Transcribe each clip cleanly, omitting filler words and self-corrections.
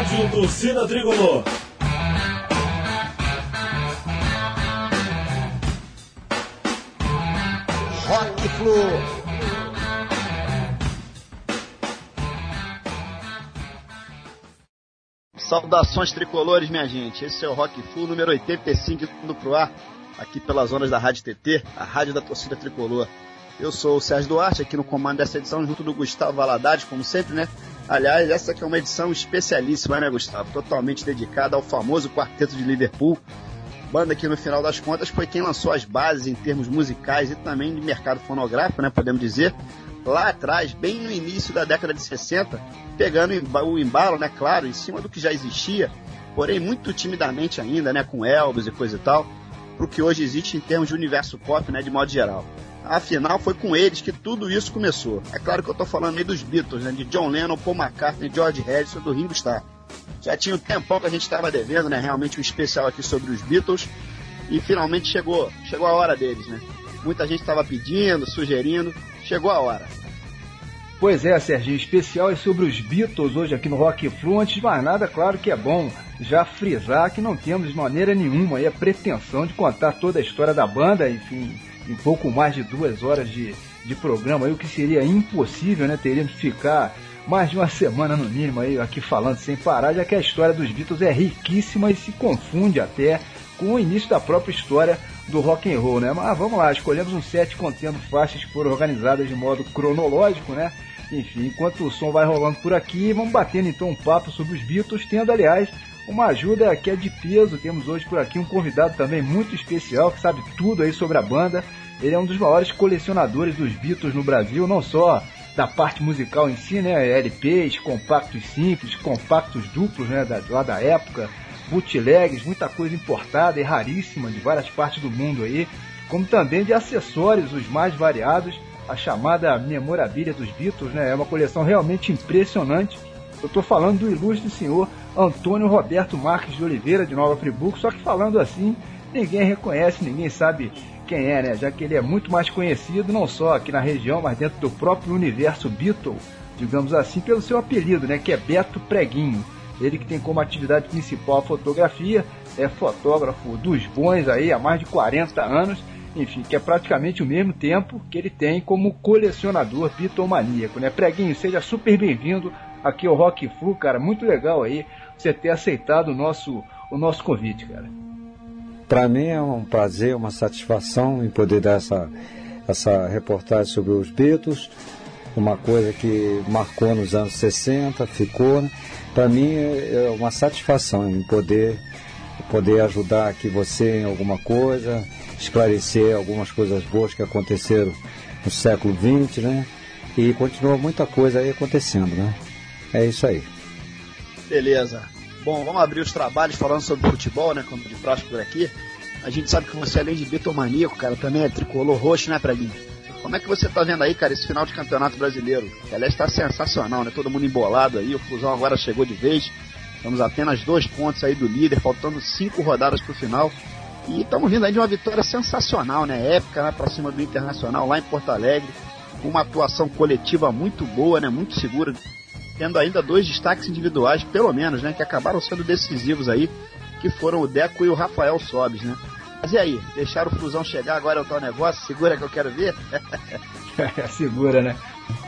Rádio Torcida Tricolor. Rock Flu. Saudações tricolores, minha gente. Esse é o Rock Flu número 85 indo pro ar, aqui pelas ondas da Rádio TT, a rádio da torcida tricolor. Eu sou o Sérgio Duarte, aqui no comando dessa edição, junto do Gustavo Valadares, como sempre, né? Aliás, essa aqui é uma edição especialíssima, né, Gustavo? Totalmente dedicada ao famoso Quarteto de Liverpool. Banda que, no final das contas, foi quem lançou as bases em termos musicais e também de mercado fonográfico, né, podemos dizer, lá atrás, bem no início da década de 60, pegando o embalo, né, claro, em cima do que já existia, porém muito timidamente ainda, né, com Elvis e coisa e tal, pro que hoje existe em termos de universo pop, né, de modo geral. Afinal, foi com eles que tudo isso começou. É claro que eu tô falando aí dos Beatles, né, de John Lennon, Paul McCartney, George Harrison, do Ringo Starr. Já tinha um tempão que a gente estava devendo, né, realmente um especial aqui sobre os Beatles, e finalmente chegou a hora deles, né. Muita gente estava pedindo, sugerindo, chegou a hora. Pois é, Serginho, especial é sobre os Beatles hoje aqui no Rock Flu. Antes de mais nada, claro que é bom já frisar que não temos de maneira nenhuma aí a pretensão de contar toda a história da banda, enfim, em pouco mais de 2 horas de programa, aí, o que seria impossível, né? Teríamos que ficar mais de uma semana no mínimo aí aqui falando sem parar, já que a história dos Beatles é riquíssima e se confunde até com o início da própria história do rock and roll, né? Mas vamos lá, escolhemos um set contendo faixas que foram organizadas de modo cronológico, né? Enfim, enquanto o som vai rolando por aqui, vamos batendo então um papo sobre os Beatles, tendo, aliás, uma ajuda que é de peso. Temos hoje por aqui um convidado também muito especial, que sabe tudo aí sobre a banda. Ele é um dos maiores colecionadores dos Beatles no Brasil, não só da parte musical em si, né? LPs, compactos simples, compactos duplos, né? Lá da época, bootlegs, muita coisa importada e raríssima de várias partes do mundo aí, como também de acessórios os mais variados. A chamada memorabilia dos Beatles, né? É uma coleção realmente impressionante. Eu estou falando do ilustre senhor Antônio Roberto Marques de Oliveira, de Nova Friburgo, só que falando assim, ninguém reconhece, ninguém sabe quem é, né? Já que ele é muito mais conhecido, não só aqui na região, mas dentro do próprio universo Beatle, digamos assim, pelo seu apelido, né? Que é Beto Preguinho. Ele que tem como atividade principal a fotografia, é fotógrafo dos bons aí há mais de 40 anos, enfim, que é praticamente o mesmo tempo que ele tem como colecionador bitomaníaco, né? Preguinho, seja super bem-vindo aqui ao Rock Flu, cara, muito legal aí você ter aceitado o nosso convite, cara. Para mim é um prazer, uma satisfação em poder dar essa reportagem sobre os Beatles, uma coisa que marcou nos anos 60, ficou, né? Para mim é uma satisfação em poder ajudar aqui você em alguma coisa, esclarecer algumas coisas boas que aconteceram no século XX, né? E continua muita coisa aí acontecendo, né? É isso aí. Beleza. Bom, vamos abrir os trabalhos falando sobre futebol, né? Como de praxe por aqui. A gente sabe que você, além de bitomaníaco, cara, também é tricolor roxo, né, Preguinho? Como é que você tá vendo aí, cara, esse final de campeonato brasileiro? Que, aliás, tá sensacional, né? Todo mundo embolado aí, o Flusão agora chegou de vez. Estamos apenas 2 pontos aí do líder, faltando 5 rodadas pro final. E estamos vindo aí de uma vitória sensacional, né? Épica, né? Pra cima do Internacional, lá em Porto Alegre. Com uma atuação coletiva muito boa, né? Muito segura. Tendo ainda 2 destaques individuais, pelo menos, né? Que acabaram sendo decisivos aí. Que foram o Deco e o Rafael Sobis, né? Mas e aí? Deixaram o Flusão chegar, agora é o tal negócio? Segura que eu quero ver? Segura, né?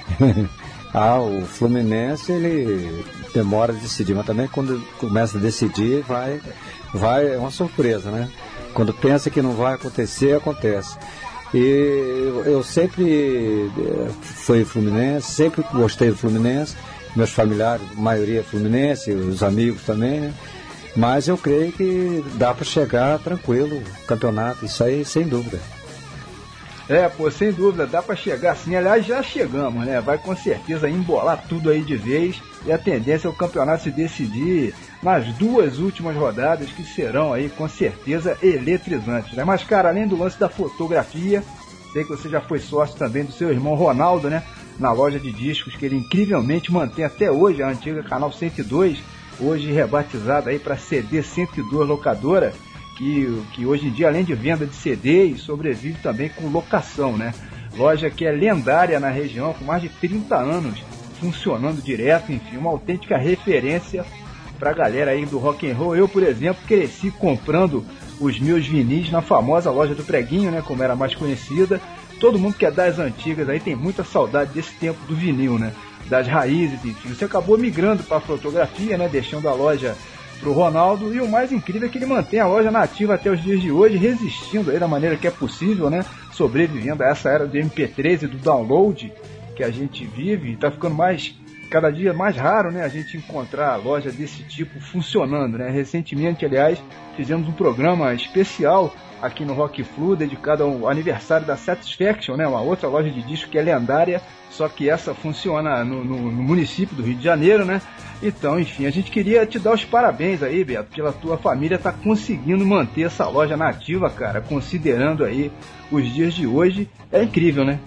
O Fluminense, ele demora a decidir, mas também quando começa a decidir, vai é uma surpresa, né? Quando pensa que não vai acontecer, acontece. E eu sempre fui Fluminense, sempre gostei do Fluminense, meus familiares, a maioria é Fluminense, os amigos também, né? Mas eu creio que dá para chegar tranquilo o campeonato, isso aí sem dúvida. Sem dúvida, dá para chegar sim, aliás já chegamos, né? Vai com certeza embolar tudo aí de vez e a tendência é o campeonato se decidir nas 2 últimas rodadas que serão aí com certeza eletrizantes, né? Mas cara, além do lance da fotografia, sei que você já foi sócio também do seu irmão Ronaldo, né? Na loja de discos que ele incrivelmente mantém até hoje, a antiga Canal 102, hoje rebatizada aí para CD 102 Locadora, que hoje em dia, além de venda de CD, sobrevive também com locação, né? Loja que é lendária na região, com mais de 30 anos funcionando direto, enfim, uma autêntica referência pra galera aí do rock and roll. Eu, por exemplo, cresci comprando os meus vinis na famosa loja do Preguinho, né, como era mais conhecida. Todo mundo que é das antigas aí tem muita saudade desse tempo do vinil, né, das raízes, enfim. Você acabou migrando para fotografia, né, deixando a loja pro Ronaldo, e o mais incrível é que ele mantém a loja nativa até os dias de hoje, resistindo aí da maneira que é possível, né, sobrevivendo a essa era do MP3 e do download que a gente vive. Tá ficando cada dia mais raro, né, a gente encontrar loja desse tipo funcionando, né. Recentemente, aliás, fizemos um programa especial aqui no Rock Flu, dedicado ao aniversário da Satisfaction, né, uma outra loja de disco que é lendária, só que essa funciona no município do Rio de Janeiro, né. Então, enfim, a gente queria te dar os parabéns aí, Beto, pela tua família tá conseguindo manter essa loja nativa, cara, considerando aí os dias de hoje. É incrível, né?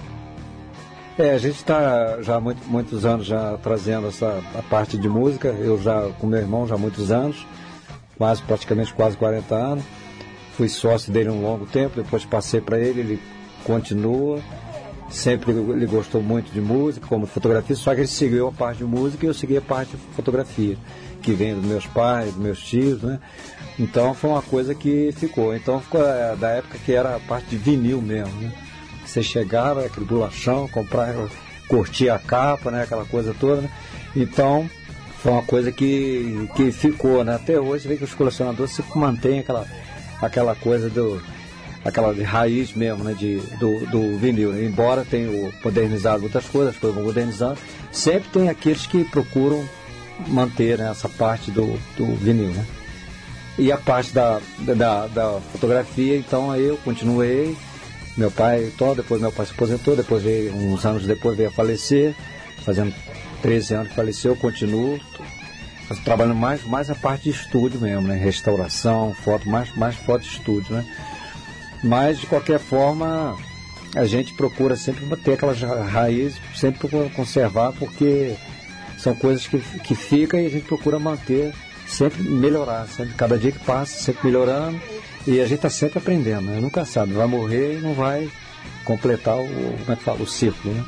A gente está já há muitos anos já trazendo a parte de música. Eu já, com meu irmão, já há muitos anos, praticamente quase 40 anos. Fui sócio dele um longo tempo, depois passei para ele continua. Sempre ele gostou muito de música, como fotografia, só que ele seguiu a parte de música e eu segui a parte de fotografia, que vem dos meus pais, dos meus tios, né? Então foi uma coisa que ficou. Então ficou da época que era a parte de vinil mesmo, né? Você chegava, aquele bolachão, comprava, curtia a capa, né? Aquela coisa toda, né? Então foi uma coisa que ficou, né? Até hoje você vê que os colecionadores se mantêm aquela coisa aquela de raiz mesmo, né, do vinil, né? Embora tenha modernizado muitas coisas, as coisas vão modernizando, sempre tem aqueles que procuram manter, né, essa parte do vinil, né? E a parte da fotografia, então aí eu continuei, meu pai, depois meu pai se aposentou, depois uns anos depois veio a falecer, fazendo 13 anos que faleceu, eu continuo trabalhando mais a parte de estúdio mesmo, né, restauração, foto, mais foto de estúdio, né? Mas, de qualquer forma, a gente procura sempre manter aquelas raízes, sempre procura conservar, porque são coisas que ficam e a gente procura manter, sempre melhorar, sempre, cada dia que passa, sempre melhorando, e a gente está sempre aprendendo, né? Nunca sabe, vai morrer e não vai completar o ciclo, né?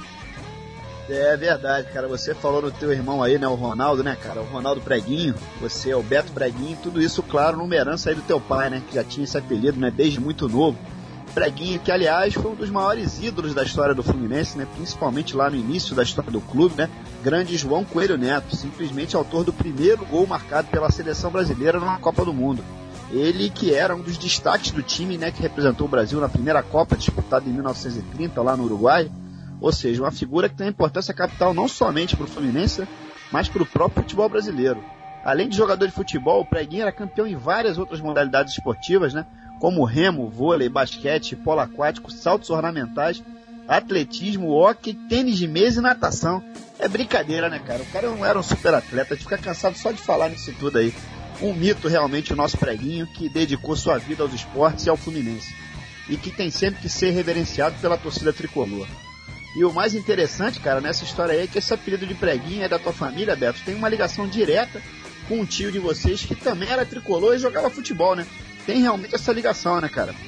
É verdade, cara. Você falou no teu irmão aí, né, o Ronaldo, né, cara? O Ronaldo Preguinho, você é o Beto Preguinho, tudo isso, claro, numa herança aí do teu pai, né, que já tinha esse apelido, né, desde muito novo. Preguinho, que aliás foi um dos maiores ídolos da história do Fluminense, né, principalmente lá no início da história do clube, né, grande João Coelho Neto, simplesmente autor do primeiro gol marcado pela seleção brasileira numa Copa do Mundo. Ele que era um dos destaques do time, né, que representou o Brasil na primeira Copa disputada em 1930 lá no Uruguai. Ou seja, uma figura que tem importância capital não somente para o Fluminense, mas para o próprio futebol brasileiro. Além de jogador de futebol, o Preguinho era campeão em várias outras modalidades esportivas, né? Como remo, vôlei, basquete, polo aquático, saltos ornamentais, atletismo, hóquei, tênis de mesa e natação. É brincadeira, né, cara? O cara não era um super atleta, a gente fica cansado só de falar nisso tudo aí. Um mito realmente o nosso Preguinho, que dedicou sua vida aos esportes e ao Fluminense. E que tem sempre que ser reverenciado pela torcida tricolor. E o mais interessante, cara, nessa história aí é que esse apelido de Preguinho é da tua família, Beto. Tem uma ligação direta com um tio de vocês que também era tricolor e jogava futebol, né? Tem realmente essa ligação, né, cara?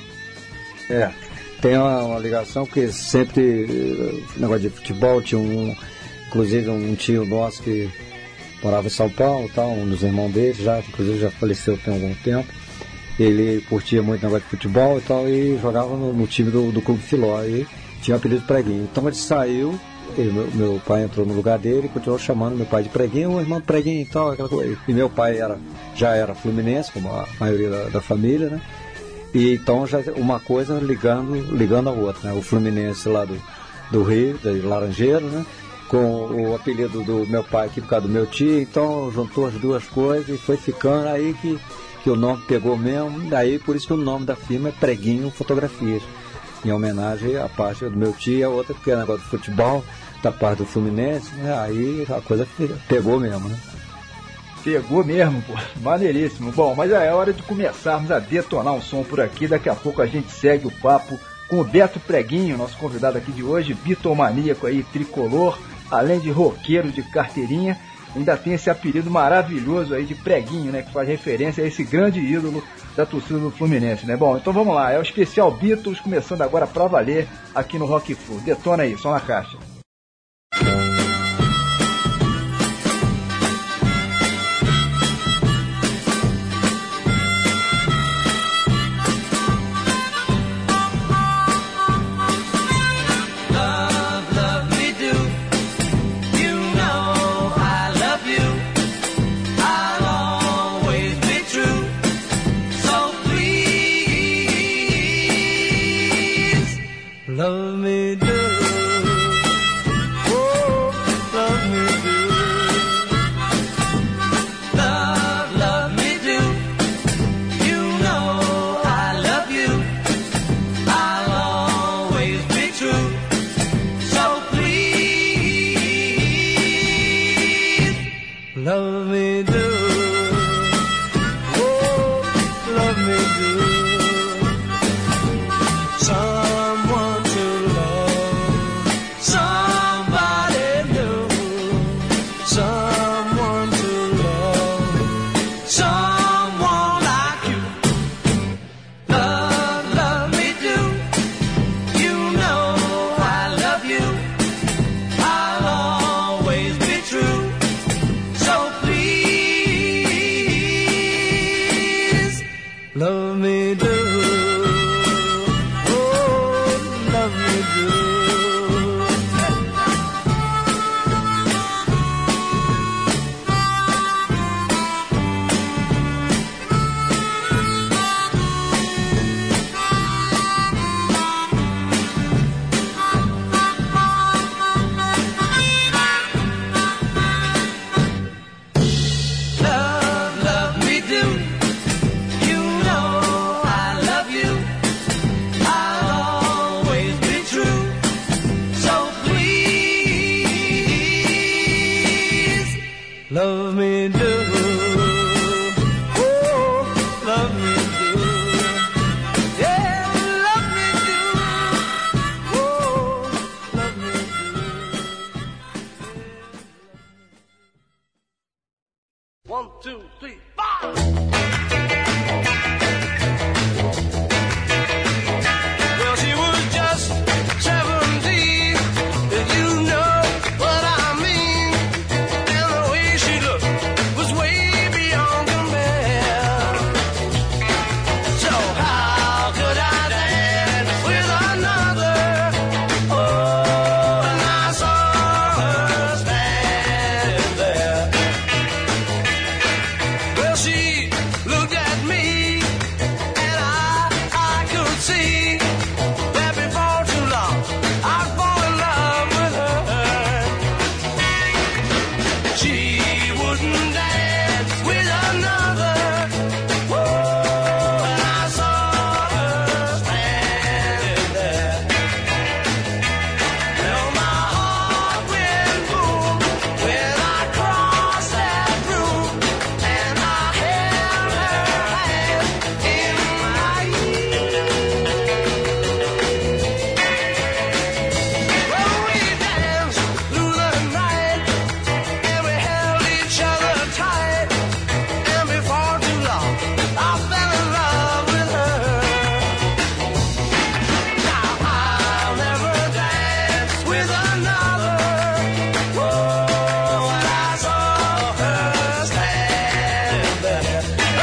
Tem uma ligação que sempre, negócio de futebol, tinha inclusive um tio nosso que morava em São Paulo, tal, um dos irmãos dele, inclusive já faleceu tem algum tempo. Ele curtia muito negócio de futebol e tal, e jogava no time do Clube Filó. E tinha o apelido de Preguinho. Então ele saiu, meu pai entrou no lugar dele e continuou chamando meu pai de Preguinho, o irmão Preguinho e tal, aquela coisa. E meu pai já era fluminense, como a maioria da família, né? E então já uma coisa ligando a outra, né? O Fluminense lá do Rio, de Laranjeiro, né? Com o apelido do meu pai aqui por causa do meu tio, então juntou as duas coisas e foi ficando aí que o nome pegou mesmo, daí por isso que o nome da firma é Preguinho Fotografias, em homenagem à parte do meu tio e a outra, porque é negócio do futebol, da parte do Fluminense, né? Aí a coisa pegou mesmo, né? Pegou mesmo, pô, maneiríssimo. Bom, mas é hora de começarmos a detonar um som por aqui, daqui a pouco a gente segue o papo com o Beto Preguinho, nosso convidado aqui de hoje, bitomaníaco aí, tricolor, além de roqueiro de carteirinha, ainda tem esse apelido maravilhoso aí de Preguinho, né, que faz referência a esse grande ídolo da torcida do Fluminense, né? Bom, então vamos lá, é o especial Beatles, começando agora pra valer aqui no Rock Flu. Detona aí, só na caixa. Love me do. Oh, love me do. Love me do. You know I love you. I'll always be true. So please, love me do. Oh, love me do. Someone to love, somebody new. Someone to love, someone like you. Love me do. You know I love you. I'll always be true. So please, love me do. Oh, love me do. Love me do. You know I love you. I'll always be true. So please, love me do. Oh, love me do. Yeah, love me do. Oh, love me do. 1, 2, 3, 4. Well, she was just 17, if you know what I mean. And the way she looked was way beyond compare. So how could I dance with another? Oh, and I saw her standing there. Well, she looked at me, and I could see that before too long I'd fall in love with her. She wouldn't dance with another. Whoa, and I saw her standing there. Well, my heart went boom when I crossed that room, and I held her hand in my Well, we danced through the night, and we held each other tight, and before too long I fell in love with her. Now I'll never dance with another. Whoa, and I saw her standing there.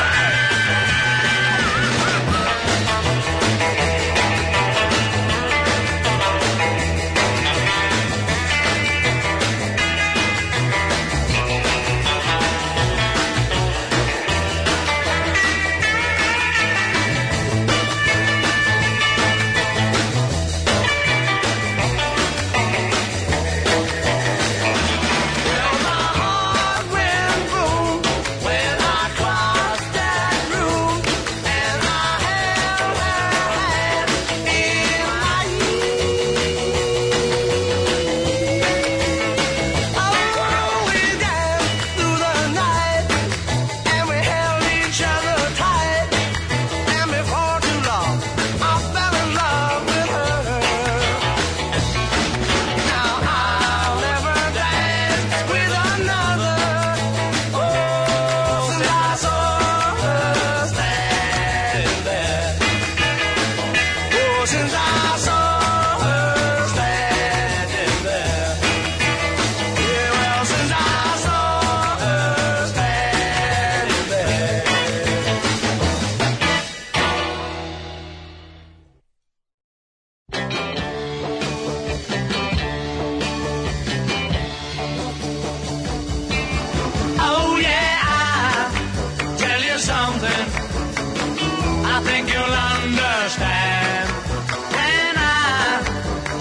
Well, my heart went boom when I crossed that room, and I held her hand in my Oh, we danced through the night, and we held each other tight, and before too long I fell in love with her. Now I'll never dance with another. Oh, since I saw her standing there. Oh, since I saw her standing there. Yeah, well, since I saw her standing there. Oh yeah, I'll tell you something I think you'll understand when I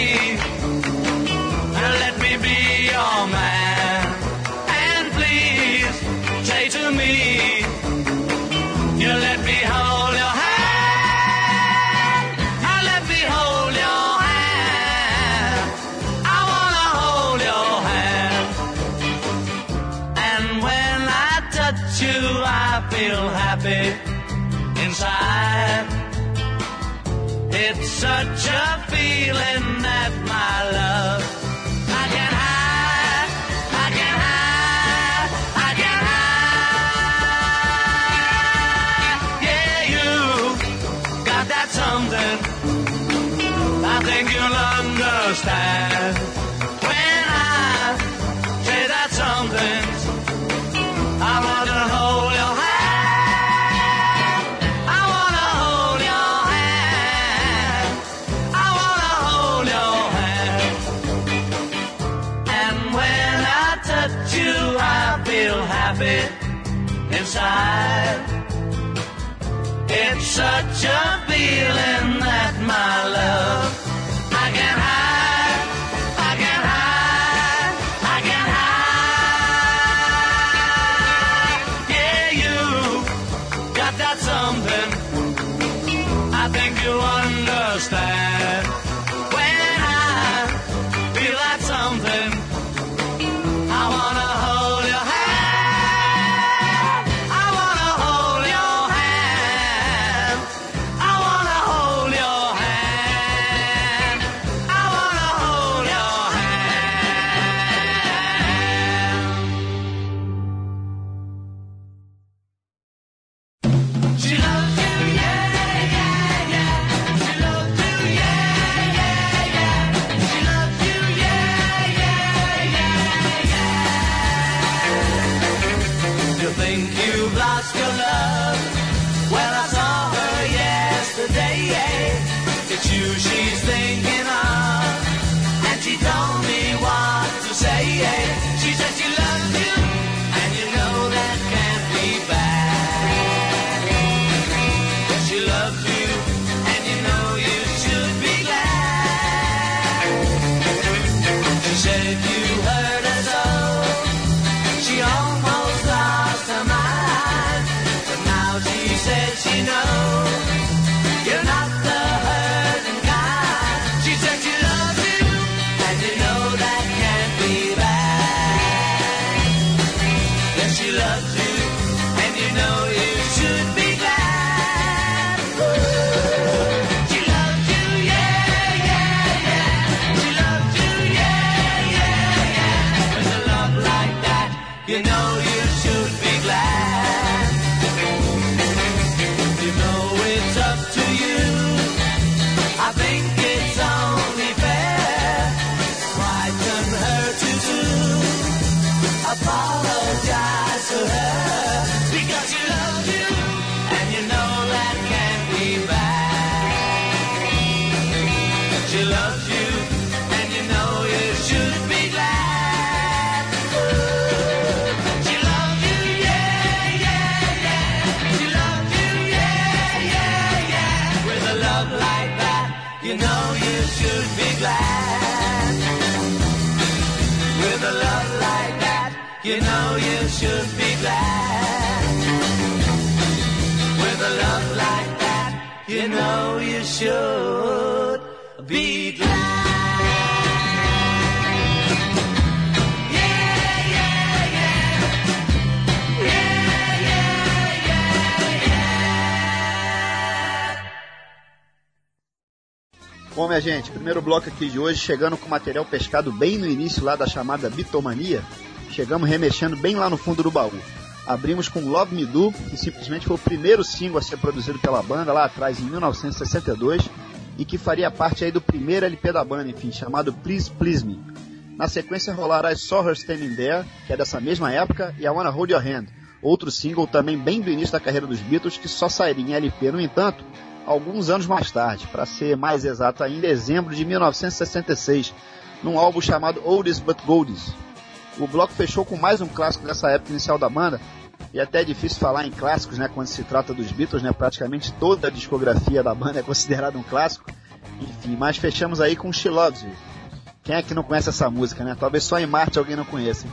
let me be your man. And please say to me, you let me hold your hand. Now let me hold your hand. I wanna hold your hand. And when I touch you, I feel happy inside. It's such a feeling that my love I can hide, I can hide, I can hide. Yeah, you got that something I think you'll understand. When I say that something, I want to hold your hand. Happy inside. It's such a feeling that my love I can hide, I can hide, I can hide. Yeah, you got that something I think you understand. When I feel that something, I wanna hold your hand. She's thinking of, and she told me what to say. She said she loves you, and you know that can't be bad. Yes, she loves you, and you know you should be glad. She said you hurt her so, she almost lost her mind. But now she says she knows you're not the hurting kind. She said she loves you, and you know that can't be bad. Yes, she loves you, and you know you should be glad. She loves you, yeah, yeah, yeah. She loves you, yeah, yeah, yeah. With a love like that, you know you should be glad. You know it's up to you. I think it's only fair. Frighten her too soon. Apologize to her because she loves you, and you know that can't be bad. She loves you, and you know you should be glad. She loves you, yeah, yeah, yeah. She loves you, yeah, yeah, yeah. With a love like that, you know you should be glad. With a love like that, you know you should be glad. With a love like that, you know you should be glad. Yeah, yeah, yeah. Yeah, yeah, yeah, yeah. Bom, minha gente, primeiro bloco aqui de hoje, chegando com material pescado bem no início lá da chamada Bitomania. Chegamos remexendo bem lá no fundo do baú. Abrimos com Love Me Do, que simplesmente foi o primeiro single a ser produzido pela banda lá atrás, em 1962, e que faria parte aí do primeiro LP da banda, enfim, chamado Please Please Me. Na sequência rolará I Saw Her Standing There, que é dessa mesma época, e I Wanna Hold Your Hand, outro single também bem do início da carreira dos Beatles, que só sairia em LP, no entanto, alguns anos mais tarde, para ser mais exato, em dezembro de 1966, num álbum chamado Oldies But Goldies. O bloco fechou com mais um clássico dessa época inicial da banda, e até é difícil falar em clássicos, né, quando se trata dos Beatles, né, praticamente toda a discografia da banda é considerada um clássico. Enfim, mas fechamos aí com She Loves You. Quem é que não conhece essa música, né? Talvez só em Marte alguém não conheça.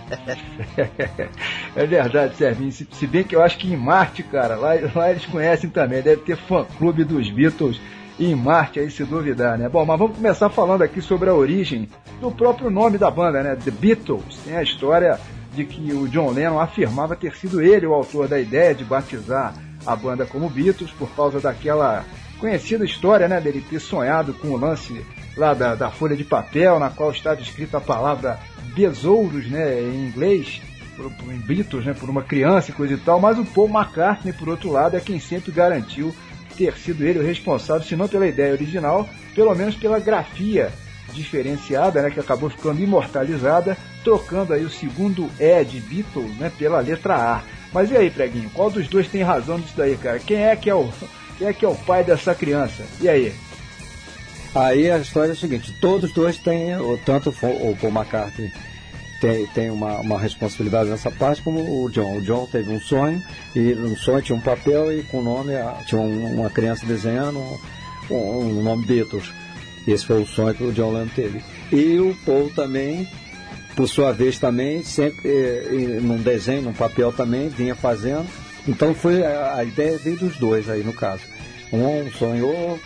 É verdade, Serginho. Se bem que eu acho que em Marte, cara, lá eles conhecem também. Deve ter fã-clube dos Beatles em Marte, aí se duvidar, né? Bom, mas vamos começar falando aqui sobre a origem do próprio nome da banda, né? The Beatles. Tem a história de que o John Lennon afirmava ter sido ele o autor da ideia de batizar a banda como Beatles por causa daquela conhecida história, né? Dele ter sonhado com o lance lá da folha de papel, na qual estava escrita a palavra besouros, né, em inglês, em Beatles, né, por uma criança e coisa e tal, mas o Paul McCartney, por outro lado, é quem sempre garantiu ter sido ele o responsável, se não pela ideia original, pelo menos pela grafia diferenciada, né, que acabou ficando imortalizada, trocando aí o segundo E de Beatles, né, pela letra A. Mas e aí, Preguinho, qual dos dois tem razão nisso daí, cara? Quem é que é o pai dessa criança? E aí? Aí a história é a seguinte, todos dois têm, tanto o Paul McCartney tem uma responsabilidade nessa parte, como o John. O John teve um sonho, e no sonho tinha um papel e com o nome, tinha uma criança desenhando um nome Beatles. Esse foi o sonho que o John Lennon teve. E o Paul também, por sua vez também, sempre num desenho, num papel também, vinha fazendo. Então a ideia veio dos dois aí no caso. Um sonhou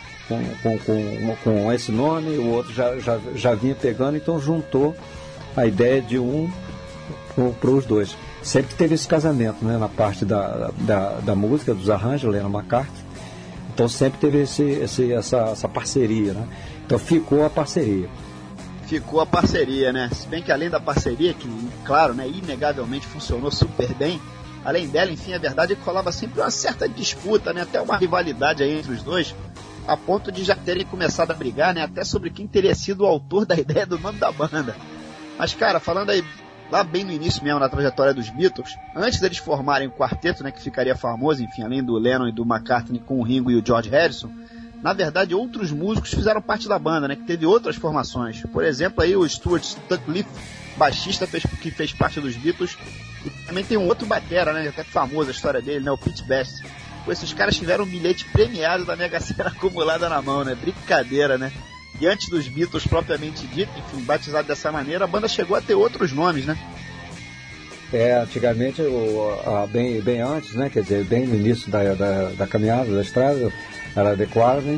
com esse nome, o outro já vinha pegando, então juntou a ideia de um para os dois. Sempre teve esse casamento, né, na parte da música, dos arranjos, Lennon McCartney. Então sempre teve essa parceria, né? Então ficou a parceria. Ficou a parceria, né? Se bem que além da parceria, que, claro, né, inegavelmente funcionou super bem, além dela, enfim, a verdade é que rolava sempre uma certa disputa, né, até uma rivalidade aí entre os dois, a ponto de já terem começado a brigar, né, até sobre quem teria sido o autor da ideia do nome da banda. Mas, cara, falando aí lá bem no início mesmo, na trajetória dos Beatles, antes deles formarem o quarteto, né, que ficaria famoso, enfim, além do Lennon e do McCartney com o Ringo e o George Harrison, na verdade outros músicos fizeram parte da banda, né, que teve outras formações. Por exemplo, aí o Stuart Sutcliffe, baixista, que fez parte dos Beatles, e também tem um outro batera, né, até famoso a história dele, né, o Pete Best. Esses caras tiveram um bilhete premiado da Mega Sena acumulada na mão, né? Brincadeira, né? E antes dos Beatles propriamente dito, enfim, batizado dessa maneira, a banda chegou a ter outros nomes, né? Antigamente, bem antes, né? Quer dizer, bem no início da caminhada, da estrada, era The Quarry,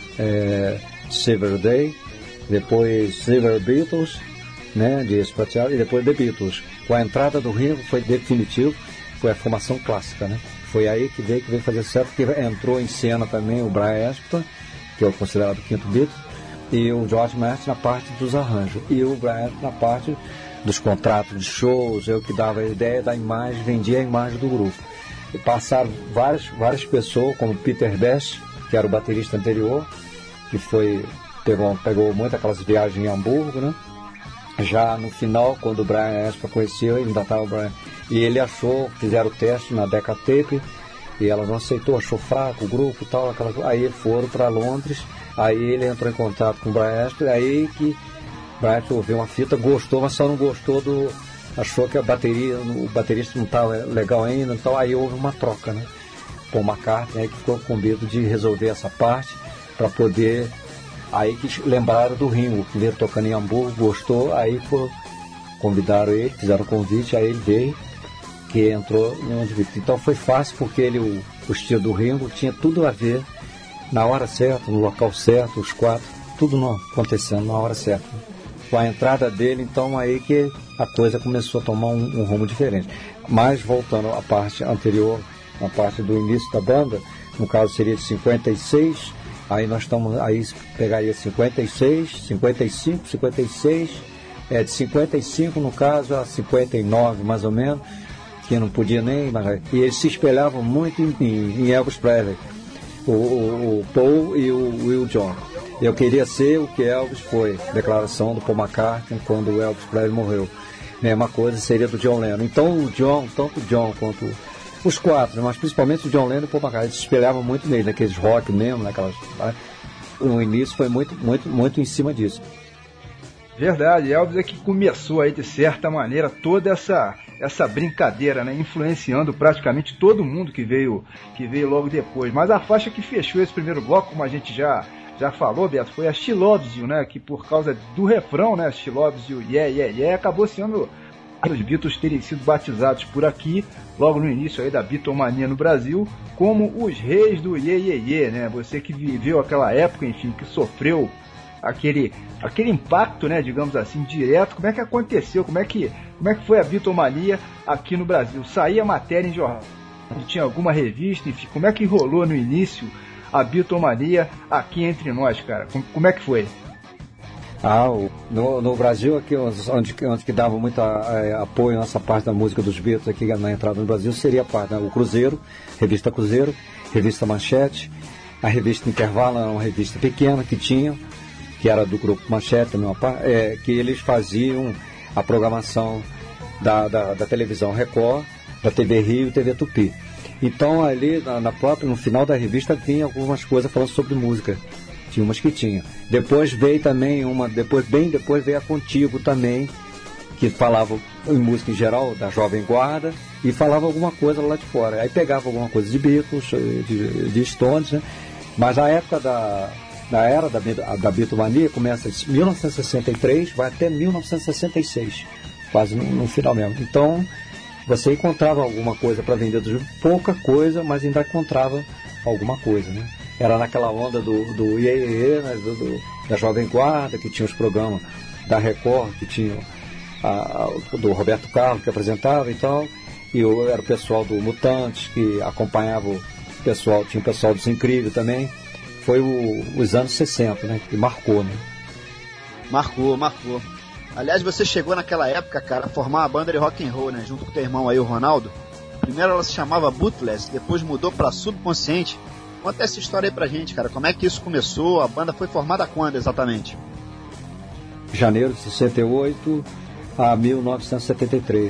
Silver Day, depois Silver Beatles, né? De Spatial, e depois The Beatles. Com a entrada do Ringo foi definitivo, foi a formação clássica, né? Foi aí que veio fazer sucesso, porque entrou em cena também o Brian Epstein, que é o considerado o quinto Beatle, e o George Martin na parte dos arranjos, e o Brian na parte dos contratos de shows, eu que dava a ideia da imagem, vendia a imagem do grupo. E passaram várias pessoas, como Peter Best, que era o baterista anterior, que pegou muito aquelas viagens em Hamburgo, né? Já no final, quando o Brian Epstein conheceu, ainda estava o Brian, e ele fizeram o teste na Decca Tape, e ela não aceitou, achou fraco o grupo e tal, aí foram para Londres, aí ele entrou em contato com o Brian Epstein, aí que o Brian Epstein ouviu uma fita, gostou, mas só não gostou achou que a bateria, o baterista não estava legal ainda, então aí houve uma troca, né? Paul McCartney aí que ficou com medo de resolver essa parte, para poder, aí que lembraram do Ringo, que veio tocando em Hamburgo, gostou, aí convidaram ele, fizeram o convite, aí ele veio, que entrou no indivíduo. Então foi fácil, porque o estilo do Ringo tinha tudo a ver, na hora certa, no local certo, os quatro, tudo acontecendo na hora certa. Com a entrada dele, então aí que a coisa começou a tomar um rumo diferente. Mas voltando à parte anterior, na parte do início da banda, no caso seria de 56, aí pegaria 56, 55, 56, de 55 no caso a 59 mais ou menos, que não podia nem imaginar. E eles se espelhavam muito em Elvis Presley, o Paul e o John. Eu queria ser o que Elvis foi, declaração do Paul McCartney quando o Elvis Presley morreu. Mesma coisa seria do John Lennon. Então tanto o John quanto os quatro, mas principalmente o John Lennon e o Paul McCartney, eles se espelhavam muito nele, naqueles rock mesmo, no início foi muito, muito, muito em cima disso. Verdade, Elvis é que começou aí de certa maneira toda essa brincadeira, né, influenciando praticamente todo mundo que veio logo depois. Mas a faixa que fechou esse primeiro bloco, como a gente já já falou, Beto, foi a She Loves You, né? Que por causa do refrão, né? She Loves You, yeah, yeah, yeah, acabou sendo os Beatles terem sido batizados por aqui, logo no início aí da Beatlemania no Brasil, como os reis do yeah, yeah, yeah, né? Você que viveu aquela época, enfim, que sofreu aquele impacto, né, digamos assim, direto. Como é que aconteceu? Como é que foi a Beatlemania aqui no Brasil? Saía matéria em jornal, tinha alguma revista, enfim, como é que rolou no início a Beatlemania aqui entre nós, cara? Como é que foi? No Brasil, aqui onde que dava muito apoio nessa parte da música dos Beatles, aqui na entrada no Brasil, seria a parte, né? O Cruzeiro, revista Cruzeiro, revista Manchete, a revista Intervalo era uma revista pequena que era do grupo Manchete, que eles faziam a programação da televisão Record, da TV Rio e TV Tupi. Então ali no final da revista tinha algumas coisas falando sobre música. Tinha umas que tinha. Depois veio também bem depois veio a Contigo também, que falava em música em geral, da Jovem Guarda, e falava alguma coisa lá de fora. Aí pegava alguma coisa de Beatles, de Stones, né? Mas a época da era da Beatlemania começa de 1963, vai até 1966, quase no final mesmo. Então, você encontrava alguma coisa para vender, pouca coisa, mas ainda encontrava alguma coisa, né? Era naquela onda do IEE, né? Da Jovem Guarda, que tinha os programas da Record, que tinha do Roberto Carlos, que apresentava e tal, e era o pessoal do Mutantes, que acompanhava o pessoal, tinha o pessoal dos Incríveis também. Foi os anos 60, né? Que marcou, né? Marcou. Aliás, você chegou naquela época, cara, a formar uma banda de rock and roll, né? Junto com o teu irmão aí, o Ronaldo. Primeiro ela se chamava Bootless, depois mudou pra Subconsciente. Conta essa história aí pra gente, cara. Como é que isso começou? A banda foi formada quando, exatamente? Janeiro de 68 a 1973.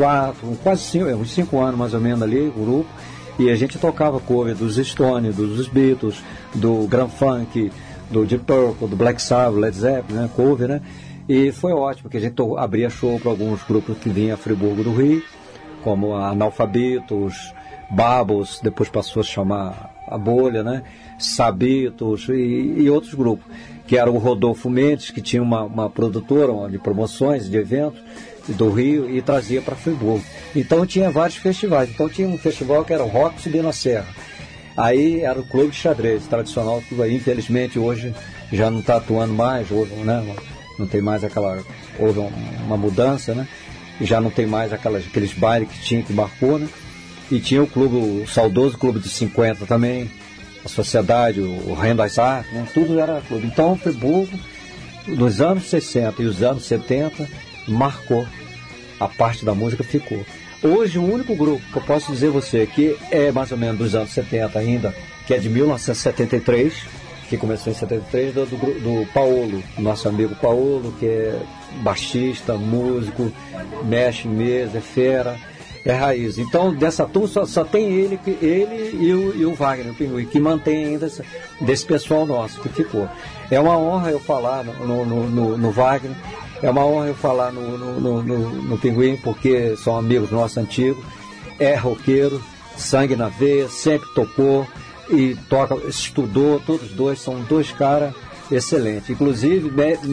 Uns 5 anos mais ou menos ali, o grupo. E a gente tocava cover dos Stones, dos Beatles, do Grand Funk, do Deep Purple, do Black Sabbath, Led Zeppelin, né? Cover, né? E foi ótimo, porque a gente abria show para alguns grupos que vinham a Friburgo do Rio, como a Analfabetos, Babos, depois passou a chamar a Bolha, né? Sabitos e outros grupos, que era o Rodolfo Mendes, que tinha uma produtora de promoções, de eventos do Rio, e trazia para Friburgo. Então tinha vários festivais. Então tinha um festival que era o Rock Subindo a Serra. Aí era o Clube de Xadrez, tradicional, que infelizmente hoje já não está atuando mais, né? Não tem mais houve uma mudança, né? Já não tem mais aqueles bailes que tinha, que marcou, né? E tinha o saudoso Clube de 50 também, a Sociedade, o Reino das Artes, né? Tudo era clube. Então, Friburgo, nos anos 60 e os anos 70, marcou. A parte da música ficou. Hoje, o único grupo que eu posso dizer a você que é mais ou menos dos anos 70 ainda, que é de 1973, que começou em 73, do Paulo, nosso amigo Paulo, que é baixista, músico, mexe em mesa, é fera, é raiz. Então, dessa turma só tem ele e o Wagner, o Pinguim, que mantém ainda desse pessoal nosso que ficou. É uma honra eu falar no Wagner, é uma honra eu falar no Pinguim, porque são amigos nossos antigos, é roqueiro, sangue na veia, sempre tocou e estudou, todos dois, são dois caras excelentes. Inclusive,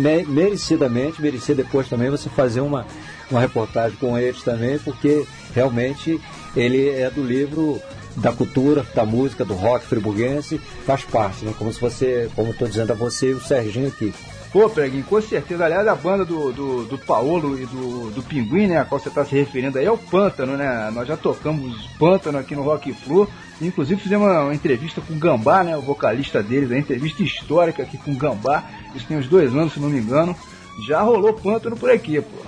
merecia depois também você fazer uma reportagem com eles também, porque realmente ele é do livro da cultura, da música, do rock friburguense, faz parte, né? Como eu estou dizendo a você e o Serginho aqui. Pô, Preguinho, com certeza. Aliás, a banda do Paulo e do Pinguim, né, a qual você está se referindo aí, é o Pântano, né? Nós já tocamos Pântano aqui no Rock Flu. Inclusive fizemos uma entrevista com o Gambá, né, o vocalista deles, a entrevista histórica aqui com o Gambá. Isso tem uns 2 anos, se não me engano. Já rolou Pântano por aqui, pô.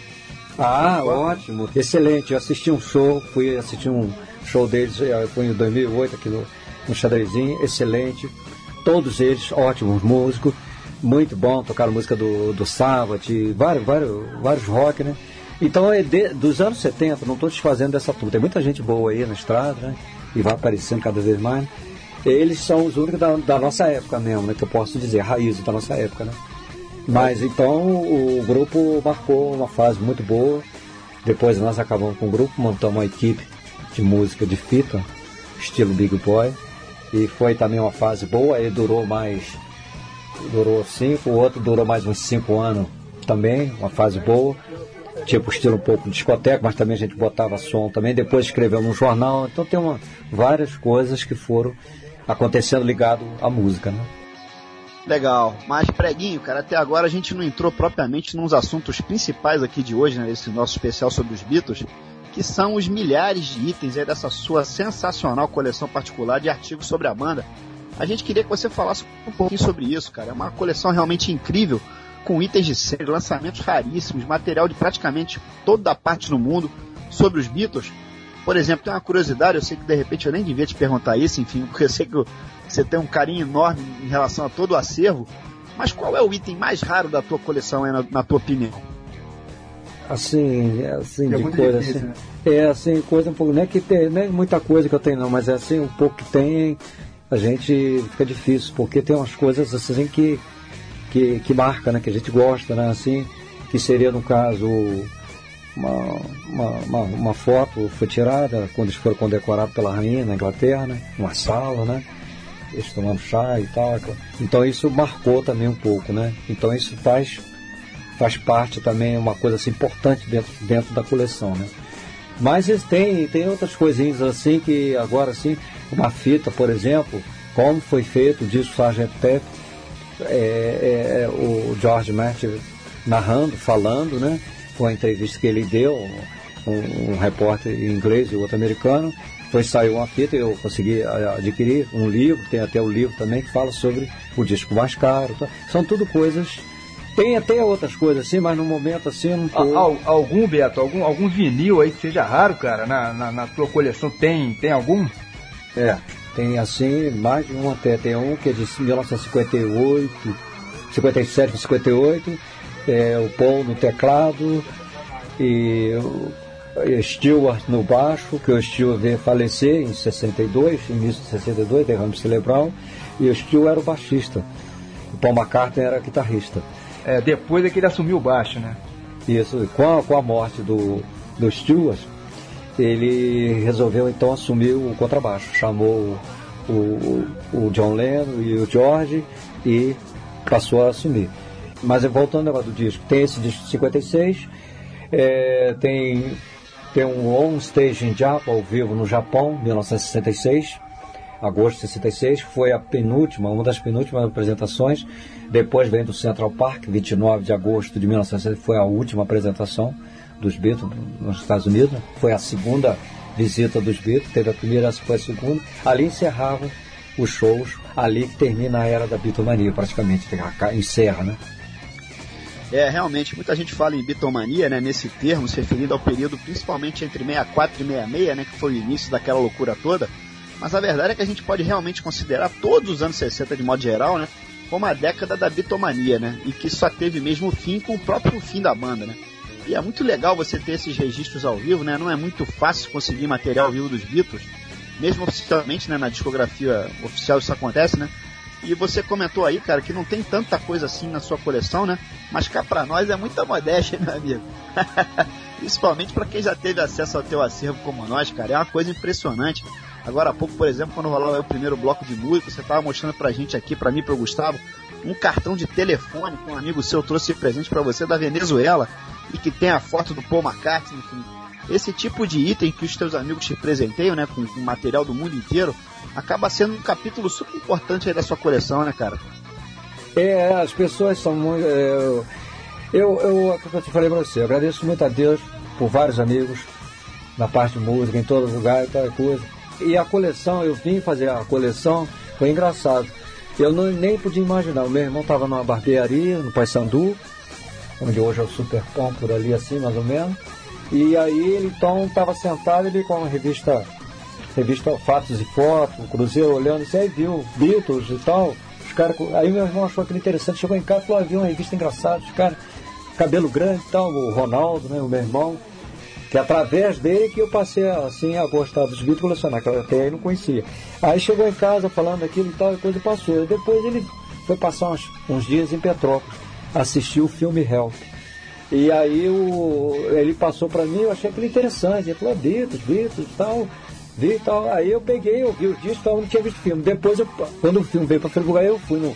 Ótimo, excelente. Eu fui assistir um show deles, foi em 2008 aqui no Xadrezinho, excelente. Todos eles ótimos músicos. Muito bom, tocaram música do Sabbath, vários rock, né? Então, dos anos 70, não estou desfazendo dessa turma. Tem muita gente boa aí na estrada, né? E vai aparecendo cada vez mais. Eles são os únicos da nossa época mesmo, né? Que eu posso dizer, raiz da nossa época, né? Mas, então, o grupo marcou uma fase muito boa. Depois nós acabamos com o grupo, montamos uma equipe de música de fita, estilo Big Boy. E foi também uma fase boa, aí durou mais durou 5, o outro durou mais uns 5 anos também, uma fase boa, tipo estilo um pouco de discoteca, mas também a gente botava som também, depois escreveu num jornal, então tem várias coisas que foram acontecendo ligado à música, né? Legal, mas Preguinho, cara, até agora a gente não entrou propriamente nos assuntos principais aqui de hoje, né, esse nosso especial sobre os Beatles, que são os milhares de itens aí dessa sua sensacional coleção particular de artigos sobre a banda. A gente queria que você falasse um pouquinho sobre isso, cara. É uma coleção realmente incrível, com itens de série, lançamentos raríssimos, material de praticamente toda a parte do mundo sobre os Beatles. Por exemplo, tem uma curiosidade, eu sei que de repente eu nem devia te perguntar isso, enfim, porque eu sei que você tem um carinho enorme em relação a todo o acervo, mas qual é o item mais raro da tua coleção, na tua opinião? Assim de coisa difícil, assim, né? Assim, coisa um pouco, não é que tem, nem muita coisa que eu tenho não, mas é assim, um pouco que tem, a gente fica difícil, porque tem umas coisas assim que marca, né, que a gente gosta, né, assim, que seria no caso uma foto foi tirada quando eles foram condecorados pela rainha na Inglaterra, né, numa sala, né, eles tomando chá e tal, então isso marcou também um pouco, né, então isso faz parte também, uma coisa assim, importante dentro da coleção, né. Mas tem outras coisinhas assim que agora assim, uma fita, por exemplo, como foi feito o disco Sgt. Pepper, o George Martin narrando, falando, né? Foi uma entrevista que ele deu, um repórter em inglês e outro americano. Saiu uma fita, eu consegui adquirir um livro, tem até o livro também que fala sobre o disco mais caro. São tudo coisas. Tem até outras coisas assim, mas no momento assim não tô... Algum, Beto, algum vinil aí que seja raro, cara, na tua coleção tem algum? Tem assim, mais de um até. Tem um que é de 1958, 57, 58, o Paul no teclado e o Stewart no baixo, que o Stewart veio falecer em 62, início de 62, derrame cerebral, e o Stewart era o baixista. O Paul McCartney era guitarrista. Depois é que ele assumiu o baixo, né? Isso, com a morte do Stewart, ele resolveu então assumir o contrabaixo, chamou o John Lennon e o George e passou a assumir. Mas voltando ao negócio do disco, tem esse disco de 56, tem um On Stage in Japan, ao vivo no Japão, 1966, agosto de 66, foi uma das penúltimas apresentações. Depois vem do Central Park, 29 de agosto de 1960, foi a última apresentação dos Beatles nos Estados Unidos. Foi a segunda visita dos Beatles, teve a primeira, essa foi a segunda. Ali encerravam os shows, ali que termina a era da Beatlemania, praticamente, encerra, né? Realmente, muita gente fala em Beatlemania, né, nesse termo, se referindo ao período principalmente entre 64 e 66, né, que foi o início daquela loucura toda. Mas a verdade é que a gente pode realmente considerar todos os anos 60 de modo geral, né, como a década da Beatlemania, né, e que só teve mesmo fim com o próprio fim da banda, né. E é muito legal você ter esses registros ao vivo, né, não é muito fácil conseguir material ao vivo dos Beatles, mesmo oficialmente, né, na discografia oficial isso acontece, né. E você comentou aí, cara, que não tem tanta coisa assim na sua coleção, né? Mas cá pra nós é muita modéstia, meu amigo. Principalmente pra quem já teve acesso ao teu acervo como nós, cara. É uma coisa impressionante. Agora há pouco, por exemplo, quando rolava o primeiro bloco de música, você tava mostrando pra gente aqui, pra mim e pro Gustavo, um cartão de telefone que um amigo seu trouxe de presente pra você da Venezuela e que tem a foto do Paul McCartney, enfim. Esse tipo de item que os teus amigos te presenteiam, né, com material do mundo inteiro, acaba sendo um capítulo super importante aí da sua coleção, né, cara? As pessoas são muito... Eu te falei pra você, eu agradeço muito a Deus por vários amigos na parte de música, em todo lugar e tal coisa. E a coleção, eu vim fazer a coleção, foi engraçado. Eu nem podia imaginar, o meu irmão estava numa barbearia, no Paissandu, onde hoje é o Super Pão, por ali assim, mais ou menos. E aí ele então estava sentado ali com a revista Fatos e Fotos, o Cruzeiro olhando, você aí viu Beatles e tal, os caras, aí meu irmão achou aquilo interessante, chegou em casa e falou, viu uma revista engraçada, os caras, cabelo grande e tal, o Ronaldo, né, o meu irmão, que através dele que eu passei assim a gostar dos Beatles, colecionar, que eu até aí não conhecia. Aí chegou em casa falando aquilo e tal, e coisa passou. Depois ele foi passar uns dias em Petrópolis, assistiu o filme Help. E aí ele passou para mim, eu achei aquilo interessante. Ele falou, Beatles e tal, vi e tal. Aí eu peguei, eu vi os discos, não tinha visto o filme. Depois, quando o filme veio para primeiro lugar, eu fui no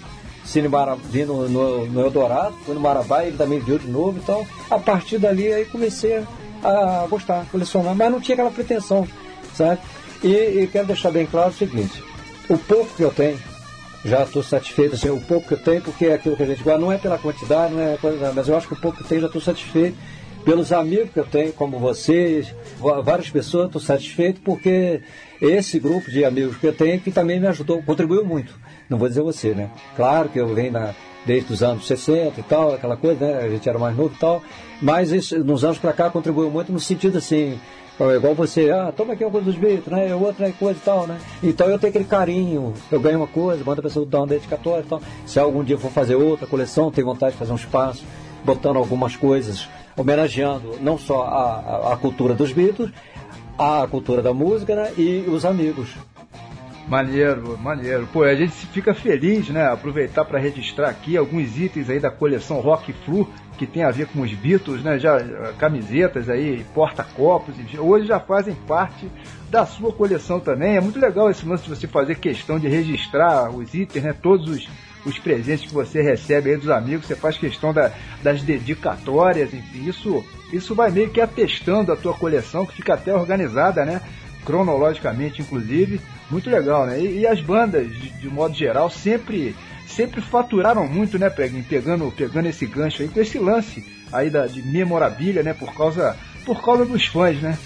Cine vi no Eldorado, fui no Marabá, ele também viu de novo e tal. A partir dali aí comecei a gostar, colecionar, mas não tinha aquela pretensão, sabe? E quero deixar bem claro o seguinte, o pouco que eu tenho, já estou satisfeito, assim, o pouco que eu tenho, porque é aquilo que a gente gosta, não é pela quantidade, não é coisa, mas eu acho que o pouco que eu tenho já estou satisfeito. Pelos amigos que eu tenho, como vocês, várias pessoas, estou satisfeito porque esse grupo de amigos que eu tenho que também me ajudou, contribuiu muito. Não vou dizer você, né? Claro que eu venho desde os anos 60 e tal, aquela coisa, né? A gente era mais novo e tal, mas isso, nos anos para cá contribuiu muito no sentido assim, igual você, toma aqui uma coisa dos Beatles, né? Outra coisa e tal, né? Então eu tenho aquele carinho, eu ganho uma coisa, mando a pessoa dar uma dedicatória e tal. Se algum dia eu for fazer outra coleção, tenho vontade de fazer um espaço, botando algumas coisas, homenageando não só a cultura dos Beatles, a cultura da música, né? E os amigos. Maneiro. Pô, a gente fica feliz, né? Aproveitar para registrar aqui alguns itens aí da coleção Rock Flu, que tem a ver com os Beatles, né? Já camisetas aí, porta-copos, hoje já fazem parte da sua coleção também. É muito legal esse lance de você fazer questão de registrar os itens, né? Todos os presentes que você recebe aí dos amigos, você faz questão das dedicatórias, enfim, isso vai meio que atestando a tua coleção, que fica até organizada, né? Cronologicamente, inclusive, muito legal, né? E as bandas, de modo geral, sempre faturaram muito, né, Preguinho? Pegando esse gancho aí, com esse lance aí de memorabilia, né? Por causa dos fãs, né?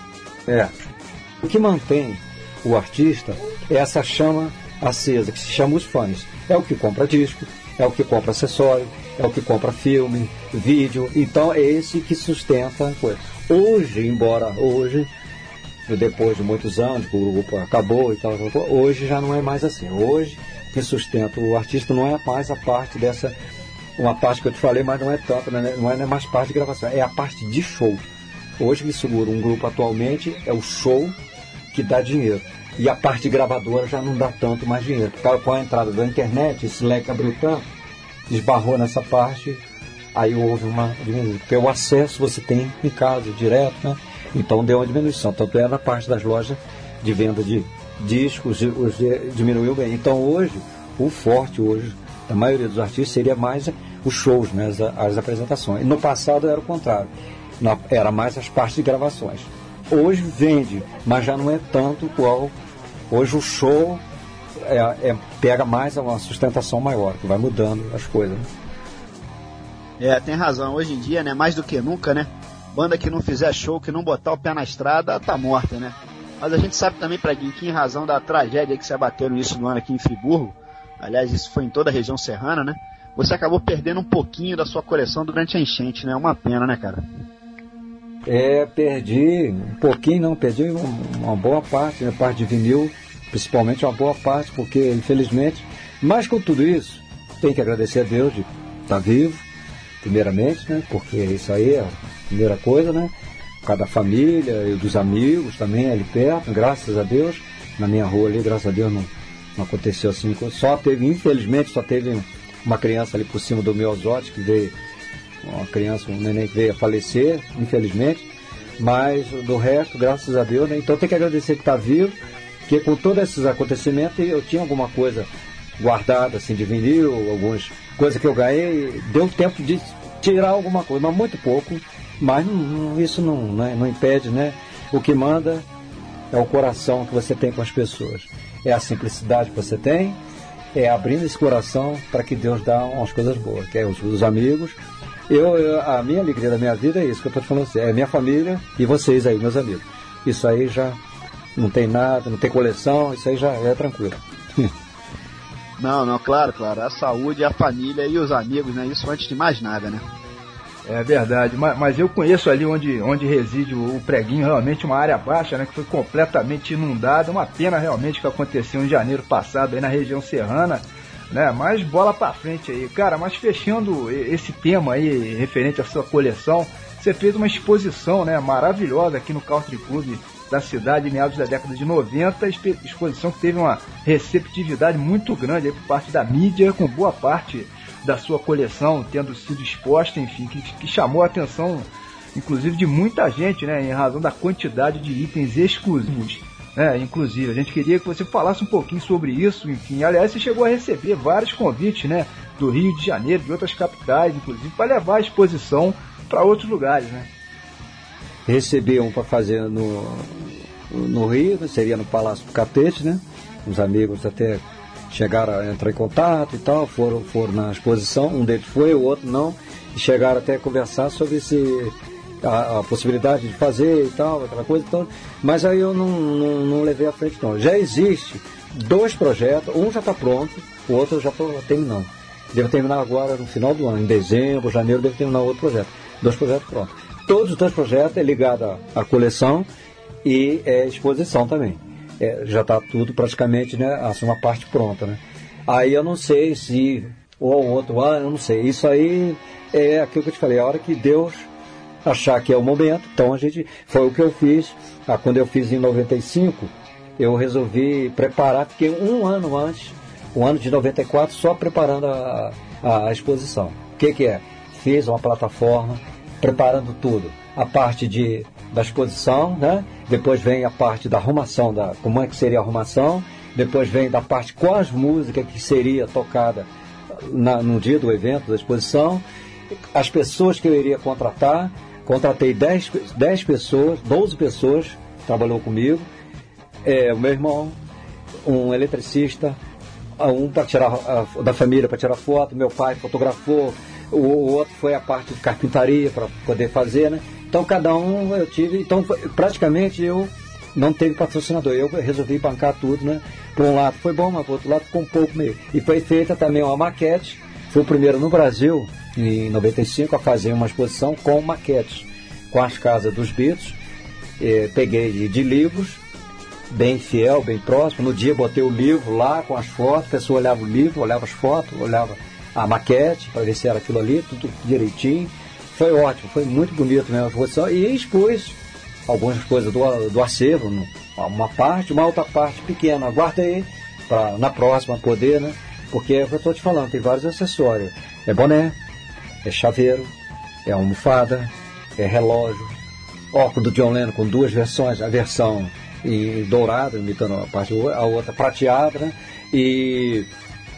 O que mantém o artista é essa chama acesa, que se chama os fãs. É o que compra disco, é o que compra acessório, é o que compra filme, vídeo. Então é esse que sustenta a coisa. Hoje, depois de muitos anos, que o grupo acabou e tal, hoje já não é mais assim. Hoje, o que sustenta o artista não é mais a parte dessa, uma parte que eu te falei, mas não é tanto, não é mais parte de gravação, é a parte de show. Hoje me segura um grupo atualmente, é o show que dá dinheiro. E a parte gravadora já não dá tanto mais dinheiro. Com a entrada da internet, esse leque abriu tanto, esbarrou nessa parte, aí houve uma diminuição. Porque o acesso você tem em casa, direto, né? Então deu uma diminuição. Tanto é na parte das lojas de venda de discos, diminuiu bem. Então hoje, o forte da maioria dos artistas seria mais os shows, né? As apresentações. No passado era o contrário. Era mais as partes de gravações. Hoje vende, mas já não é tanto qual. Hoje o show pega mais uma sustentação maior, que vai mudando as coisas. Né? Tem razão. Hoje em dia, né, mais do que nunca, né? Banda que não fizer show, que não botar o pé na estrada, tá morta, né? Mas a gente sabe também, Preguinho, que em razão da tragédia que se abateu no início do ano aqui em Friburgo, aliás, isso foi em toda a região serrana, né? Você acabou perdendo um pouquinho da sua coleção durante a enchente, né? É uma pena, né, cara? Perdi um pouquinho, não, perdi uma boa parte, né? Parte de vinil, principalmente uma boa parte, porque infelizmente, mas com tudo isso, tem que agradecer a Deus de estar vivo, primeiramente, né? Porque isso aí é a primeira coisa, né? Cada família e dos amigos também ali perto, graças a Deus. Na minha rua ali, graças a Deus, não aconteceu assim. Infelizmente, só teve uma criança ali por cima do meu Osório, que veio, um neném que veio a falecer, infelizmente. Mas do resto, graças a Deus, né? Então tem que agradecer que está vivo, que com todos esses acontecimentos eu tinha alguma coisa guardada, assim, de vinil, algumas coisas que eu ganhei, deu tempo de tirar alguma coisa, mas muito pouco. Mas isso não impede, né? O que manda é o coração que você tem com as pessoas. É a simplicidade que você tem, é abrindo esse coração para que Deus dá umas coisas boas, que é os amigos. A minha alegria da minha vida é isso que eu estou te falando assim, é minha família e vocês aí, meus amigos. Isso aí já não tem nada, não tem coleção, isso aí já é tranquilo. Não, claro. A saúde, a família e os amigos, né? Isso antes de mais nada, né? É verdade, mas eu conheço ali onde reside o Preguinho, realmente uma área baixa, né, que foi completamente inundada, uma pena realmente que aconteceu em janeiro passado aí na região serrana, né, mas bola pra frente aí. Cara, mas fechando esse tema aí, referente à sua coleção, você fez uma exposição, né, maravilhosa aqui no Country Club da cidade, em meados da década de 90, exposição que teve uma receptividade muito grande aí por parte da mídia, com boa parte da sua coleção tendo sido exposta, enfim, que chamou a atenção, inclusive, de muita gente, né, em razão da quantidade de itens exclusivos Inclusive, a gente queria que você falasse um pouquinho sobre isso, enfim. Aliás, você chegou a receber vários convites, né? Do Rio de Janeiro, de outras capitais, inclusive, para levar a exposição para outros lugares, né? Recebi um para fazer no Rio, seria no Palácio do Catete, né? Os amigos até chegaram a entrar em contato e tal, foram na exposição, um deles foi, o outro não, e chegaram até a conversar sobre a possibilidade de fazer e tal, aquela coisa, então, mas aí eu não levei à frente não. Já existe 2 projetos, um já está pronto, o outro eu já estou terminando. Devo terminar agora no final do ano, em dezembro, janeiro, devo terminar outro projeto. 2 projetos prontos. Todos os 2 projetos é ligado à coleção e exposição também. Já está tudo praticamente, né, assim, uma parte pronta, né? Aí eu não sei se ou outro ano, eu não sei. Isso aí é aquilo que eu te falei, a hora que Deus achar que é o momento. Então foi o que eu fiz. Quando eu fiz em 95, eu resolvi preparar, fiquei um ano antes, o ano de 94, só preparando a exposição. O que é? Fiz uma plataforma, preparando tudo. A parte da exposição, né? Depois vem a parte da arrumação, como é que seria a arrumação, depois vem da parte com as músicas que seria tocada no dia do evento, da exposição, as pessoas que eu iria contratar. Contratei 10 pessoas, 12 pessoas, trabalhou comigo, o meu irmão, um eletricista, um para tirar da família para tirar foto, meu pai fotografou, o outro foi a parte de carpintaria para poder fazer, né? Então cada um eu tive, então praticamente eu não teve patrocinador, eu resolvi bancar tudo, né? Por um lado foi bom, mas por outro lado ficou um pouco meio. E foi feita também uma maquete, fui o primeiro no Brasil, em 95, a fazer uma exposição com maquetes, com as casas dos Beatles. Peguei de livros, bem fiel, bem próximo. No dia botei o livro lá com as fotos, a pessoa olhava o livro, olhava as fotos, olhava a maquete para ver se era aquilo ali, tudo direitinho. Foi ótimo, foi muito bonito mesmo a exposição. E expus algumas coisas do acervo, uma outra parte pequena. Guardei para na próxima poder, né? Porque é o que eu estou te falando, tem vários acessórios. É boné, é chaveiro, é almofada, é relógio, óculos do John Lennon com 2 versões, a versão dourada, imitando a outra prateada, né? E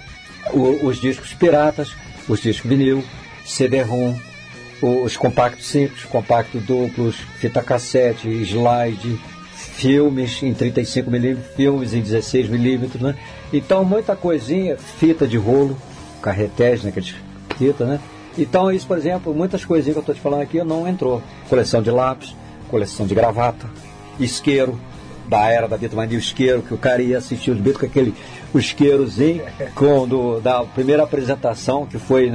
os discos piratas, os discos vinil, CD-ROM, os compactos simples, compactos duplos, fita cassete, slide, filmes em 35mm, filmes em 16mm, né? Então muita coisinha, fita de rolo, carretéis, né, aqueles fita, né? Então isso, por exemplo, muitas coisinhas que eu estou te falando aqui não entrou. Coleção de lápis, coleção de gravata, isqueiro, da era da Beatlemania, o isqueiro, que o cara ia assistir os Beatles com o isqueirozinho, da primeira apresentação, que foi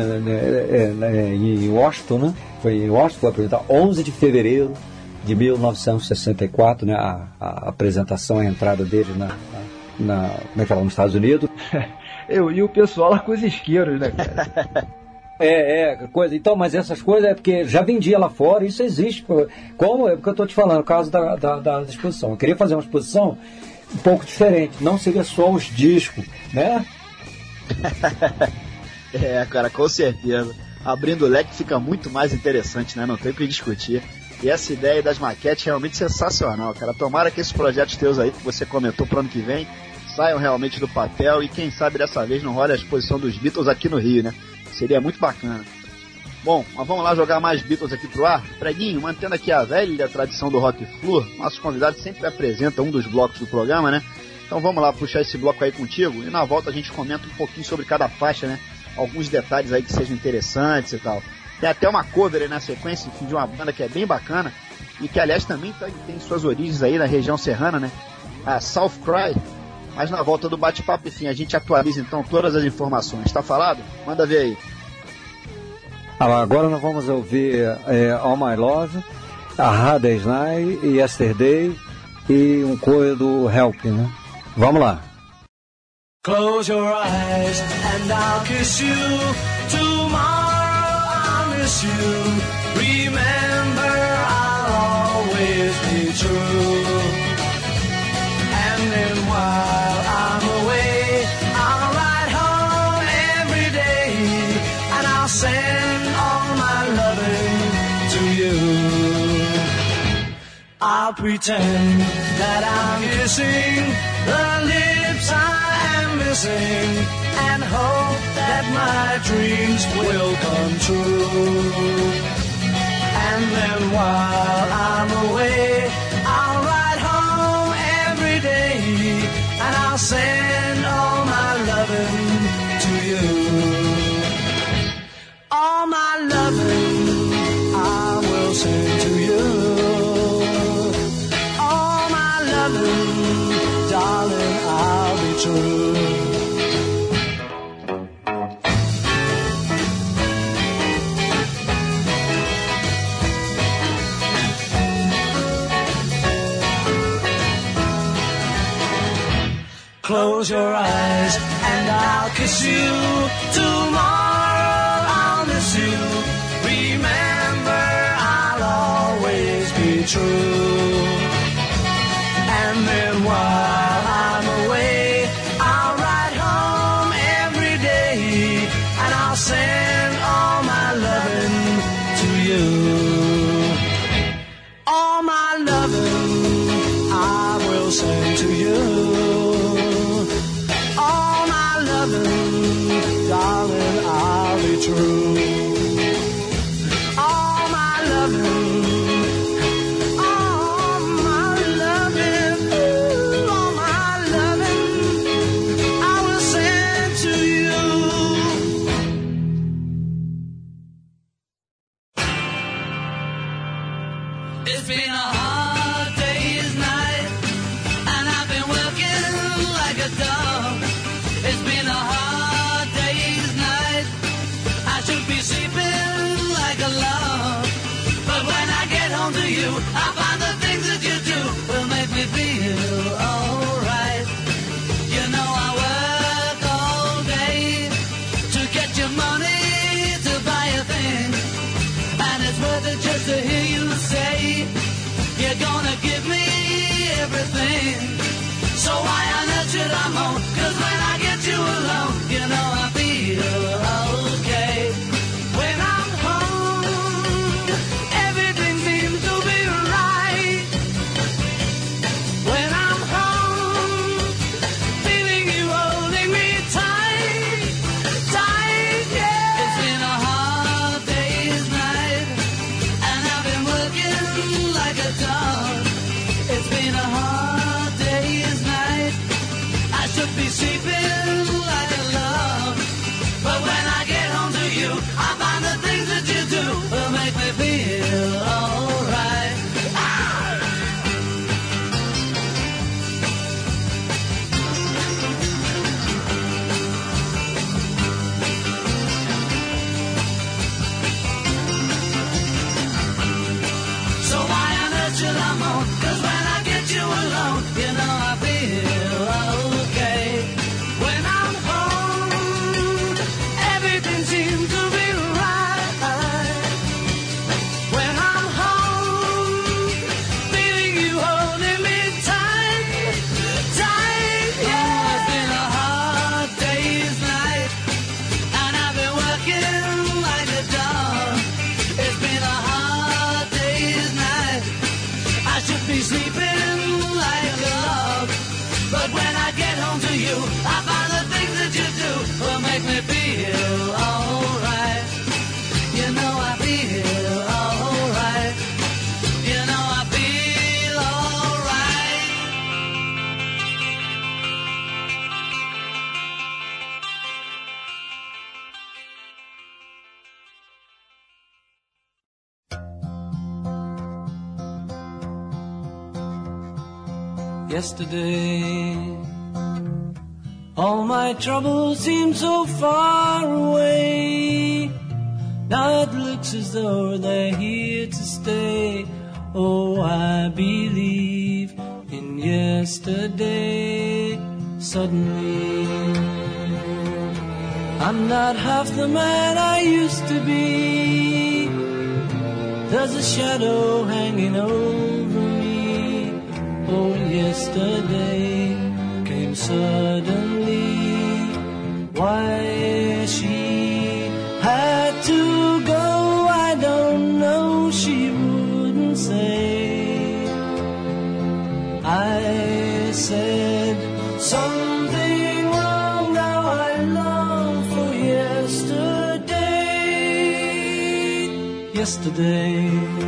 em Washington, né? Foi em Washington, foi apresentar 11 de fevereiro de 1964, né? A apresentação, a entrada dele como é que era, nos Estados Unidos. E o pessoal lá com os isqueiros, né, cara? Coisa. Então, mas essas coisas é porque já vendia lá fora, isso existe. Como é porque eu estou te falando, no caso da exposição. Eu queria fazer uma exposição um pouco diferente, não seria só os discos, né? Cara, com certeza. Abrindo o leque fica muito mais interessante, né? Não tem o que discutir. E essa ideia das maquetes é realmente sensacional, cara. Tomara que esses projetos teus aí, que você comentou pro ano que vem, saiam realmente do papel e quem sabe dessa vez não role a exposição dos Beatles aqui no Rio, né? Seria muito bacana. Bom, mas vamos lá jogar mais Beatles aqui pro ar. Preguinho, mantendo aqui a velha tradição do Rock Flu, nossos convidados sempre apresentam um dos blocos do programa, né? Então vamos lá puxar esse bloco aí contigo e na volta a gente comenta um pouquinho sobre cada faixa, né? Alguns detalhes aí que sejam interessantes e tal. Tem até uma cover aí na sequência, enfim, de uma banda que é bem bacana e que, aliás, também tem suas origens aí na região serrana, né? A South Cry. Mas na volta do bate-papo, enfim, a gente atualiza então todas as informações. Tá falado? Manda ver aí. Agora nós vamos ouvir All My Love, a Hard Day's Night e Yesterday e um cover do Help, né? Vamos lá. Close your eyes and I'll kiss you. Tomorrow I'll miss you. Remember I'll always be true. And then while I'm away, I'll ride home every day and I'll send all my loving to you. I'll pretend that I'm kissing the lips I am missing and hope that my dreams will come true. And then while I'm away, I'll ride home every day and I'll send all my loving to you. All my loving I will send to you. All my loving, darling, I'll be true. Close your eyes and I'll kiss you. Tomorrow I'll miss you. Remember, I'll always be true. And then while I'm away, I'll ride home every day and I'll send all my loving to you. All my loving I will send to you. Darling, I'll be true. All my loving, all my loving, ooh, all my loving, I will send to you. It's been a hard day's night, and I've been working like a dog. It's been a hard day's night. I should be sleeping like a log. But when I get home to you, I find the things that you do will make me feel alright. You know I work all day to get your money to buy a thing. And it's worth it just to hear you say you're gonna give me everything. So why on earth should I moan? 'Cause when I get you alone, you know I feel okay. When I'm home, everything seems to be right. When I'm home, feeling you holding me tight, tight, yeah. It's been a hard day's night, and I've been working like a dog. It's been a hard day's night. I should be sleeping like a log. But when I get home to you, I find the things that you do will make me feel alright. So why on earth should I moan? 'Cause when I get you alone, you know I feel okay. When I'm home, everything seems to be right. When I'm home, feeling you holding me tight, tight, yeah. Oh, it's been a hard day's night, and I've been working like a dog. It's been a hard day's night. I should be sleeping like a log. But when I get home to you, I find the things that you do will make me feel alright. You know I feel alright. You know I feel alright. Yesterday, all my troubles seem so far away. Now it looks as though they're here to stay. Oh, I believe in yesterday. Suddenly, I'm not half the man I used to be. There's a shadow hanging over me. Oh, yesterday came suddenly. Why she had to go, I don't know, she wouldn't say. yesterday.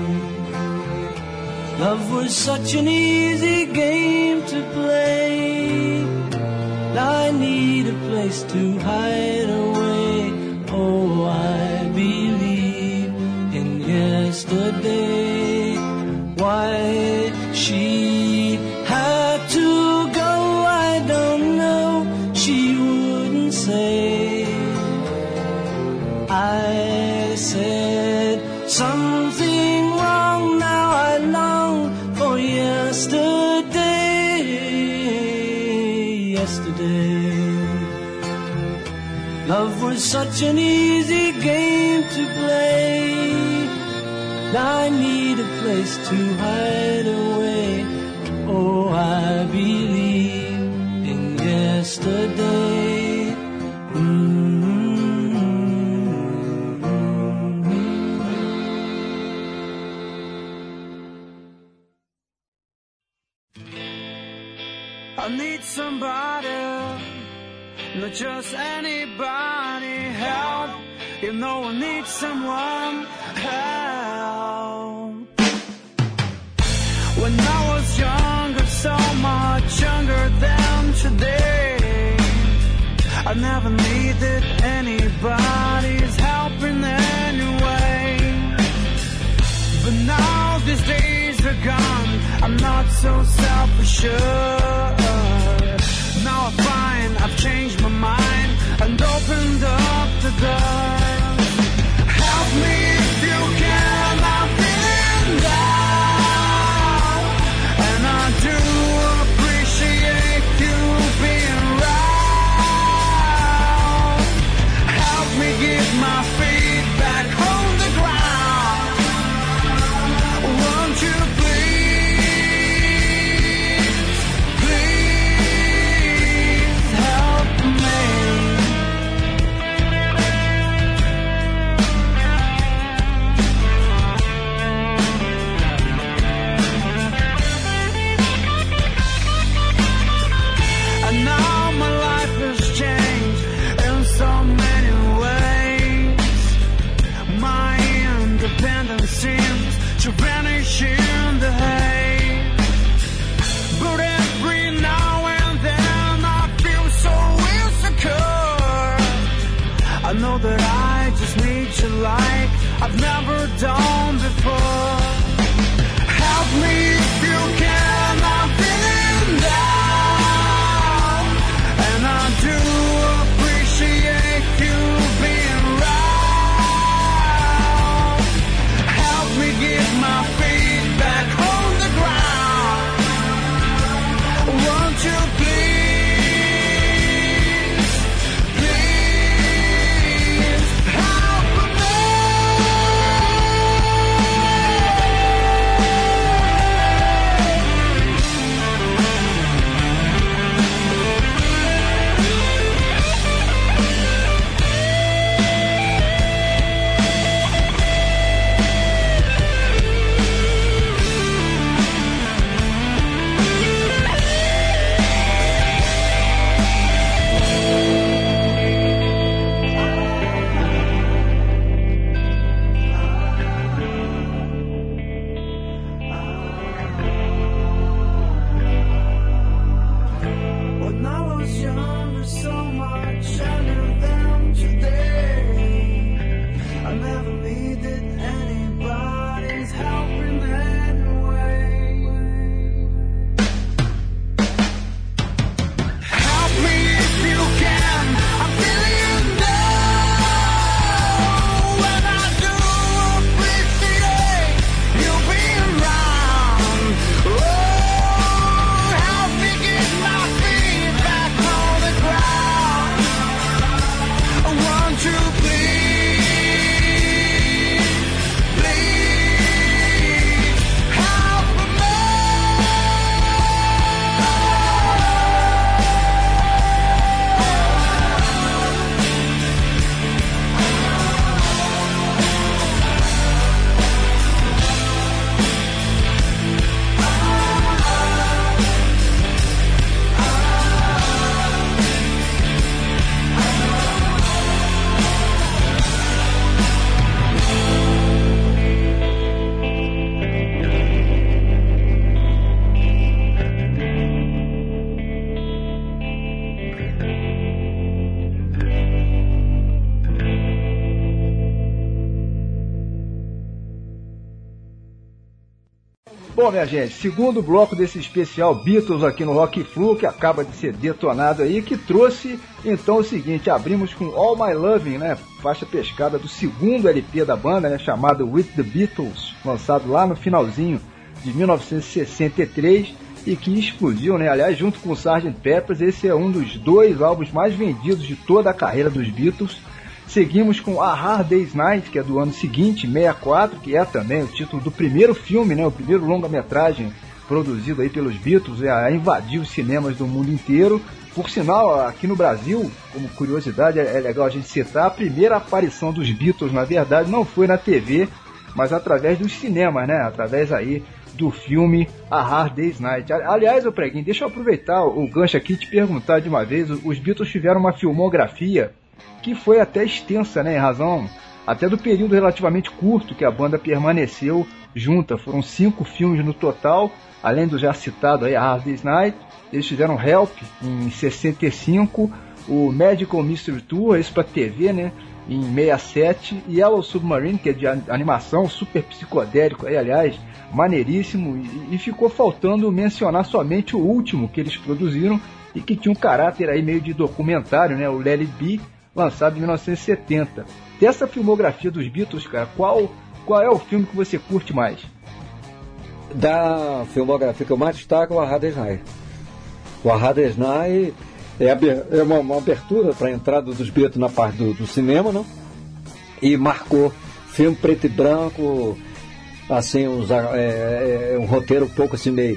Love was such an easy game to play. I need a place to hide away. Oh, I believe in yesterday. Why she had to go, I don't know. She wouldn't say. I said something wrong. Now I long for yesterday. Yesterday. Love was such an easy game to play. I need a place to hide away. Oh, I believe in yesterday. I need somebody, not just anybody. Help, you know I need someone. Help. When I was younger, so much younger than today, I never needed anybody's help in any way. But now these days are gone, I'm not so self-assured. Now I find I've changed my mind and opened up the door. Help me if you can, I'm feeling down, and I do appreciate you being around. Help me get my feet back on the ground. Won't you to vanish in the haze. But every now and then I feel so insecure. I know that I just need you like I've never done before. Help me if you can, I'm feeling down, and I do appreciate you being around. Help me get my feet back on the ground. Won't you please, please help me? Bom, minha gente, segundo bloco desse especial Beatles aqui no Rock Flu, que acaba de ser detonado aí, que trouxe então o seguinte: abrimos com All My Loving, né, faixa pescada do segundo LP da banda, né, chamado With The Beatles, lançado lá no finalzinho de 1963 e que explodiu, né, aliás, junto com o Sgt. Pepper's, esse é um dos 2 álbuns mais vendidos de toda a carreira dos Beatles. Seguimos com A Hard Day's Night, que é do ano seguinte, 64, que é também o título do primeiro filme, né, o primeiro longa-metragem produzido aí pelos Beatles, a invadir os cinemas do mundo inteiro. Por sinal, aqui no Brasil, como curiosidade, é legal a gente citar, a primeira aparição dos Beatles, na verdade, não foi na TV, mas através dos cinemas, né, através aí do filme A Hard Day's Night. Aliás, ô Preguinho, deixa eu aproveitar o gancho aqui e te perguntar de uma vez, os Beatles tiveram uma filmografia que foi até extensa, né, em razão até do período relativamente curto que a banda permaneceu junta. Foram 5 filmes no total, além do já citado aí, A Hard Day's Night. Eles fizeram Help em 65, o Magical Mystery Tour, isso para TV, né, em 67, e Yellow Submarine, que é de animação, super psicodélico, aí, aliás, maneiríssimo, e ficou faltando mencionar somente o último que eles produziram e que tinha um caráter aí meio de documentário, né, o Let It Be, lançado em 1970. Dessa filmografia dos Beatles, cara, qual é o filme que você curte mais? Da filmografia que eu mais destaco é o A Hard Day's Night. O A Hard Day's Night é uma abertura para a entrada dos Beatles na parte do cinema, não? E marcou filme preto e branco, assim, um roteiro um pouco assim meio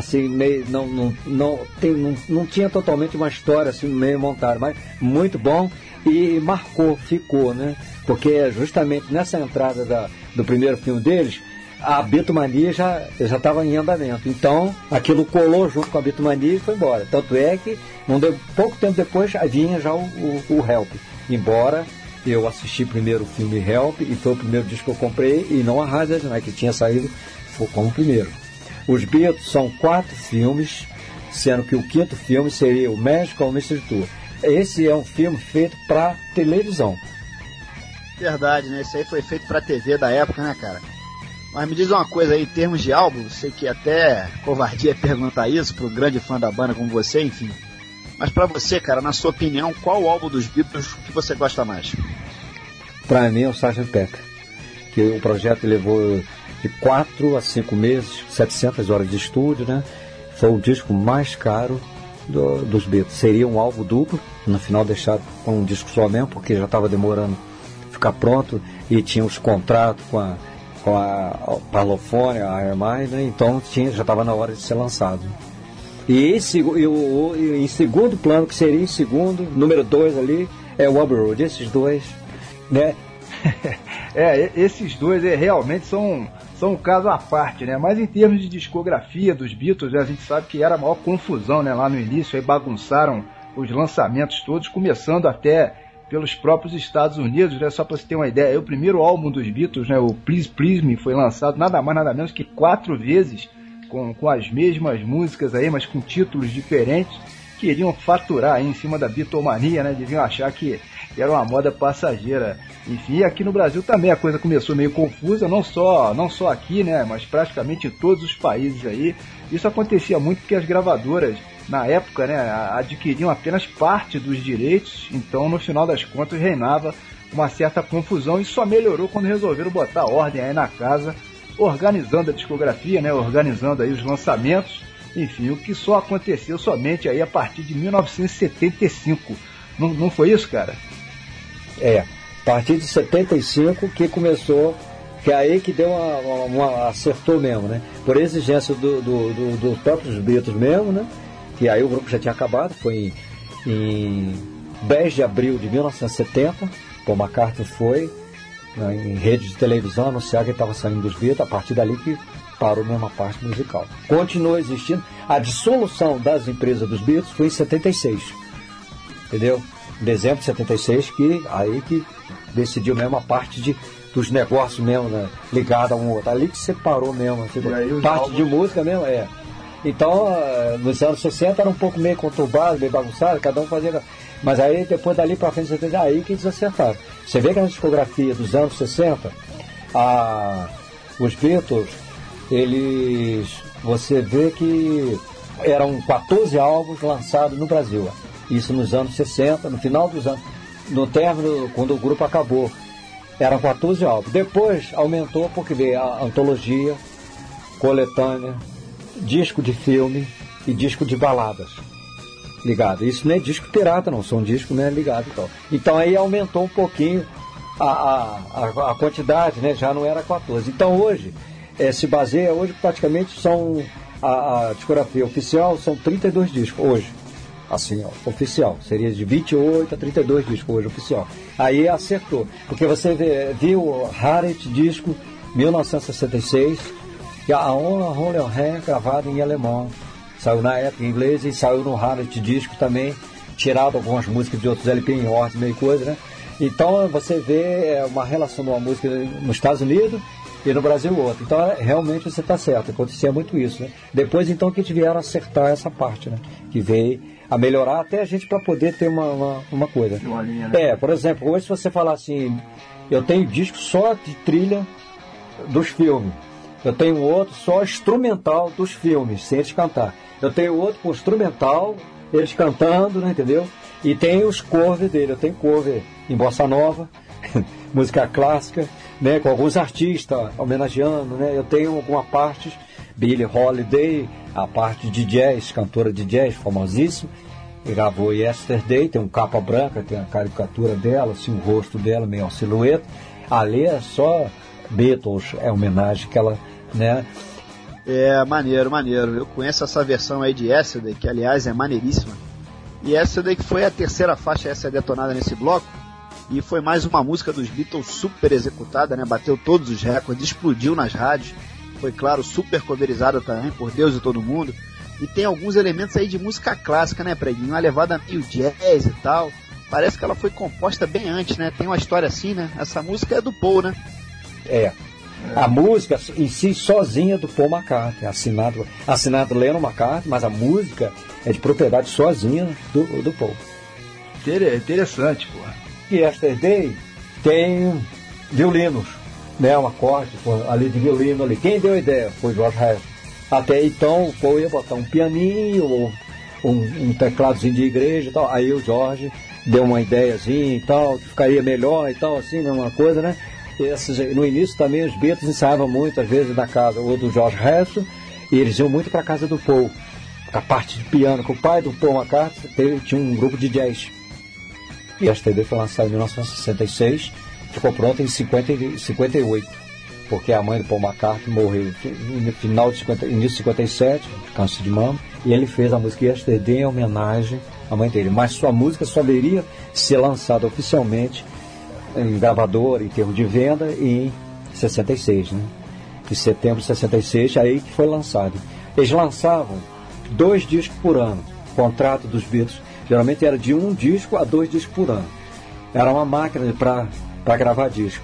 não tinha totalmente uma história assim meio montada, mas muito bom e ficou, né? Porque justamente nessa entrada do primeiro filme deles, a Beatlemania já estava em andamento. Então, aquilo colou junto com a Beatlemania e foi embora. Tanto é que, não deu, pouco tempo depois, vinha já o Help. Embora eu assisti primeiro o filme Help, e foi o primeiro disco que eu comprei, e não a Hard Day's Night, que tinha saído como primeiro. Os Beatles são 4 filmes, sendo que o 5º filme seria o Magical Mystery Tour. Esse é um filme feito para televisão. Verdade, né? Esse aí foi feito pra TV da época, né, cara? Mas me diz uma coisa aí, em termos de álbum, sei que até covardia perguntar isso para um grande fã da banda como você, enfim. Mas pra você, cara, na sua opinião, qual álbum dos Beatles que você gosta mais? Pra mim é o Sgt. Pepper, que o projeto levou de 4 a 5 meses, 700 horas de estúdio, né? Foi o disco mais caro dos Beatles. Seria um álbum duplo, no final deixado com um disco só mesmo, porque já estava demorando ficar pronto e tinha os contratos com a Parlophone, a EMI, né? Então já estava na hora de ser lançado. E em segundo plano, que seria em segundo, número 2 ali, é o Abbey Road. Esses dois, né? Esses dois realmente são um caso à parte, né? Mas em termos de discografia dos Beatles, né, a gente sabe que era a maior confusão, né? Lá no início, aí bagunçaram os lançamentos todos, começando até pelos próprios Estados Unidos, né? Só para você ter uma ideia, o primeiro álbum dos Beatles, né, o Please Please Me, foi lançado nada mais nada menos que 4 vezes, com as mesmas músicas aí, mas com títulos diferentes. Queriam faturar aí em cima da Beatlemania, né? Deviam achar que era uma moda passageira. Enfim, aqui no Brasil também a coisa começou meio confusa, não só aqui, né? Mas praticamente em todos os países aí. Isso acontecia muito porque as gravadoras, na época, né, adquiriam apenas parte dos direitos, então no final das contas reinava uma certa confusão, e só melhorou quando resolveram botar ordem aí na casa, organizando a discografia, né, organizando aí os lançamentos, enfim, o que só aconteceu somente aí a partir de 1975. Não foi isso, cara? A partir de 75 que começou, que é aí que deu acertou mesmo, né? Por exigência dos próprios Beatles mesmo, né? Que aí o grupo já tinha acabado, foi em 10 de abril de 1970, Paul McCartney foi, né, em rede de televisão anunciar que ele estava saindo dos Beatles, a partir dali que parou mesmo a parte musical. Continuou existindo. A dissolução das empresas dos Beatles foi em 76, entendeu? Em dezembro de 76, que decidiu mesmo a parte dos negócios mesmo, né, ligado a um outro. Ali que separou mesmo, parte de música mesmo, Então, nos anos 60 era um pouco meio conturbado, meio bagunçado, cada um fazia. Mas aí, depois dali pra frente, aí que eles acertaram. Você vê que na discografia dos anos 60, os Beatles você vê que eram 14 álbuns lançados no Brasil. Isso nos anos 60, no final dos anos, no término, quando o grupo acabou. Eram 14 álbuns. Depois aumentou porque veio a antologia, coletânea, disco de filme e disco de baladas. Ligado. Isso não é disco pirata, não. São discos, né, ligados e tal. Então aí aumentou um pouquinho a quantidade, né? Já não era 14. Então hoje, se baseia, hoje praticamente são, a discografia oficial são 32 discos, hoje. Assim, ó, oficial. Seria de 28 a 32 discos hoje, oficial. Aí acertou. Porque você viu o Harriet disco 1966, e a Holy Hand gravado em alemão. Saiu na época em inglês e saiu no Harriet disco também, tirado algumas músicas de outros LP em ordem, meio coisa, né? Então você vê uma relação de uma música nos Estados Unidos e no Brasil outra. Então realmente você está certo, acontecia muito isso, né? Depois então que eles vieram acertar essa parte, né? Que veio a melhorar até a gente para poder ter uma coisa. Uma linha, né? Por exemplo, hoje se você falar assim, eu tenho disco só de trilha dos filmes. Eu tenho outro só instrumental dos filmes, sem eles cantar. Eu tenho outro com instrumental, eles cantando, né, entendeu? E tem os covers dele. Eu tenho cover em bossa nova, música clássica, né, com alguns artistas homenageando, né? Eu tenho alguma parte, Billie Holiday, a parte de jazz, cantora de jazz famosíssima, gravou Yesterday, tem um capa branca, tem a caricatura dela, assim, o rosto dela, meio uma silhueta. Ali é só Beatles, é homenagem que ela, né? Maneiro. Eu conheço essa versão aí de Yesterday, que aliás é maneiríssima. E Yesterday que foi a terceira faixa a ser detonada nesse bloco. E foi mais uma música dos Beatles super executada, né? Bateu todos os recordes, explodiu nas rádios. Foi, claro, super coverizada também, por Deus e todo mundo. E tem alguns elementos aí de música clássica, né, Preguinho? Uma levada meio jazz e tal. Parece que ela foi composta bem antes, né? Tem uma história assim, né? Essa música é do Paul, né? A música em si sozinha do Paul McCartney, assinado Lennon McCartney, mas a música é de propriedade sozinha do Paul. Interessante, porra. E Yesterday tem violinos, né, um acorde ali de violino ali. Quem deu a ideia foi George Harrison. Até então o Paul ia botar um pianinho ou um tecladozinho de igreja e tal. Aí o George deu uma ideiazinha e tal, que ficaria melhor e tal, assim, uma coisa, né? No início também os Beatles ensaiavam muito, às vezes, na casa ou do George Harrison, e eles iam muito para a casa do Paul. A parte de piano, com o pai do Paul McCartney tinha um grupo de jazz. E esta CD foi lançada em 1966, ficou pronta em 58, porque a mãe do Paul McCartney morreu no final de início de 57, câncer de mama, e ele fez a música Yesterday em homenagem à mãe dele. Mas sua música só deveria ser lançada oficialmente em gravador, em termos de venda, em 66, né? Em setembro de 66, aí que foi lançado. Eles lançavam 2 discos por ano. O contrato dos Beatles geralmente era de 1 disco a 2 discos por ano. Era uma máquina para gravar disco.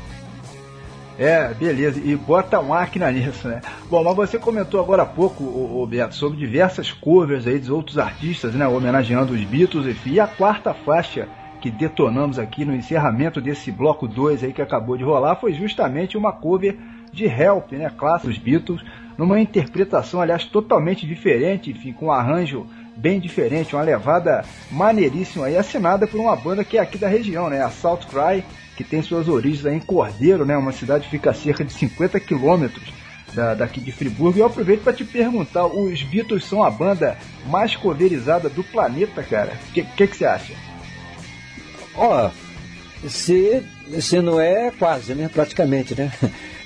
Beleza, e bota máquina nisso, né? Bom, mas você comentou agora há pouco, Beto, sobre diversas covers aí de outros artistas, né? Homenageando os Beatles, enfim. E a quarta faixa que detonamos aqui no encerramento desse bloco 2 aí que acabou de rolar foi justamente uma cover de Help, né, clássico dos Beatles, numa interpretação, aliás, totalmente diferente, enfim, com um arranjo bem diferente, uma levada maneiríssima aí, assinada por uma banda que é aqui da região, né, a South Cry, que tem suas origens aí em Cordeiro, né, uma cidade que fica a cerca de 50 quilômetros daqui de Friburgo. E eu aproveito para te perguntar, os Beatles são a banda mais coverizada do planeta, cara? O que você acha? Se não é, quase, né? Praticamente, né?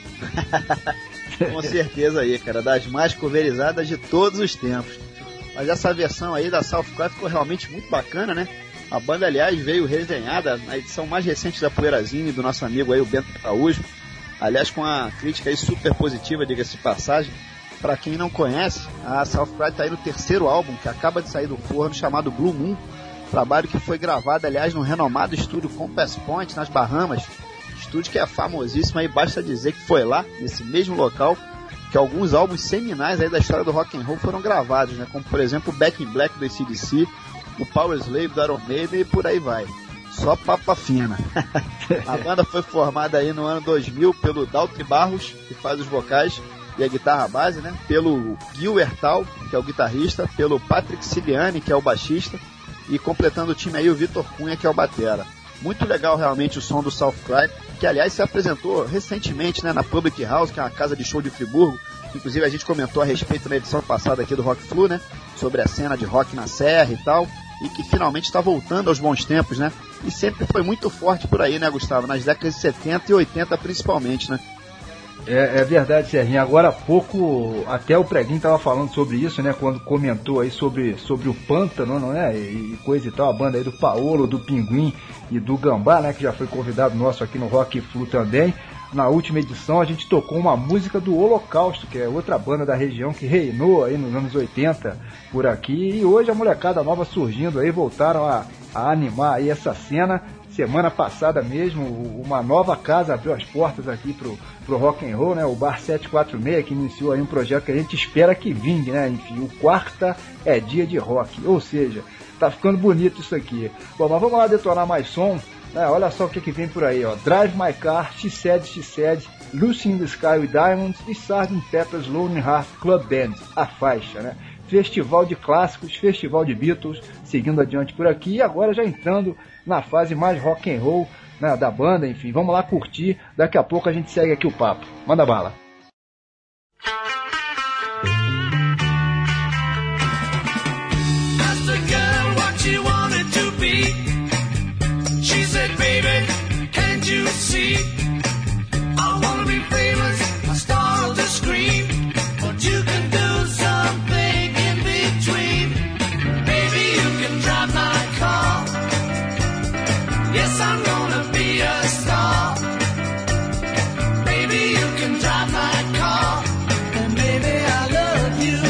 Com certeza aí, cara, das mais coverizadas de todos os tempos. Mas essa versão aí da South Cry ficou realmente muito bacana, né? A banda, aliás, veio resenhada na edição mais recente da Poeirazine, do nosso amigo aí, o Bento Araújo. Aliás, com a crítica aí super positiva, diga-se de passagem. Pra quem não conhece, a South Cry tá aí no 3º álbum, que acaba de sair do forno, chamado Blue Moon. Trabalho que foi gravado, aliás, no renomado estúdio Compass Point, nas Bahamas. Estúdio que é famosíssimo, aí basta dizer que foi lá, nesse mesmo local, que alguns álbuns seminais aí da história do rock and roll foram gravados, né? Como, por exemplo, o Back in Black do AC/DC, o Power Slave do Iron Maiden e por aí vai. Só papa fina. A banda foi formada aí no ano 2000 pelo Daltri Barros, que faz os vocais, e a guitarra base, né? Pelo Gil Hertal, que é o guitarrista, pelo Patrick Ciliani, que é o baixista, e completando o time aí o Vitor Cunha, que é o batera. Muito legal realmente o som do South Cry, que aliás se apresentou recentemente, né, na Public House, que é uma casa de show de Friburgo. Inclusive a gente comentou a respeito na edição passada aqui do Rock Flu, né, sobre a cena de rock na serra e tal, e que finalmente está voltando aos bons tempos, né, e sempre foi muito forte por aí, né, Gustavo, nas décadas de 70 e 80 principalmente, né. É verdade, Serginho. Agora há pouco, até o Preguinho estava falando sobre isso, né? Quando comentou aí sobre o Pântano, não é? E coisa e tal, a banda aí do Paolo, do Pinguim e do Gambá, né? Que já foi convidado nosso aqui no Rock Flu também. Na última edição a gente tocou uma música do Holocausto, que é outra banda da região que reinou aí nos anos 80 por aqui. E hoje a molecada nova surgindo aí, voltaram a animar aí essa cena. Semana passada mesmo, uma nova casa abriu as portas aqui pro rock and roll, né? O Bar 746, que iniciou aí um projeto que a gente espera que vingue, né? Enfim, o quarta é dia de rock, ou seja, tá ficando bonito isso aqui. Bom, mas vamos lá detonar mais som, né? Olha só o que vem por aí, ó. Drive My Car, She Said, Lucy in the Sky with Diamonds e Sgt. Pepper's Lonely Hearts Club Band, a faixa, né? Festival de clássicos, festival de Beatles, seguindo adiante por aqui, e agora já entrando na fase mais rock and roll, né, da banda, enfim, vamos lá curtir, daqui a pouco a gente segue aqui o papo. Manda bala. Asked the girl what she wanted to be. She said, baby, can't you see? I wanna be famous, a star of the screen, but you can do something in between. Baby, you can drive my car. Yes, I'm gonna be a star. Baby, you can drive my car. And baby, I love you.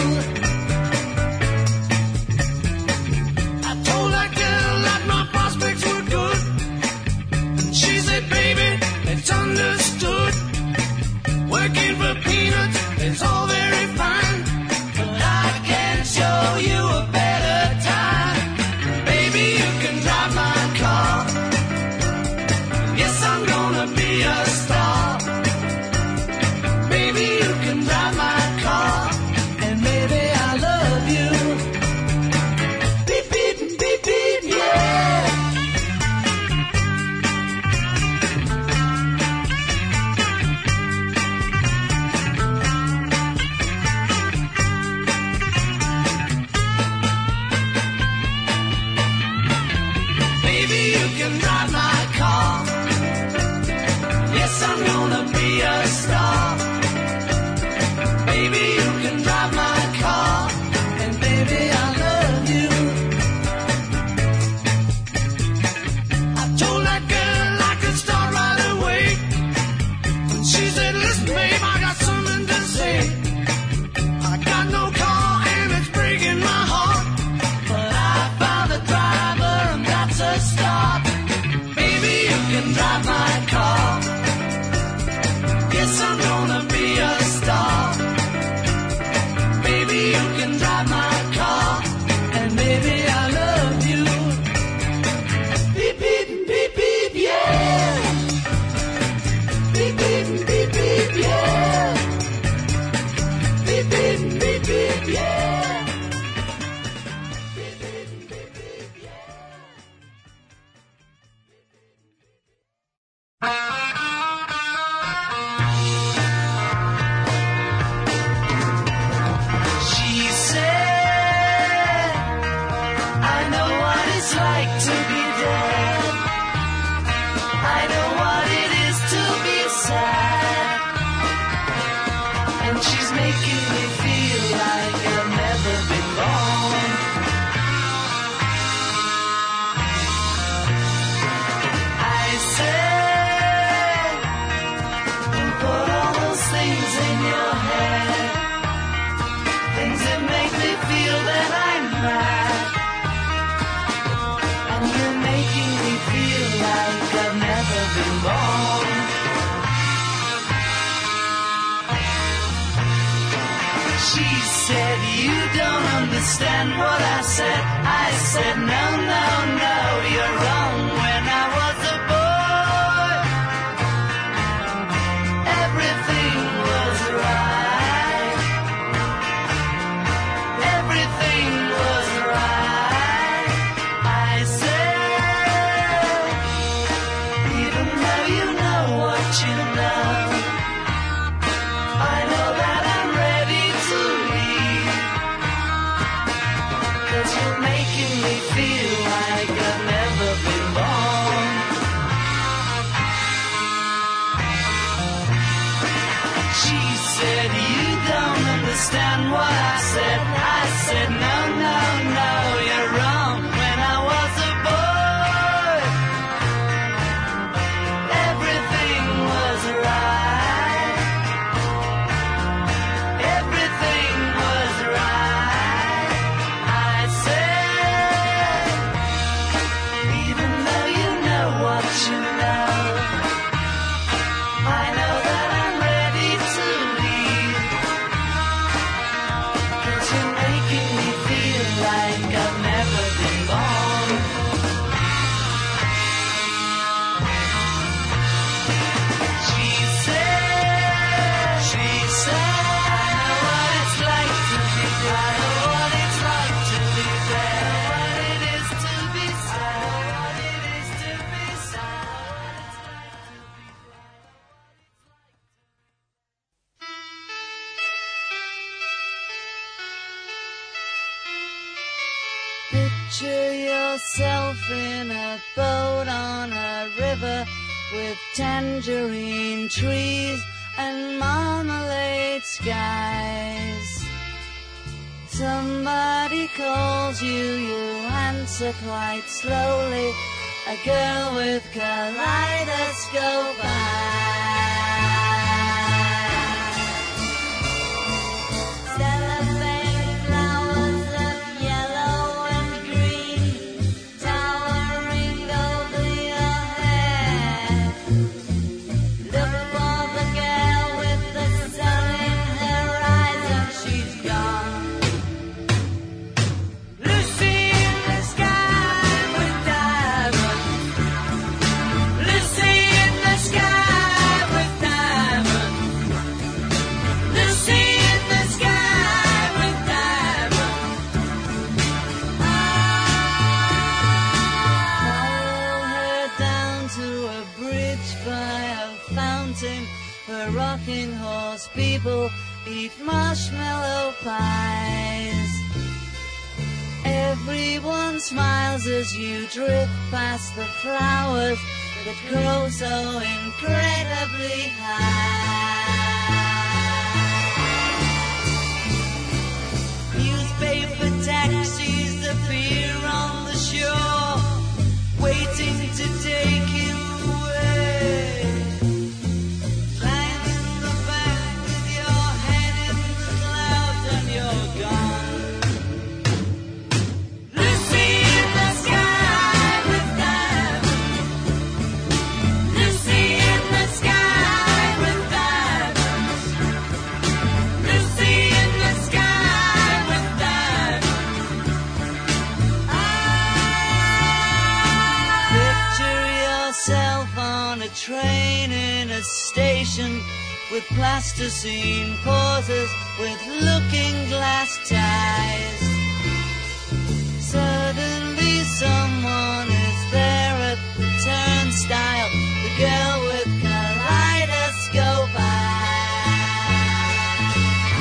I told that girl that my prospects were good. And she said, baby, it's understood. Working for peanuts is all very fine, but I can show you a better time. Baby, you can drive my car. Yes, I'm gonna be a star. Baby, you can drive my car. And baby, I love you. Beep, beep, beep, beep, yeah. Baby, you can drive my car. Yes, I'm gonna be a star. Baby, you can drive my car. And baby, I love you. I told that girl I could start right away. And she said, listen, babe, I got something to say. I got no car and it's breaking my heart, but I found a driver and that's a start. Baby, you can drive my car. Yes, I'm gonna be a star. Baby, you can drive my car. And baby, I love you. Beep, beep, beep, beep, yeah. Beep, beep, beep, beep, yeah. Beep, beep, beep, beep, yeah. Beep, beep, beep, beep, yeah. She said, I know what it's like to be dead. I know what it is to be sad. And she's making me feel like I've never been born. I said, you put all those things in your head, things that make me feel that I'm mad. And you're making me feel like I've never been born. She said, you don't understand what I said. I said, no, no, no, you're wrong. When I was a boy, everything was right. Picture yourself in a boat on a river with tangerine trees and marmalade skies. Somebody calls you, you answer quite slowly. A girl with kaleidoscope eyes. Cellophane flowers of yellow and green towering over your head. Look for the girl with the sun in her eyes and she's gone. Lucy in the sky with diamonds. Lucy in the sky with diamonds. Lucy in the sky with diamonds. Follow her down to a bridge by a fountain where rocking horse people eat marshmallow pies. Everyone smiles as you drift past the flowers that grow so incredibly high. Newspaper taxis appear on the shore, waiting to take you away. Lying in the back with your head in the clouds and you're gone. Lucy in the sky with diamonds. Lucy in the sky with diamonds. Lucy in the sky with diamonds. Picture yourself on a train in a station with plasticine pauses with looking glass ties. Suddenly someone is there at the turnstile, the girl with kaleidoscope eyes.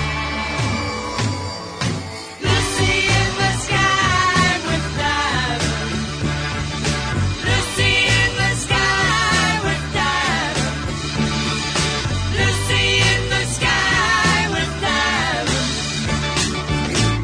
Lucy in the sky with diamonds. Lucy in the sky with diamonds. Lucy in the sky with diamonds.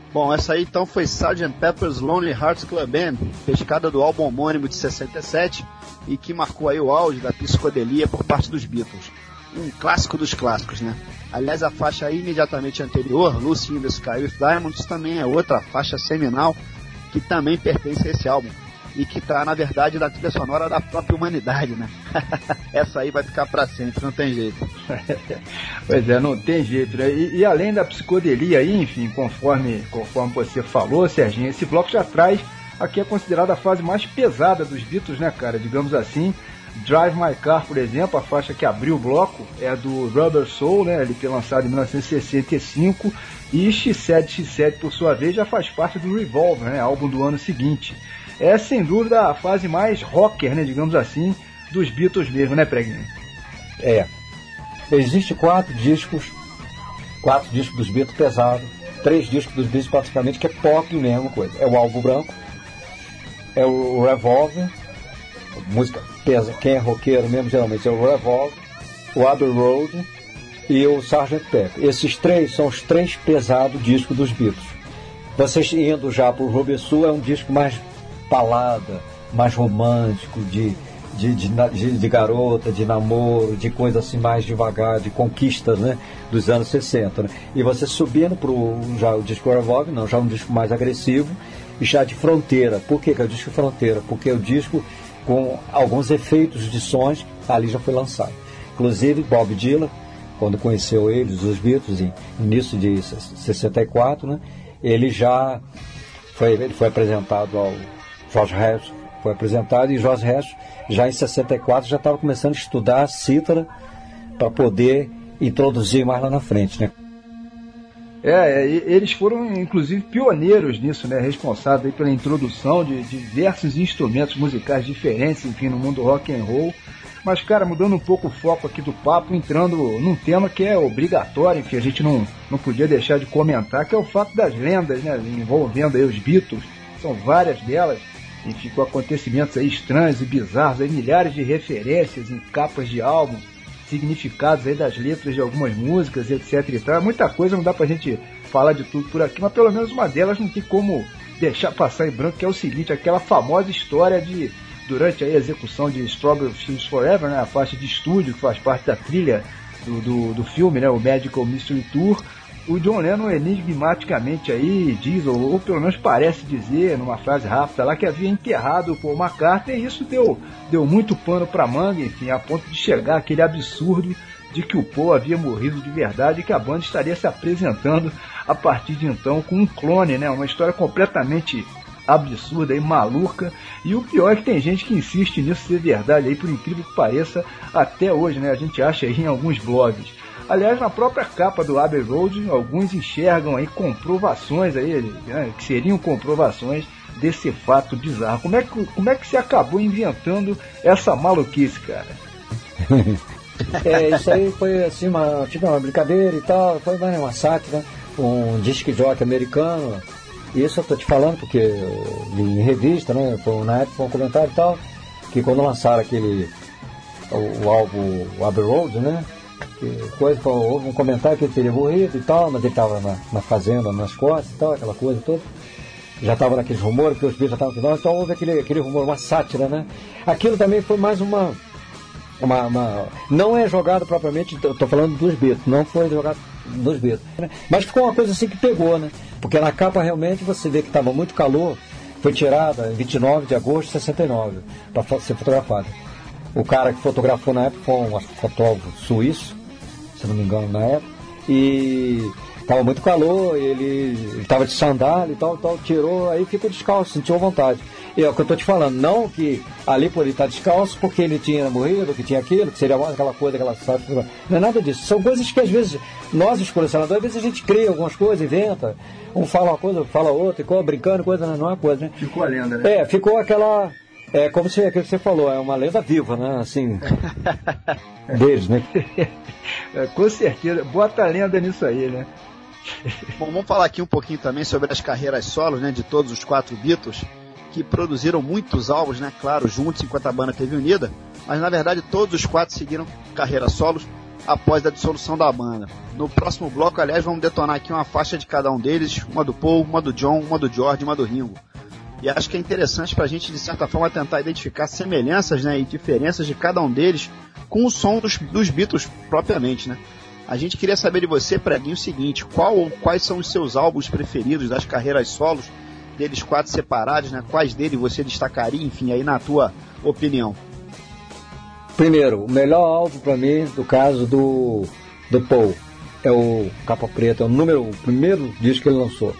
Bom, essa aí então foi Sgt. Pepper's Lonely Hearts Club Band, pescada do álbum homônimo de 67 e que marcou aí o auge da psicodelia por parte dos Beatles. Um clássico dos clássicos, né? Aliás, a faixa imediatamente anterior, Lucy in the Sky with Diamonds, também é outra faixa seminal que também pertence a esse álbum e que tá, na verdade, na trilha sonora da própria humanidade, né? Essa aí vai ficar pra sempre, não tem jeito. Pois é, não tem jeito, né? E além da psicodelia aí, enfim, conforme você falou, Serginho, esse bloco já traz a que é considerada a fase mais pesada dos Beatles, né, cara? Digamos assim, Drive My Car, por exemplo, a faixa que abriu o bloco é do Rubber Soul, né? Ele foi lançado em 1965, e She Said, por sua vez, já faz parte do Revolver, né? Álbum do ano seguinte. É, sem dúvida, a fase mais rocker, né, digamos assim, dos Beatles mesmo, né, Preguinho? Existem 4 discos dos Beatles pesados, 3 discos dos Beatles praticamente que é pop mesmo coisa. É o Álbum Branco, é o Revolver, música pesa, quem é roqueiro mesmo geralmente é o Revolver, o Abbey Road e o Sgt. Pepper. Esses 3 são os 3 pesados discos dos Beatles. Vocês indo já pro Rubber Soul, é um disco mais balada, mais romântico, de garota, de namoro, de coisa assim mais devagar, de conquistas, né, dos anos 60, né? E você subindo já o disco Revolver, não, já um disco mais agressivo e já de fronteira. Por que é o disco fronteira? Porque é o disco com alguns efeitos de sons ali já foi lançado. Inclusive Bob Dylan, quando conheceu eles, os Beatles, em início de 64, né, ele foi apresentado ao George Harrison, e George Harrison já em 64 já estava começando a estudar a cítara para poder introduzir mais lá na frente, né? Eles foram inclusive pioneiros nisso, né? Responsáveis aí pela introdução de diversos instrumentos musicais diferentes, enfim, no mundo rock and roll. Mas, cara, mudando um pouco o foco aqui do papo, entrando num tema que é obrigatório, enfim, a gente não podia deixar de comentar, que é o fato das lendas, né? Envolvendo aí os Beatles, são várias delas. Enfim, com acontecimentos aí estranhos e bizarros, aí milhares de referências em capas de álbum, significados aí das letras de algumas músicas, etc e tal. Muita coisa, não dá pra gente falar de tudo por aqui, mas pelo menos uma delas não tem como deixar passar em branco, que é o seguinte, aquela famosa história de, durante a execução de Strawberry Fields Forever, né, a faixa de estúdio que faz parte da trilha do filme, né, o Magical Mystery Tour, o John Lennon enigmaticamente aí diz, ou pelo menos parece dizer, numa frase rápida lá, que havia enterrado o Paul McCartney, e isso deu muito pano pra manga, enfim, a ponto de chegar aquele absurdo de que o Paul havia morrido de verdade e que a banda estaria se apresentando a partir de então com um clone, né, uma história completamente absurda e maluca, e o pior é que tem gente que insiste nisso ser verdade aí, por incrível que pareça, até hoje, né, a gente acha aí em alguns blogs. Aliás, na própria capa do Abbey Road, alguns enxergam aí comprovações aí, né, que seriam comprovações desse fato bizarro. Como é que você acabou inventando essa maluquice, cara? Isso aí foi assim uma brincadeira e tal, foi mais uma sátira, um disc jockey americano. Isso eu tô te falando porque eu li em revista, né? Na época foi um comentário e tal, que quando lançaram o álbum Abbey Road, né? Houve um comentário que ele teria morrido e tal, mas ele estava na fazenda, nas costas e tal, aquela coisa toda. Já estava naqueles rumores, que os Beatles já estavam no final, então houve aquele rumor, uma sátira, né? Aquilo também foi mais uma não é jogado propriamente, estou falando dos Beatles, não foi jogado dos Beatles, né? Mas ficou uma coisa assim que pegou, né? Porque na capa realmente você vê que estava muito calor, foi tirada em 29 de agosto de 69 para ser fotografada. O cara que fotografou na época foi um fotógrafo suíço, se não me engano, na época, e estava muito calor, ele estava de sandália e tal, tirou, aí ficou descalço, sentiu vontade. E é o que eu estou te falando, não que ali por ele estar descalço, porque ele tinha morrido, que tinha aquilo, que seria aquela coisa, não é nada disso. São coisas que às vezes, nós os colecionadores, às vezes a gente cria algumas coisas, inventa, um fala uma coisa, fala outra, ficou brincando, coisa não é coisa, né? Ficou a lenda, né? Ficou aquela... como aquilo que você falou, é uma lenda viva, né? Assim, deles, né? Com certeza, bota a lenda nisso aí, né? Bom, vamos falar aqui um pouquinho também sobre as carreiras solos, né, de todos os 4 Beatles, que produziram muitos álbuns, né, claro, juntos enquanto a banda esteve unida, mas na verdade todos os 4 seguiram carreiras solos, após a dissolução da banda. No próximo bloco, aliás, vamos detonar aqui uma faixa de cada um deles, uma do Paul, uma do John, uma do George e uma do Ringo. E acho que é interessante para a gente, de certa forma, tentar identificar semelhanças, né, e diferenças de cada um deles com o som dos Beatles propriamente, né? A gente queria saber de você, Preguinho, o seguinte: quais são os seus álbuns preferidos das carreiras solos deles quatro separados, né? Quais deles você destacaria, enfim, aí na tua opinião? Primeiro, o melhor álbum para mim, do caso do Paul, é o Capa Preta, o primeiro disco que ele lançou.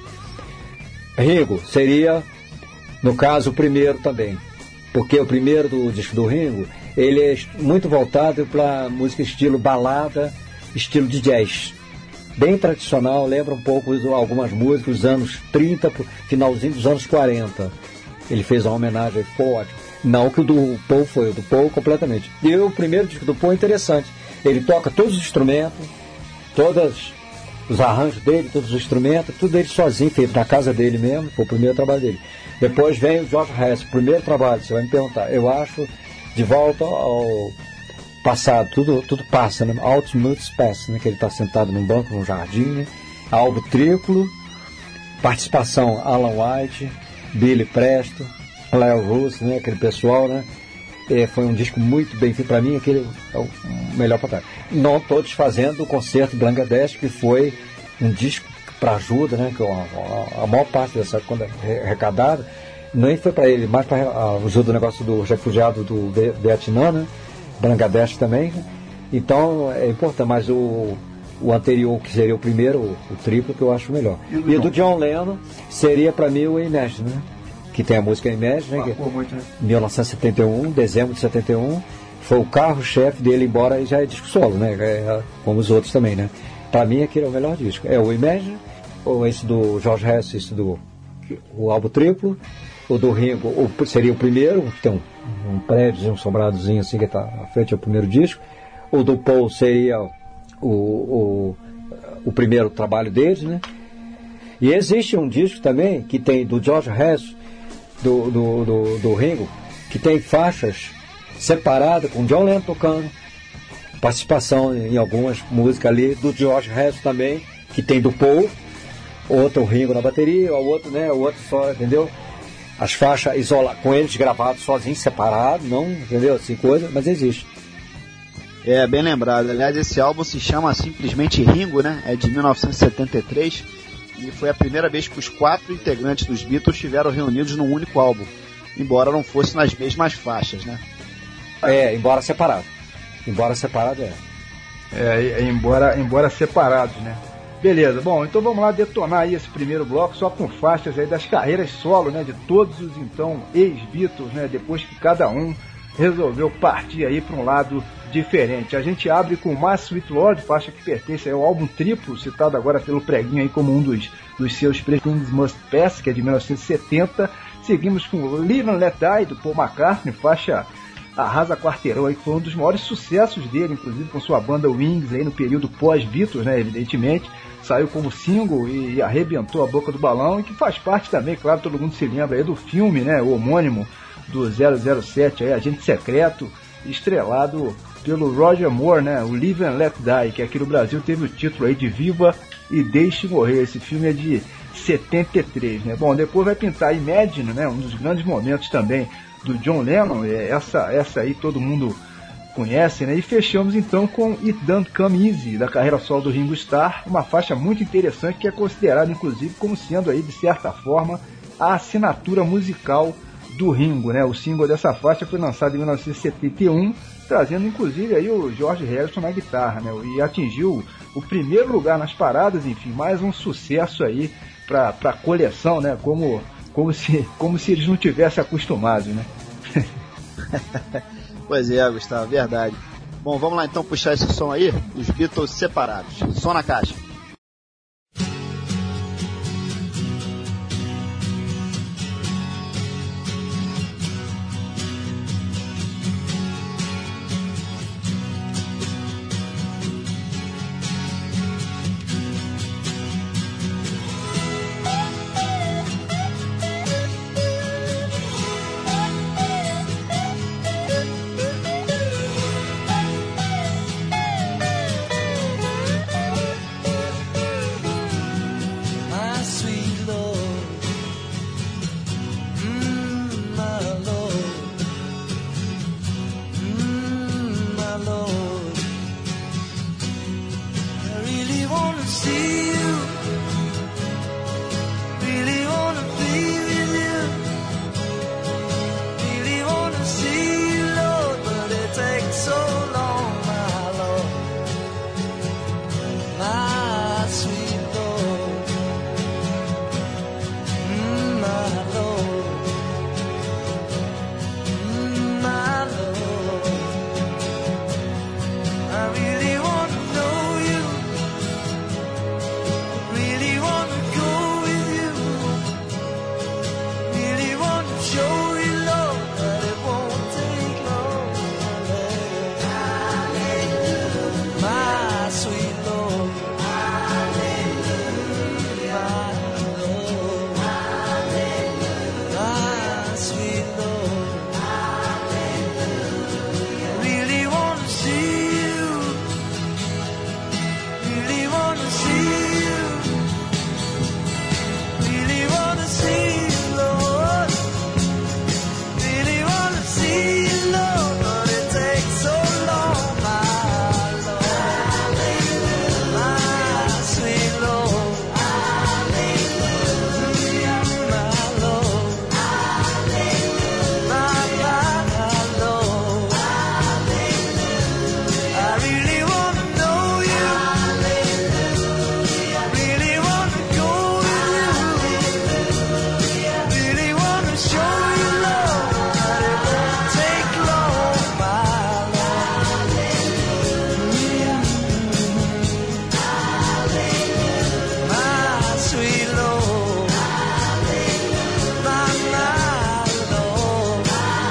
Ringo seria, no caso, o primeiro também, porque o primeiro do disco do Ringo, ele é muito voltado para música estilo balada, estilo de jazz, bem tradicional, lembra um pouco algumas músicas dos anos 30, finalzinho dos anos 40. Ele fez uma homenagem forte. Não que o do Paul foi, o do Paul completamente. E o primeiro disco do Paul é interessante. Ele toca todos os instrumentos, todos os arranjos dele, todos os instrumentos, tudo ele sozinho, feito na casa dele mesmo, foi o primeiro trabalho dele. Depois vem o George Harrison, primeiro trabalho, você vai me perguntar. Eu acho, de volta ao passado, tudo passa, né? Ultimate Pass, né? Que ele está sentado num banco, num jardim, né? Álbum triplo, participação Alan White, Billy Preston, Leo Russo, né? Aquele pessoal, né? Foi um disco muito bem feito para mim, aquele é o melhor para trás. Não todos fazendo o concerto Bangladesh, que foi um disco para ajuda, né? Que a maior parte dessa quando arrecadada nem foi para ele, mais para ajuda do negócio dos refugiados do Vietnã, né? Bangladesh também. Então é importante, mas o anterior, que seria o primeiro, o triplo, que eu acho melhor. E do John Lennon seria para mim o Imagine, né? Que tem a música Imagine, né? Muito, né? 1971, dezembro de 71, foi o carro-chefe dele, embora já é disco solo, né? Como os outros também, né? Para mim aquele é o melhor disco. É o Imagine, ou esse do George Harrison, esse o álbum triplo, o do Ringo seria o primeiro, que tem um prédio, um sombradozinho assim que está à frente, é o primeiro disco. O do Paul seria o primeiro trabalho deles, né? E existe um disco também que tem do George Harrison, do Ringo, que tem faixas separadas com John Lennon tocando, participação em algumas músicas ali, do George Harrison também, que tem do Paul, outro Ringo na bateria, o outro, né, o outro só, entendeu? As faixas com eles gravados sozinhos, separados, não, entendeu? Assim, coisa, mas existe. É, bem lembrado. Aliás, esse álbum se chama simplesmente Ringo, né? É de 1973 e foi a primeira vez que os 4 integrantes dos Beatles estiveram reunidos num único álbum, embora não fosse nas mesmas faixas, né? Embora separado. Embora separado, embora separados, né? Beleza, bom, então vamos lá detonar aí esse primeiro bloco só com faixas aí das carreiras solo, né, de todos os então ex-Beatles, né, depois que cada um resolveu partir aí para um lado diferente. A gente abre com My Sweet Lord, faixa que pertence ao álbum triplo, citado agora pelo Preguinho aí como um dos seus Things Must Pass, que é de 1970. Seguimos com Live and Let Die, do Paul McCartney, faixa arrasa quarteirão aí, que foi um dos maiores sucessos dele, inclusive com sua banda Wings aí no período pós-Beatles, né, evidentemente. Saiu como single e arrebentou a boca do balão, e que faz parte também, claro, todo mundo se lembra aí do filme, né, o homônimo do 007, aí, Agente Secreto, estrelado pelo Roger Moore, né, o Live and Let Die, que aqui no Brasil teve o título aí de Viva e Deixe Morrer. Esse filme é de 73, né. Bom, depois vai pintar Imagine, né, um dos grandes momentos também do John Lennon, essa aí todo mundo conhece, né? E fechamos então com It Don't Come Easy, da carreira solo do Ringo Starr, uma faixa muito interessante que é considerada inclusive como sendo aí de certa forma a assinatura musical do Ringo, né? O single dessa faixa foi lançado em 1971, trazendo inclusive aí o George Harrison na guitarra, né? E atingiu o primeiro lugar nas paradas, enfim, mais um sucesso aí para a coleção, né? Como se eles não tivessem acostumados, né? Pois é, Gustavo, verdade. Bom, vamos lá então puxar esse som aí, os Beatles separados. Som na caixa. see you, really wanna be with you, really wanna see you, Lord, but it takes so long, my Lord, my sweet Lord, my Lord, my Lord. I really wanna know you, really wanna go with you, really wanna show you, Lord, that it won't take long. Hallelujah, my sweet Lord, hallelujah, my Lord, hallelujah, my sweet Lord, hallelujah. Really wanna see you, really wanna see you, really wanna see you, Lord, really wanna see you, Lord, but it takes so long, my Lord, my sweet Lord, hallelujah, my Lord, my Lord, I really wanna know you, really wanna go with you, really wanna show you, Lord, that it won't take long, my Lord, my sweet Lord, my Lord.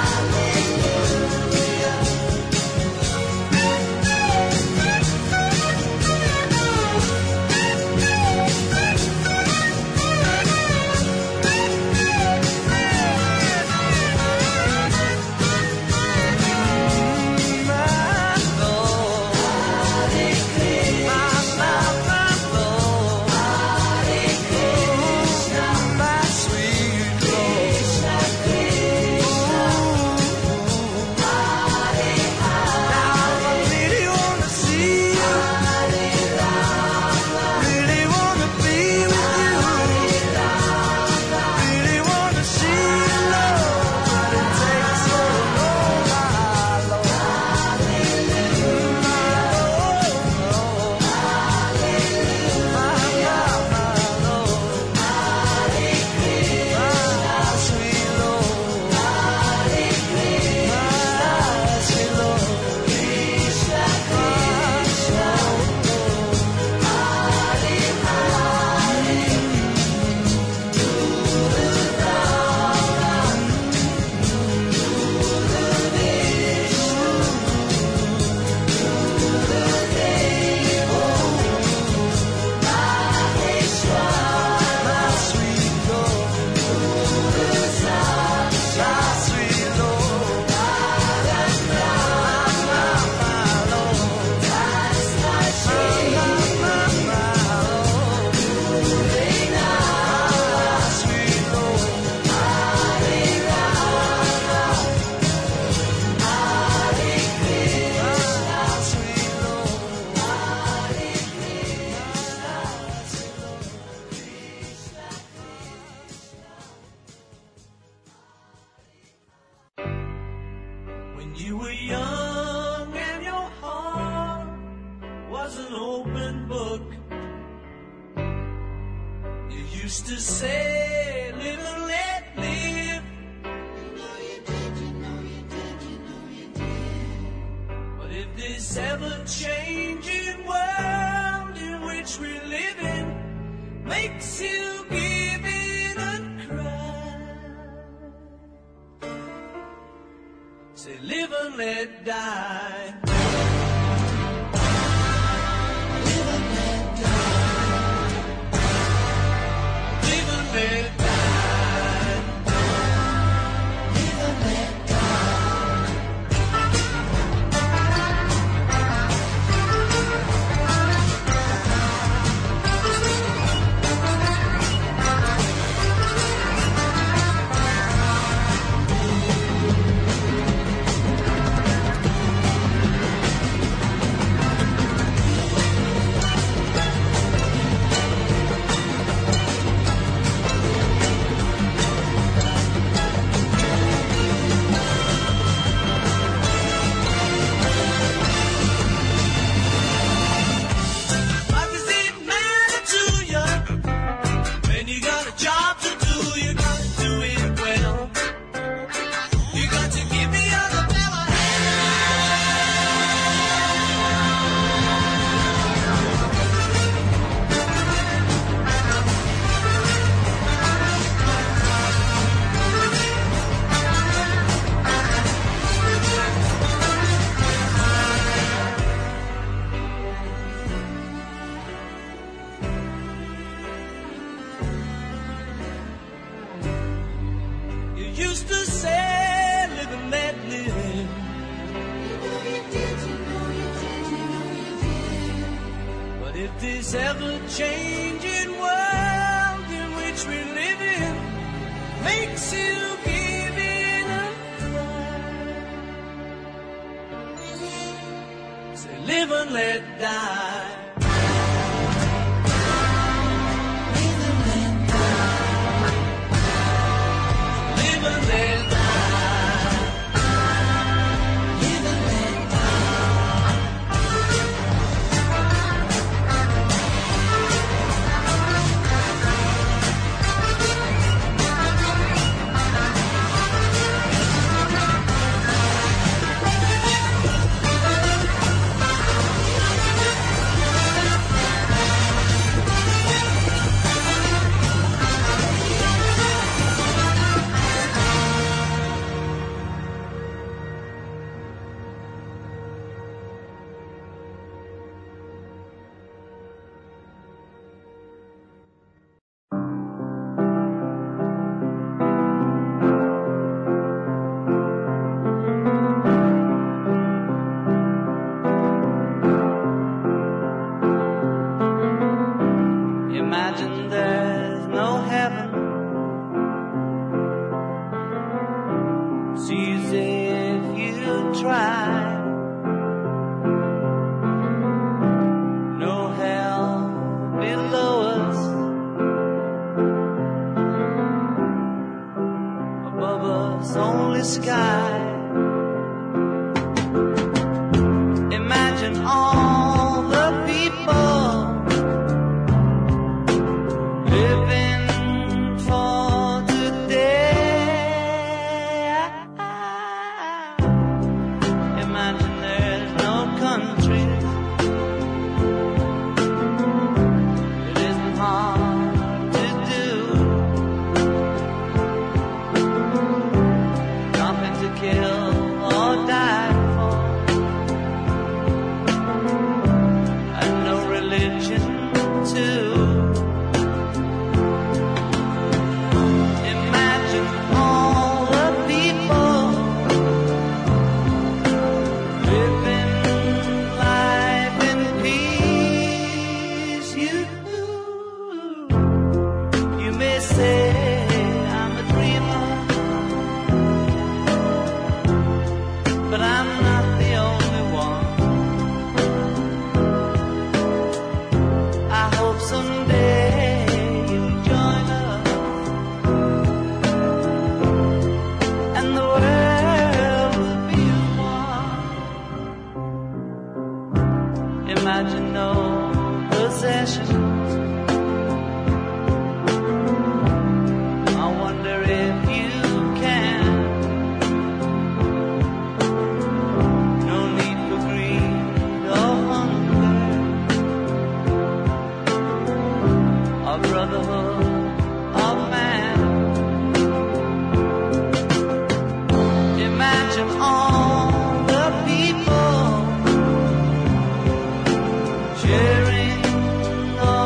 When you were young and your heart was an open book, you used to say, live and let live. But if this ever-changing world in which we live in makes you give in and cry, say live and let die. Live and let die. Live and let die. Live and let die. This ever-changing world in which we live in makes you give it a try. Say, live and let die. Live and let die. Live and let die. Live and let die. Imagine there's no heaven. It's easy if you try. No hell below us. Above us only sky. Imagine all the people living for today. Imagine there's no countries. It isn't hard to do. Nothing to kill or die for. And no religion too. Imagine all the people living life in peace. You may say I'm a dreamer, but I'm not the only one. I hope someday you'll join us and the world will be one. Imagine no possessions. I wonder if you can. No need for greed or hunger, or brotherhood of man. Imagine all the people sharing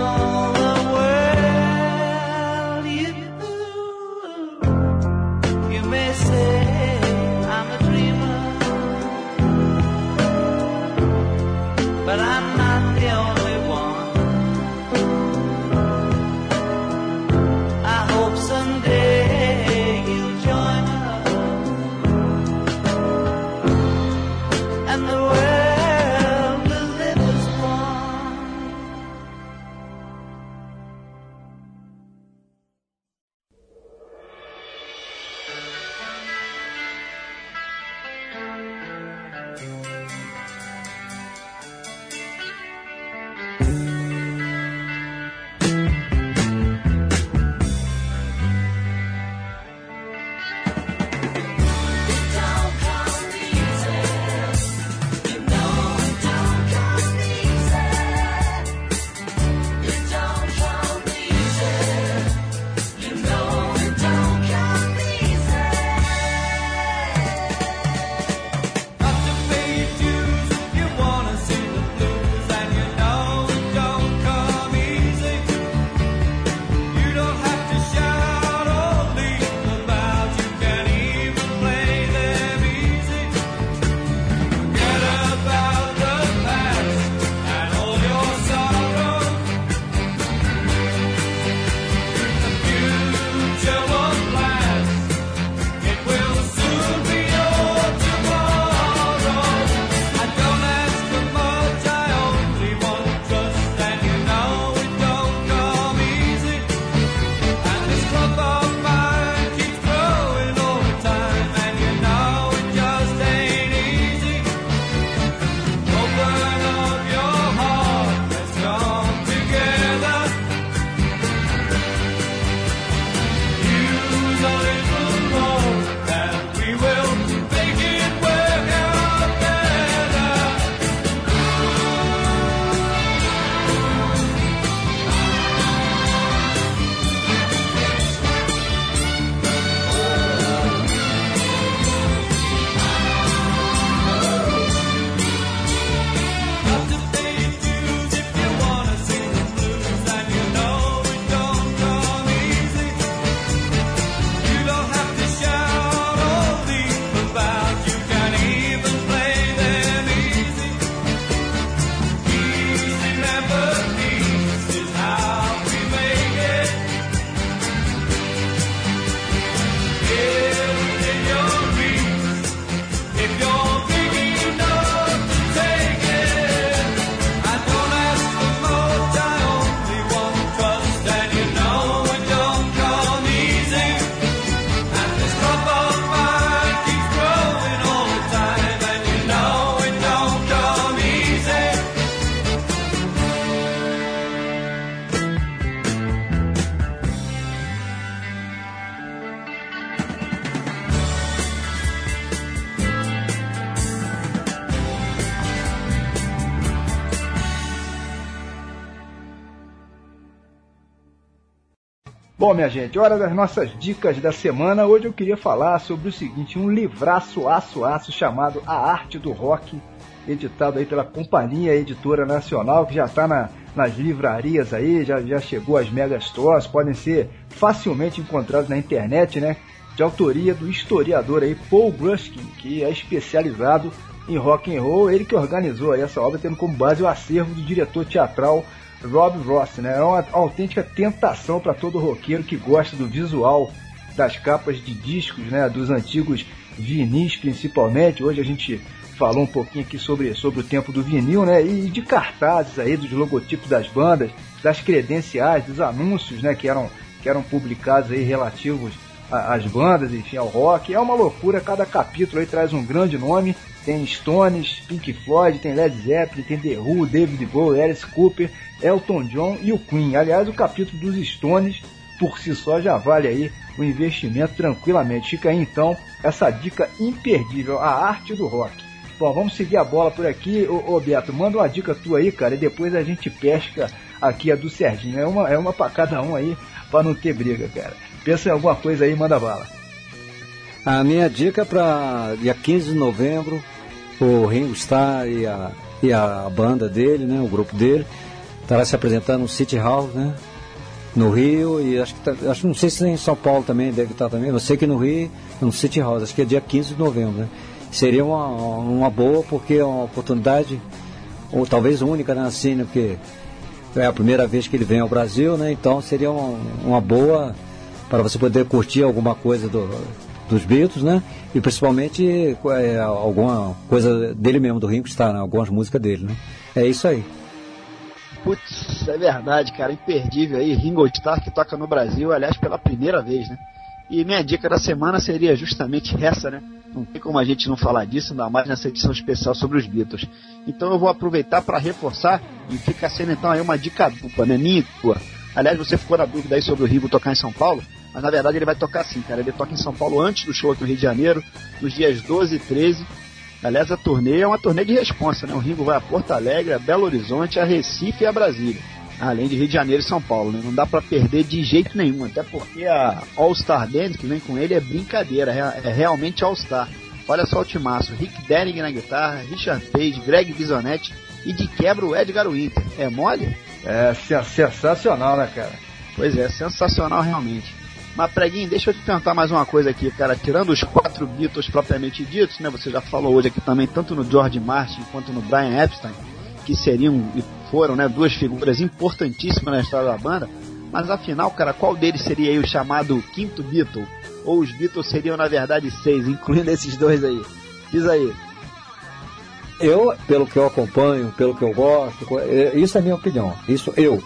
Bom, minha gente, hora das nossas dicas da semana. Hoje eu queria falar sobre o seguinte, um livraço aço chamado A Arte do Rock, editado aí pela Companhia Editora Nacional, que já está nas livrarias aí, já chegou às megastores, podem ser facilmente encontrados na internet, né? De autoria do historiador aí Paul Bruskin, que é especializado em rock and roll, ele que organizou aí essa obra, tendo como base o acervo do diretor teatral Rob Ross, né? É uma autêntica tentação para todo roqueiro que gosta do visual das capas de discos, né? Dos antigos vinis, principalmente. Hoje a gente falou um pouquinho aqui sobre o tempo do vinil, né? E de cartazes aí, dos logotipos das bandas, das credenciais, dos anúncios, né? Que eram publicados aí relativos às bandas, enfim, ao rock. É uma loucura, cada capítulo aí traz um grande nome. Tem Stones, Pink Floyd, tem Led Zeppelin, tem The Who, David Bowie, Alice Cooper, Elton John e o Queen. Aliás, o capítulo dos Stones, por si só, já vale aí o investimento tranquilamente. Fica aí, então, essa dica imperdível, A Arte do Rock. Bom, vamos seguir a bola por aqui. Ô Beto, manda uma dica tua aí, cara, e depois a gente pesca aqui a do Serginho. É uma pra cada um aí, pra não ter briga, cara. Pensa em alguma coisa aí, manda bala. A minha dica é para dia 15 de novembro, o Ringo Starr e a banda dele, né, o grupo dele, estará se apresentando no City Hall, né, no Rio, e acho que não sei se em São Paulo também deve estar também, eu sei que no Rio, no City Hall, acho que é dia 15 de novembro, né. Seria uma boa, porque é uma oportunidade, ou talvez única, né, assim, né, porque é a primeira vez que ele vem ao Brasil, né, então seria uma boa para você poder curtir alguma coisa dos Beatles, né? E principalmente alguma coisa dele mesmo, do Ringo Starr, né? Algumas músicas dele, né? É isso aí. Putz, é verdade, cara, imperdível aí, Ringo Starr que toca no Brasil, aliás, pela primeira vez, né? E minha dica da semana seria justamente essa, né? Não tem como a gente não falar disso, ainda mais nessa edição especial sobre os Beatles. Então eu vou aproveitar para reforçar e fica sendo então aí uma dica dupla, né? Minha e tua. Aliás, você ficou na dúvida aí sobre o Ringo tocar em São Paulo, mas na verdade ele vai tocar sim, cara. Ele toca em São Paulo antes do show aqui no Rio de Janeiro, nos dias 12 e 13. Aliás, a turnê é uma turnê de responsa, né? O Ringo vai a Porto Alegre, a Belo Horizonte, a Recife e a Brasília. Além de Rio de Janeiro e São Paulo, né? Não dá pra perder de jeito nenhum, até porque a All Star Band que vem com ele é brincadeira, é realmente All Star. Olha só o timaço, Rick Derrick na guitarra, Richard Page, Greg Bisonetti e de quebra o Edgar Winter. É mole? É sensacional, né, cara? Pois é, sensacional realmente. Mas, Preguinho, deixa eu te perguntar mais uma coisa aqui, cara. Tirando os 4 Beatles propriamente ditos, né? Você já falou hoje aqui também, tanto no George Martin quanto no Brian Epstein, que seriam e foram, né, 2 figuras importantíssimas na história da banda. Mas, afinal, cara, qual deles seria aí o chamado quinto Beatle? Ou os Beatles seriam, na verdade, 6, incluindo esses 2 aí? Diz aí. Eu, pelo que eu acompanho, pelo que eu gosto, isso é a minha opinião. Isso eu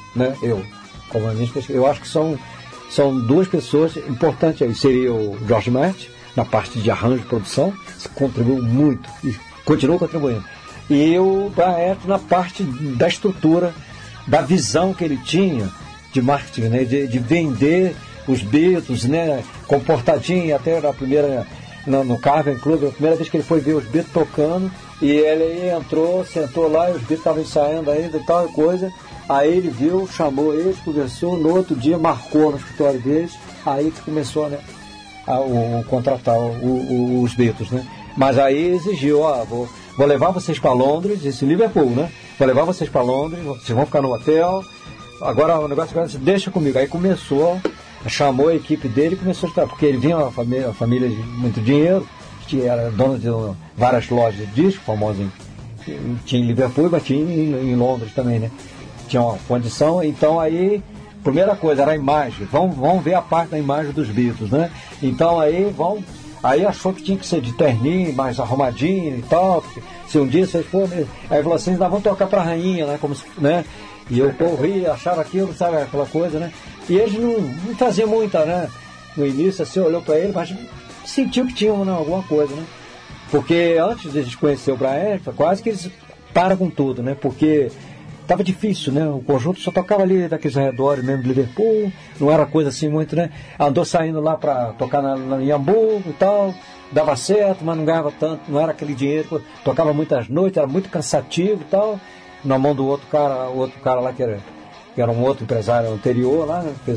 acho que são 2 pessoas importantes aí. Seria o George Martin, na parte de arranjo e produção, que contribuiu muito e continua contribuindo. E o Brian Epstein na parte da estrutura, da visão que ele tinha de marketing, né? De vender os Beatles, né? Comportadinho, até na primeira, no Cavern Club, a primeira vez que ele foi ver os Beatles tocando, e ele entrou, sentou lá, e os Beatles estavam ensaiando ainda e tal coisa. Aí ele viu, chamou eles, conversou, no outro dia marcou no escritório deles, aí que começou, né, a contratar os Beatles, né? Mas aí exigiu, vou levar vocês para Londres, esse Liverpool, né? Vou levar vocês para Londres, vocês vão ficar no hotel, agora o negócio é deixa comigo. Aí começou, chamou a equipe dele e começou a estar, porque ele vinha uma família de muito dinheiro, que era dona de várias lojas de disco, famosas tinha em Liverpool, mas tinha em Londres também, né? Tinha uma condição, então aí, primeira coisa, era a imagem, vamos ver a parte da imagem dos Beatles, né? Então aí achou que tinha que ser de terninho, mais arrumadinho e tal, porque se um dia vocês forem, aí falou assim, vamos tocar pra rainha, né? Como se, né? E eu ria, achava aquilo, sabe, aquela coisa, né? E eles não faziam muita, né? No início, assim, olhou pra ele, mas sentiu que tinha, né, alguma coisa, né? Porque antes de a gente conhecer o Brian, quase que eles param com tudo, né? Porque estava difícil, né? O conjunto só tocava ali daqueles arredores mesmo de Liverpool, não era coisa assim muito, né? Andou saindo lá para tocar em Hamburgo e tal, dava certo, mas não ganhava tanto, não era aquele dinheiro, tocava muitas noites, era muito cansativo e tal, na mão do outro cara lá que era um outro empresário anterior lá, né? Fez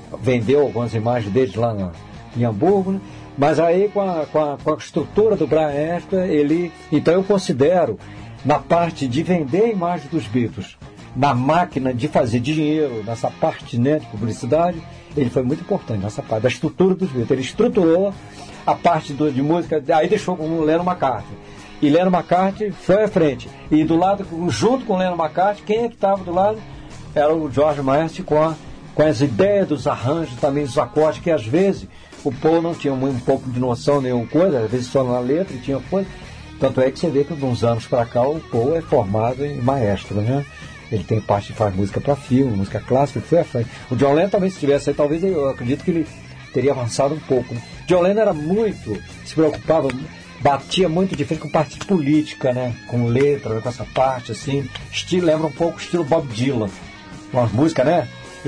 vendeu algumas imagens deles lá em Hamburgo, né? Mas aí com a estrutura do Brian Epstein, então eu considero, na parte de vender a imagem dos Beatles, na máquina de fazer dinheiro, nessa parte, né, de publicidade, ele foi muito importante nessa parte da estrutura dos Beatles. Ele estruturou a parte de música, aí deixou com o Lennon McCartney. E Lennon McCartney foi à frente. E do lado, junto com o Lennon McCartney, quem é que estava do lado? Era o George Martin com as ideias dos arranjos, também dos acordes, que às vezes o Paul não tinha um pouco de noção, nenhuma coisa, às vezes só na letra tinha coisa. Tanto é que você vê que de uns anos para cá o Paul é formado em maestro, né? Ele tem parte, faz música para filme, música clássica, foi à frente. O John Lennon também, se tivesse aí, talvez eu acredito que ele teria avançado um pouco, né? John Lennon era muito, se preocupava, batia muito de frente com parte política, né? Com letra, né? Com essa parte, assim. Lembra um pouco o estilo Bob Dylan. Umas músicas, né?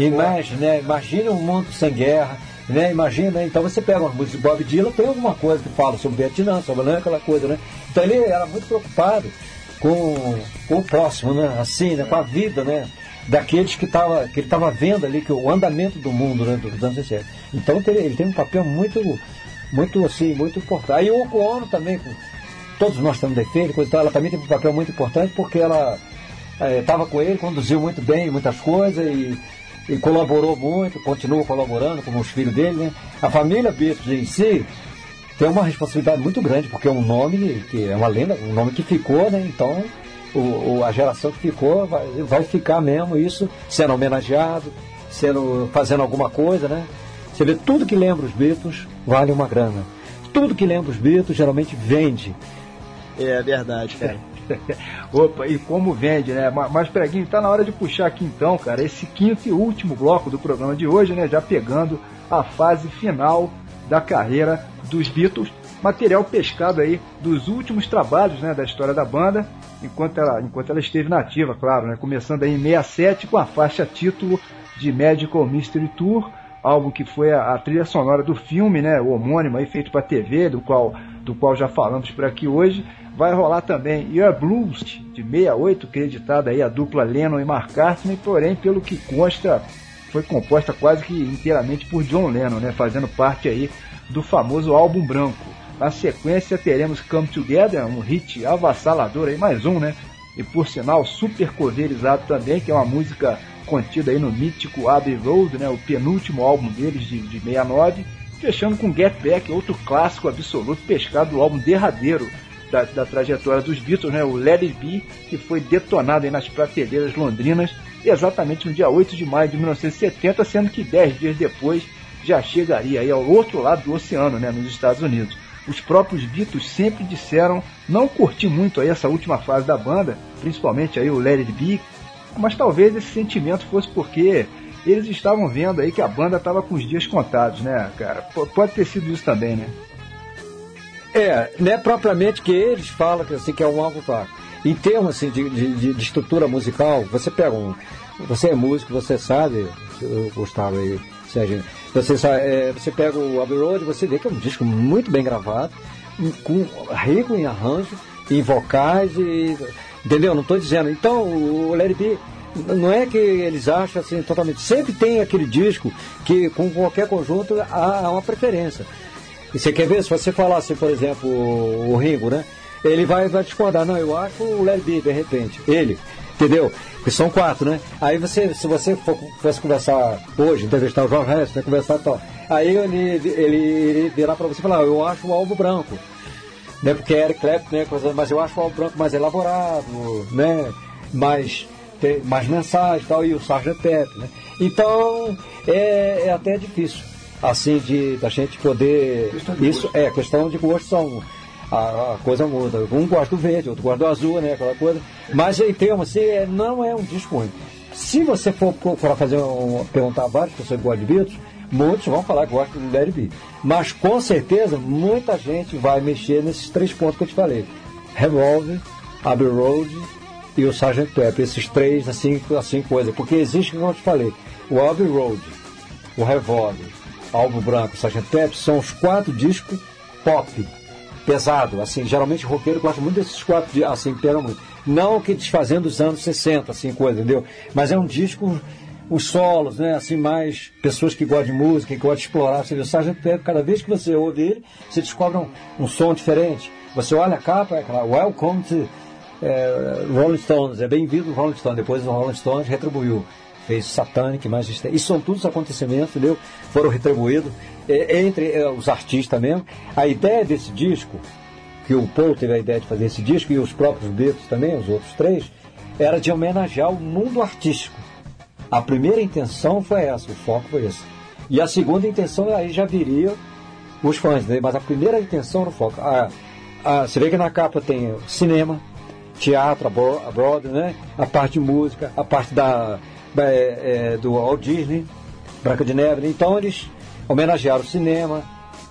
Imagine um mundo sem guerra, né? Imagina, então você pega uma música de Bob Dylan, tem alguma coisa que fala sobre o Vietnã, sobre, né? Aquela coisa, né? Então ele era muito preocupado com o próximo, né? Assim, né? Com a vida, né? Daqueles que ele estava vendo ali, que o andamento do mundo, né? Dos anos 60. Então ele tem um papel muito assim, muito importante. Aí o Yoko Ono também, todos nós temos defeito, coisa e tal, ela também tem um papel muito importante, porque ela estava com ele, conduziu muito bem muitas coisas e colaborou muito, continua colaborando com os filhos dele, né? A família Beatles em si tem uma responsabilidade muito grande, porque é um nome que é uma lenda, um nome que ficou, né? Então a geração que ficou vai ficar mesmo isso, sendo homenageado, fazendo alguma coisa, né? Você vê, tudo que lembra os Beatles vale uma grana. Tudo que lembra os Beatles geralmente vende. É verdade, cara. Opa, e como vende, né? Mas, Preguinho, tá na hora de puxar aqui então, cara, esse quinto e último bloco do programa de hoje, né? Já pegando a fase final da carreira dos Beatles. Material pescado aí dos últimos trabalhos, né, da história da banda, enquanto ela esteve nativa, claro, né? Começando aí em 67 com a faixa título de Magical Mystery Tour, álbum que foi a trilha sonora do filme, né, o homônimo aí feito para TV, do qual já falamos por aqui hoje. Vai rolar também Your Blues, de 68, creditada aí a dupla Lennon e McCartney, porém, pelo que consta, foi composta quase que inteiramente por John Lennon, né, fazendo parte aí do famoso álbum branco. Na sequência teremos Come Together, um hit avassalador aí, mais um, né, e por sinal super coverizado também, que é uma música contida aí no mítico Abbey Road, né, o penúltimo álbum deles de 69, fechando com Get Back, outro clássico absoluto pescado do álbum derradeiro da trajetória dos Beatles, né, o Let It Be, que foi detonado aí nas prateleiras londrinas exatamente no dia 8 de maio de 1970, sendo que 10 dias depois já chegaria aí ao outro lado do oceano, né, nos Estados Unidos. Os próprios Beatles sempre disseram não curtir muito aí essa última fase da banda, principalmente aí o Let It Be, mas talvez esse sentimento fosse porque eles estavam vendo aí que a banda estava com os dias contados, né, cara? Pode ter sido isso também, né? Não é propriamente que eles falam que, assim, que é um álbum fraco. Em termos assim, de estrutura musical, você é músico, você sabe, Gustavo aí, Sérgio, você pega o Abbey Road, você vê que é um disco muito bem gravado, rico em arranjo, em vocais, entendeu? Não estou dizendo. Então, o Let It Be, não é que eles acham assim totalmente. Sempre tem aquele disco que, com qualquer conjunto, há uma preferência. E você quer ver, se você falar assim, por exemplo, o Ringo, né? Ele vai discordar. Não, eu acho o Let It Be, de repente. Ele, entendeu? Porque são 4, né? Aí se você fosse conversar hoje, entrevistar o João Harrison, né? Conversar e tal. Aí ele virar pra você e falar, eu acho o álbum branco. Né? Porque Eric Clapton, né? Mas eu acho o álbum branco mais elaborado, né? Mais mensagens e tal, e o Sgt. Pepper, né? Então, é até difícil, assim, da gente poder... Isso é questão de gosto, a coisa muda. Um gosta do verde, outro gosta do azul, né? Aquela coisa. Mas, em termos assim, não é um disco ruim. Se você for perguntar a várias pessoas que gostam de Beatles, muitos vão falar que gostam do Let It Be. Mas, com certeza, muita gente vai mexer nesses 3 pontos que eu te falei. Revolver, Abbey Road e o Sgt. Pepper. Esses 3, assim coisa. Porque existe, como eu te falei, o Abbey Road, o Revolver, Álbum Branco, Sgt. Pepper, são os 4 discos pop, pesado, assim, geralmente roqueiro gosta muito desses 4, assim, não que desfazendo os anos 60, assim, coisa, entendeu? Mas é um disco os solos, né? Assim, mais pessoas que gostam de música, que gostam de explorar. Você vê, o Sgt. Pepper, cada vez que você ouve ele, você descobre um som diferente. Você olha a capa, é aquela Welcome to Rolling Stones, é bem-vindo Rolling Stones. Depois o Rolling Stones retribuiu, fez Satanic, Majesté. Isso são todos os acontecimentos, entendeu? Foram retribuídos entre os artistas mesmo. A ideia desse disco, que o Paul teve a ideia de fazer esse disco, e os próprios Beatles também, os outros três, era de homenagear o mundo artístico. A primeira intenção foi essa, o foco foi esse. E a segunda intenção aí já viria os fãs, né? Mas a primeira intenção era o foco. Você vê que na capa tem cinema, teatro, a Broadway, né? A parte de música, a parte do Walt Disney, Branca de Neve. Então eles homenagearam o cinema,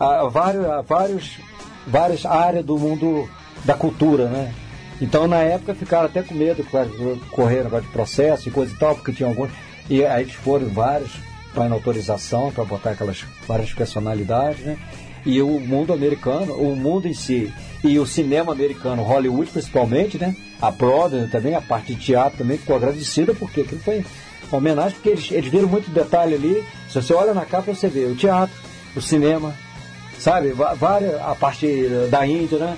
várias áreas do mundo da cultura, né? Então na época ficaram até com medo, correram negócio de processo e coisa e tal, porque tinha alguns. E aí eles foram vários para autorização, para botar aquelas várias personalidades, né? E o mundo americano, o mundo em si, e o cinema americano, Hollywood principalmente, né? A Broadway também, a parte de teatro também ficou agradecida, porque aquilo foi uma homenagem, porque eles viram muito detalhe ali. Se você olha na capa, você vê o teatro, o cinema, sabe? A parte da Índia, né?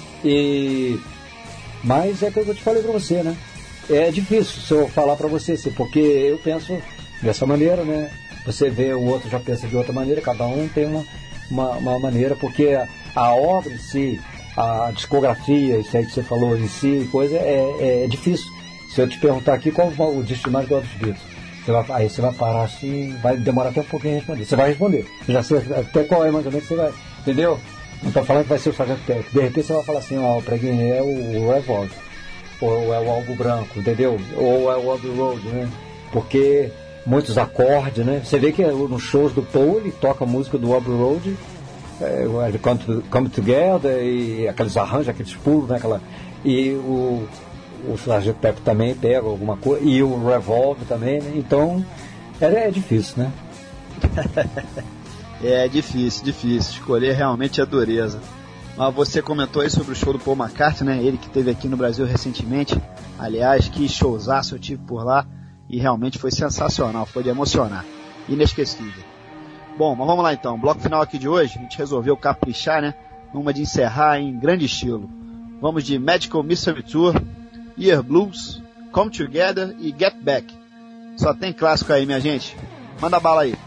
Mas é aquilo que eu te falei pra você, né? É difícil se eu falar pra você, assim, porque eu penso dessa maneira, né? Você vê, o outro já pensa de outra maneira, cada um tem uma maneira, porque a obra em si, a discografia, isso aí que você falou em si, coisa, é difícil. Se eu te perguntar aqui qual o dicionário dos Beatles, aí você vai parar assim, vai demorar até um pouquinho a responder. Você vai responder. Eu já sei até qual é mais ou menos que você vai, entendeu? Não estou falando que vai ser o Sgt. Pepper. De repente você vai falar assim, o Preguinho é o Revolver, ou é o Algo Branco, entendeu? Ou é o Abbey Road, né? Porque muitos acordes, né? Você vê que nos shows do Paul ele toca a música do Abbey Road, Come Together, e aqueles arranjos, aqueles pulos, né? E o Sgt. Pepper também pega alguma coisa, e o Revolver também, né? Então é difícil, né? É difícil. Escolher realmente é dureza. Mas você comentou aí sobre o show do Paul McCartney, né? Ele que esteve aqui no Brasil recentemente. Aliás, que showzaço eu tive por lá. E realmente foi sensacional, foi de emocionar. Inesquecível. Bom, mas vamos lá então. Bloco final aqui de hoje, a gente resolveu caprichar, né? Numa de encerrar em grande estilo. Vamos de Magical Mystery Tour, Year Blues, Come Together e Get Back. Só tem clássico aí, minha gente. Manda bala aí.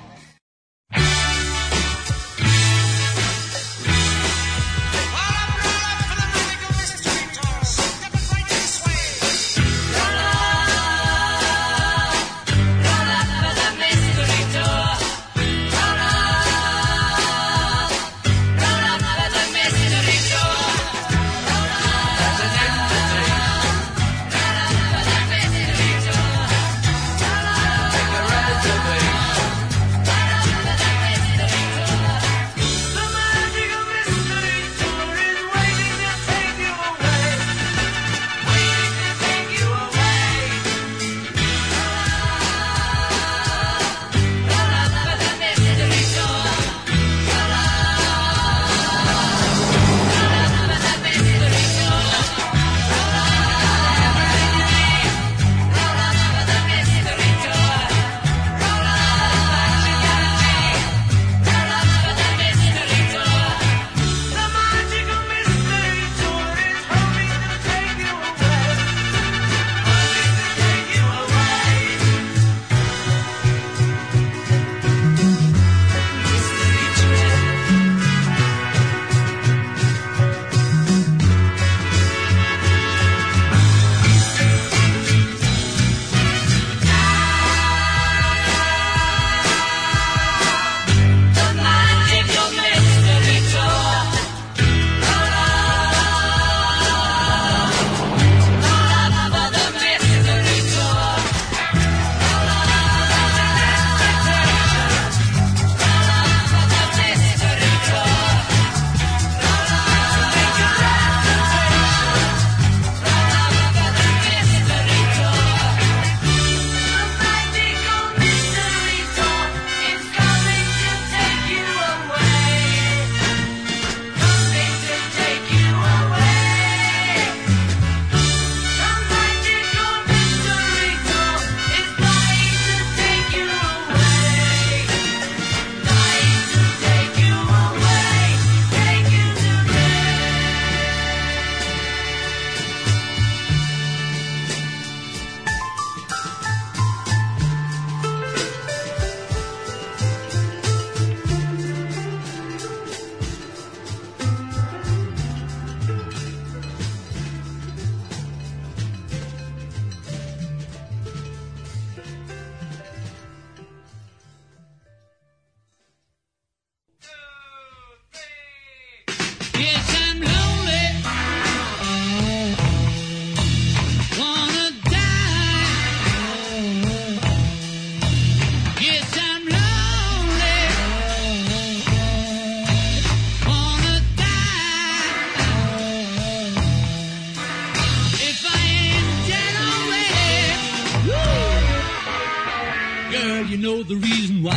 Girl, you know the reason why.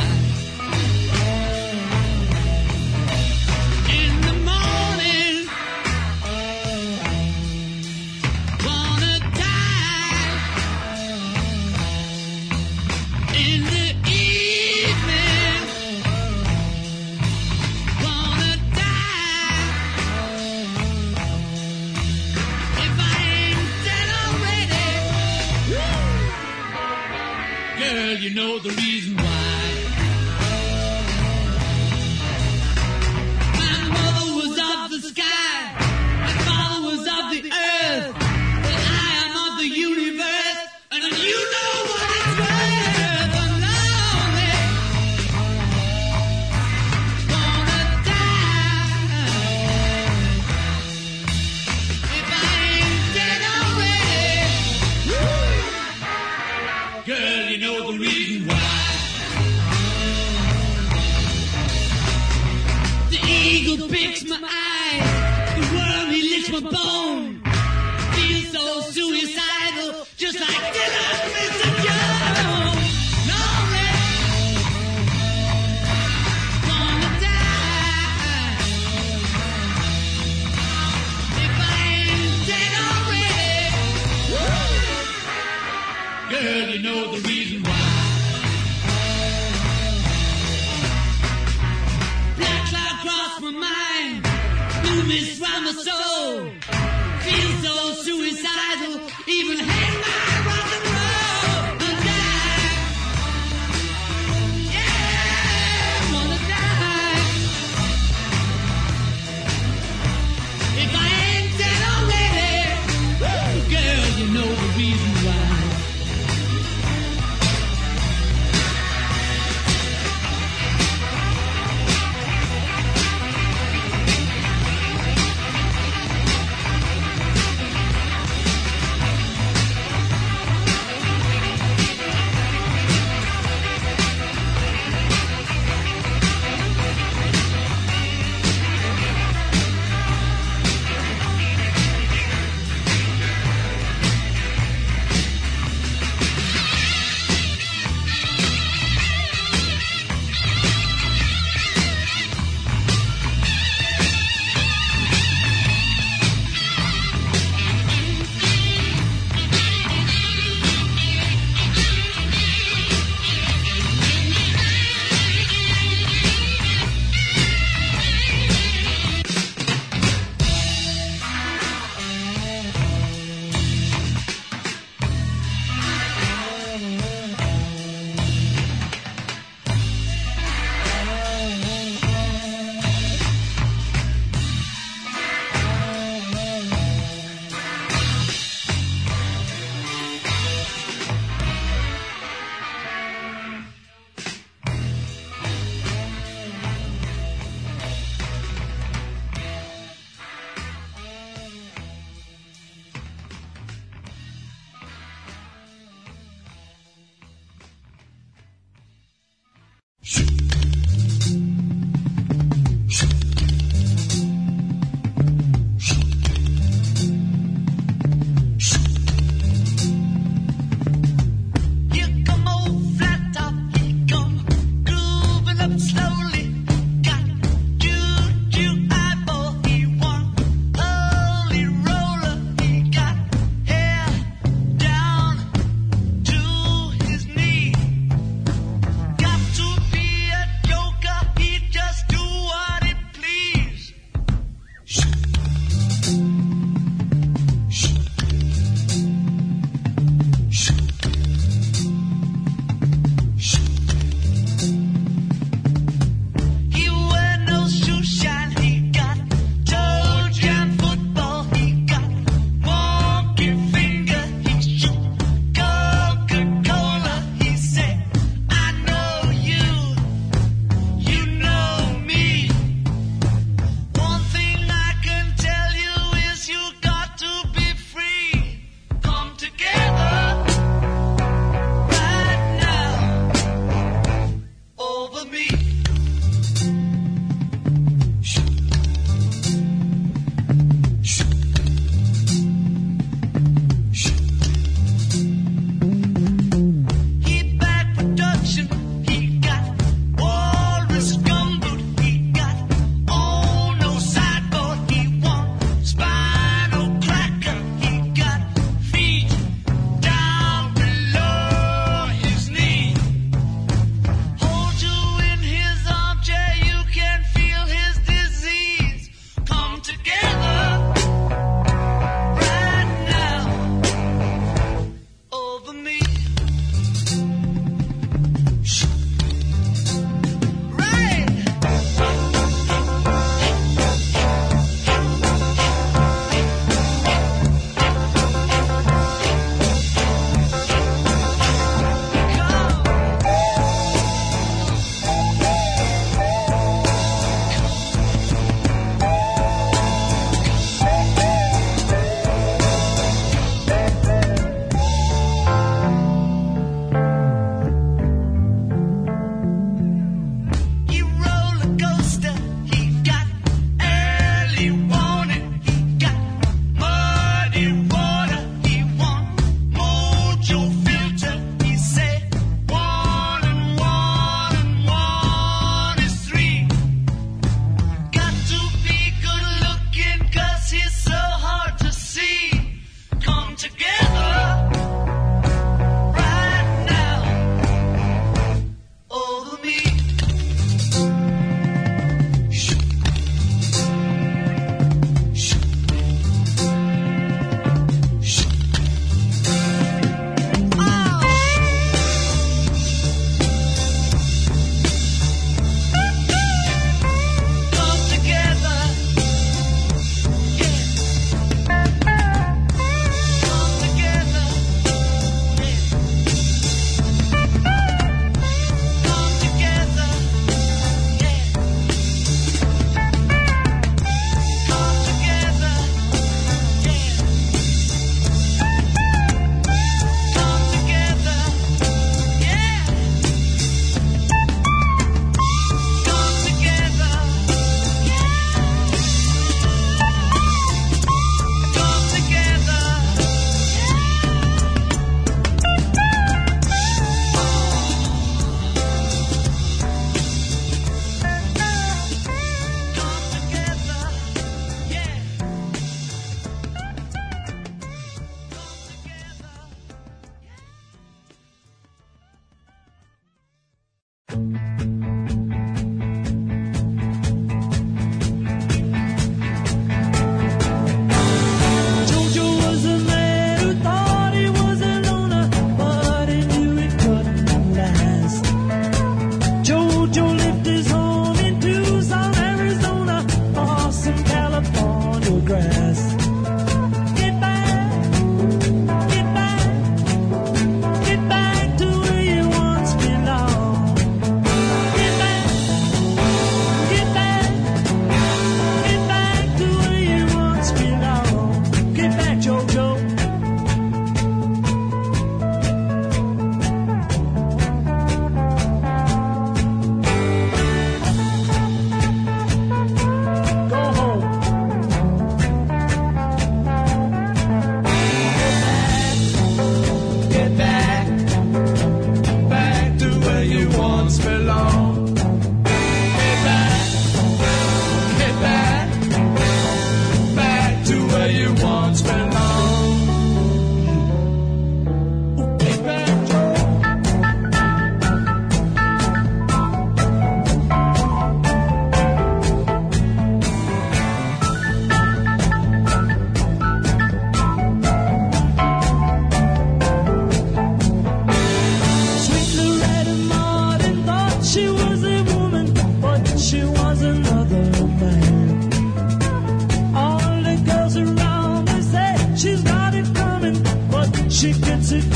In the morning, wanna die. In the evening, wanna die. If I ain't dead already, girl, you know the reason why. My mother was of the sky, my father was of the earth, but I am of the universe, and you know what it's worth. I'm lonely, wanna die. If I ain't dead already, girl, you know the reason why. The eagle picks my eye, the worm he licks my bone. Feel so suicidal, just like Killer Mr. Jones. Lonely, wanna die. If I ain't dead already, girl, you know the reason why. Black cloud cross my mind, blue mist round my soul. Feel so suicidal, even hang my rock and roll. And die, yeah, wanna die. If I ain't dead already, girl, you know the reason why.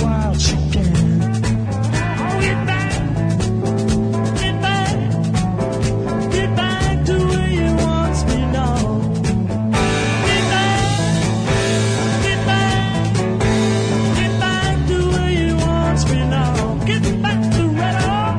while she can. Oh, get back to where you once belonged. Get back to where you once belonged. Get back to red off.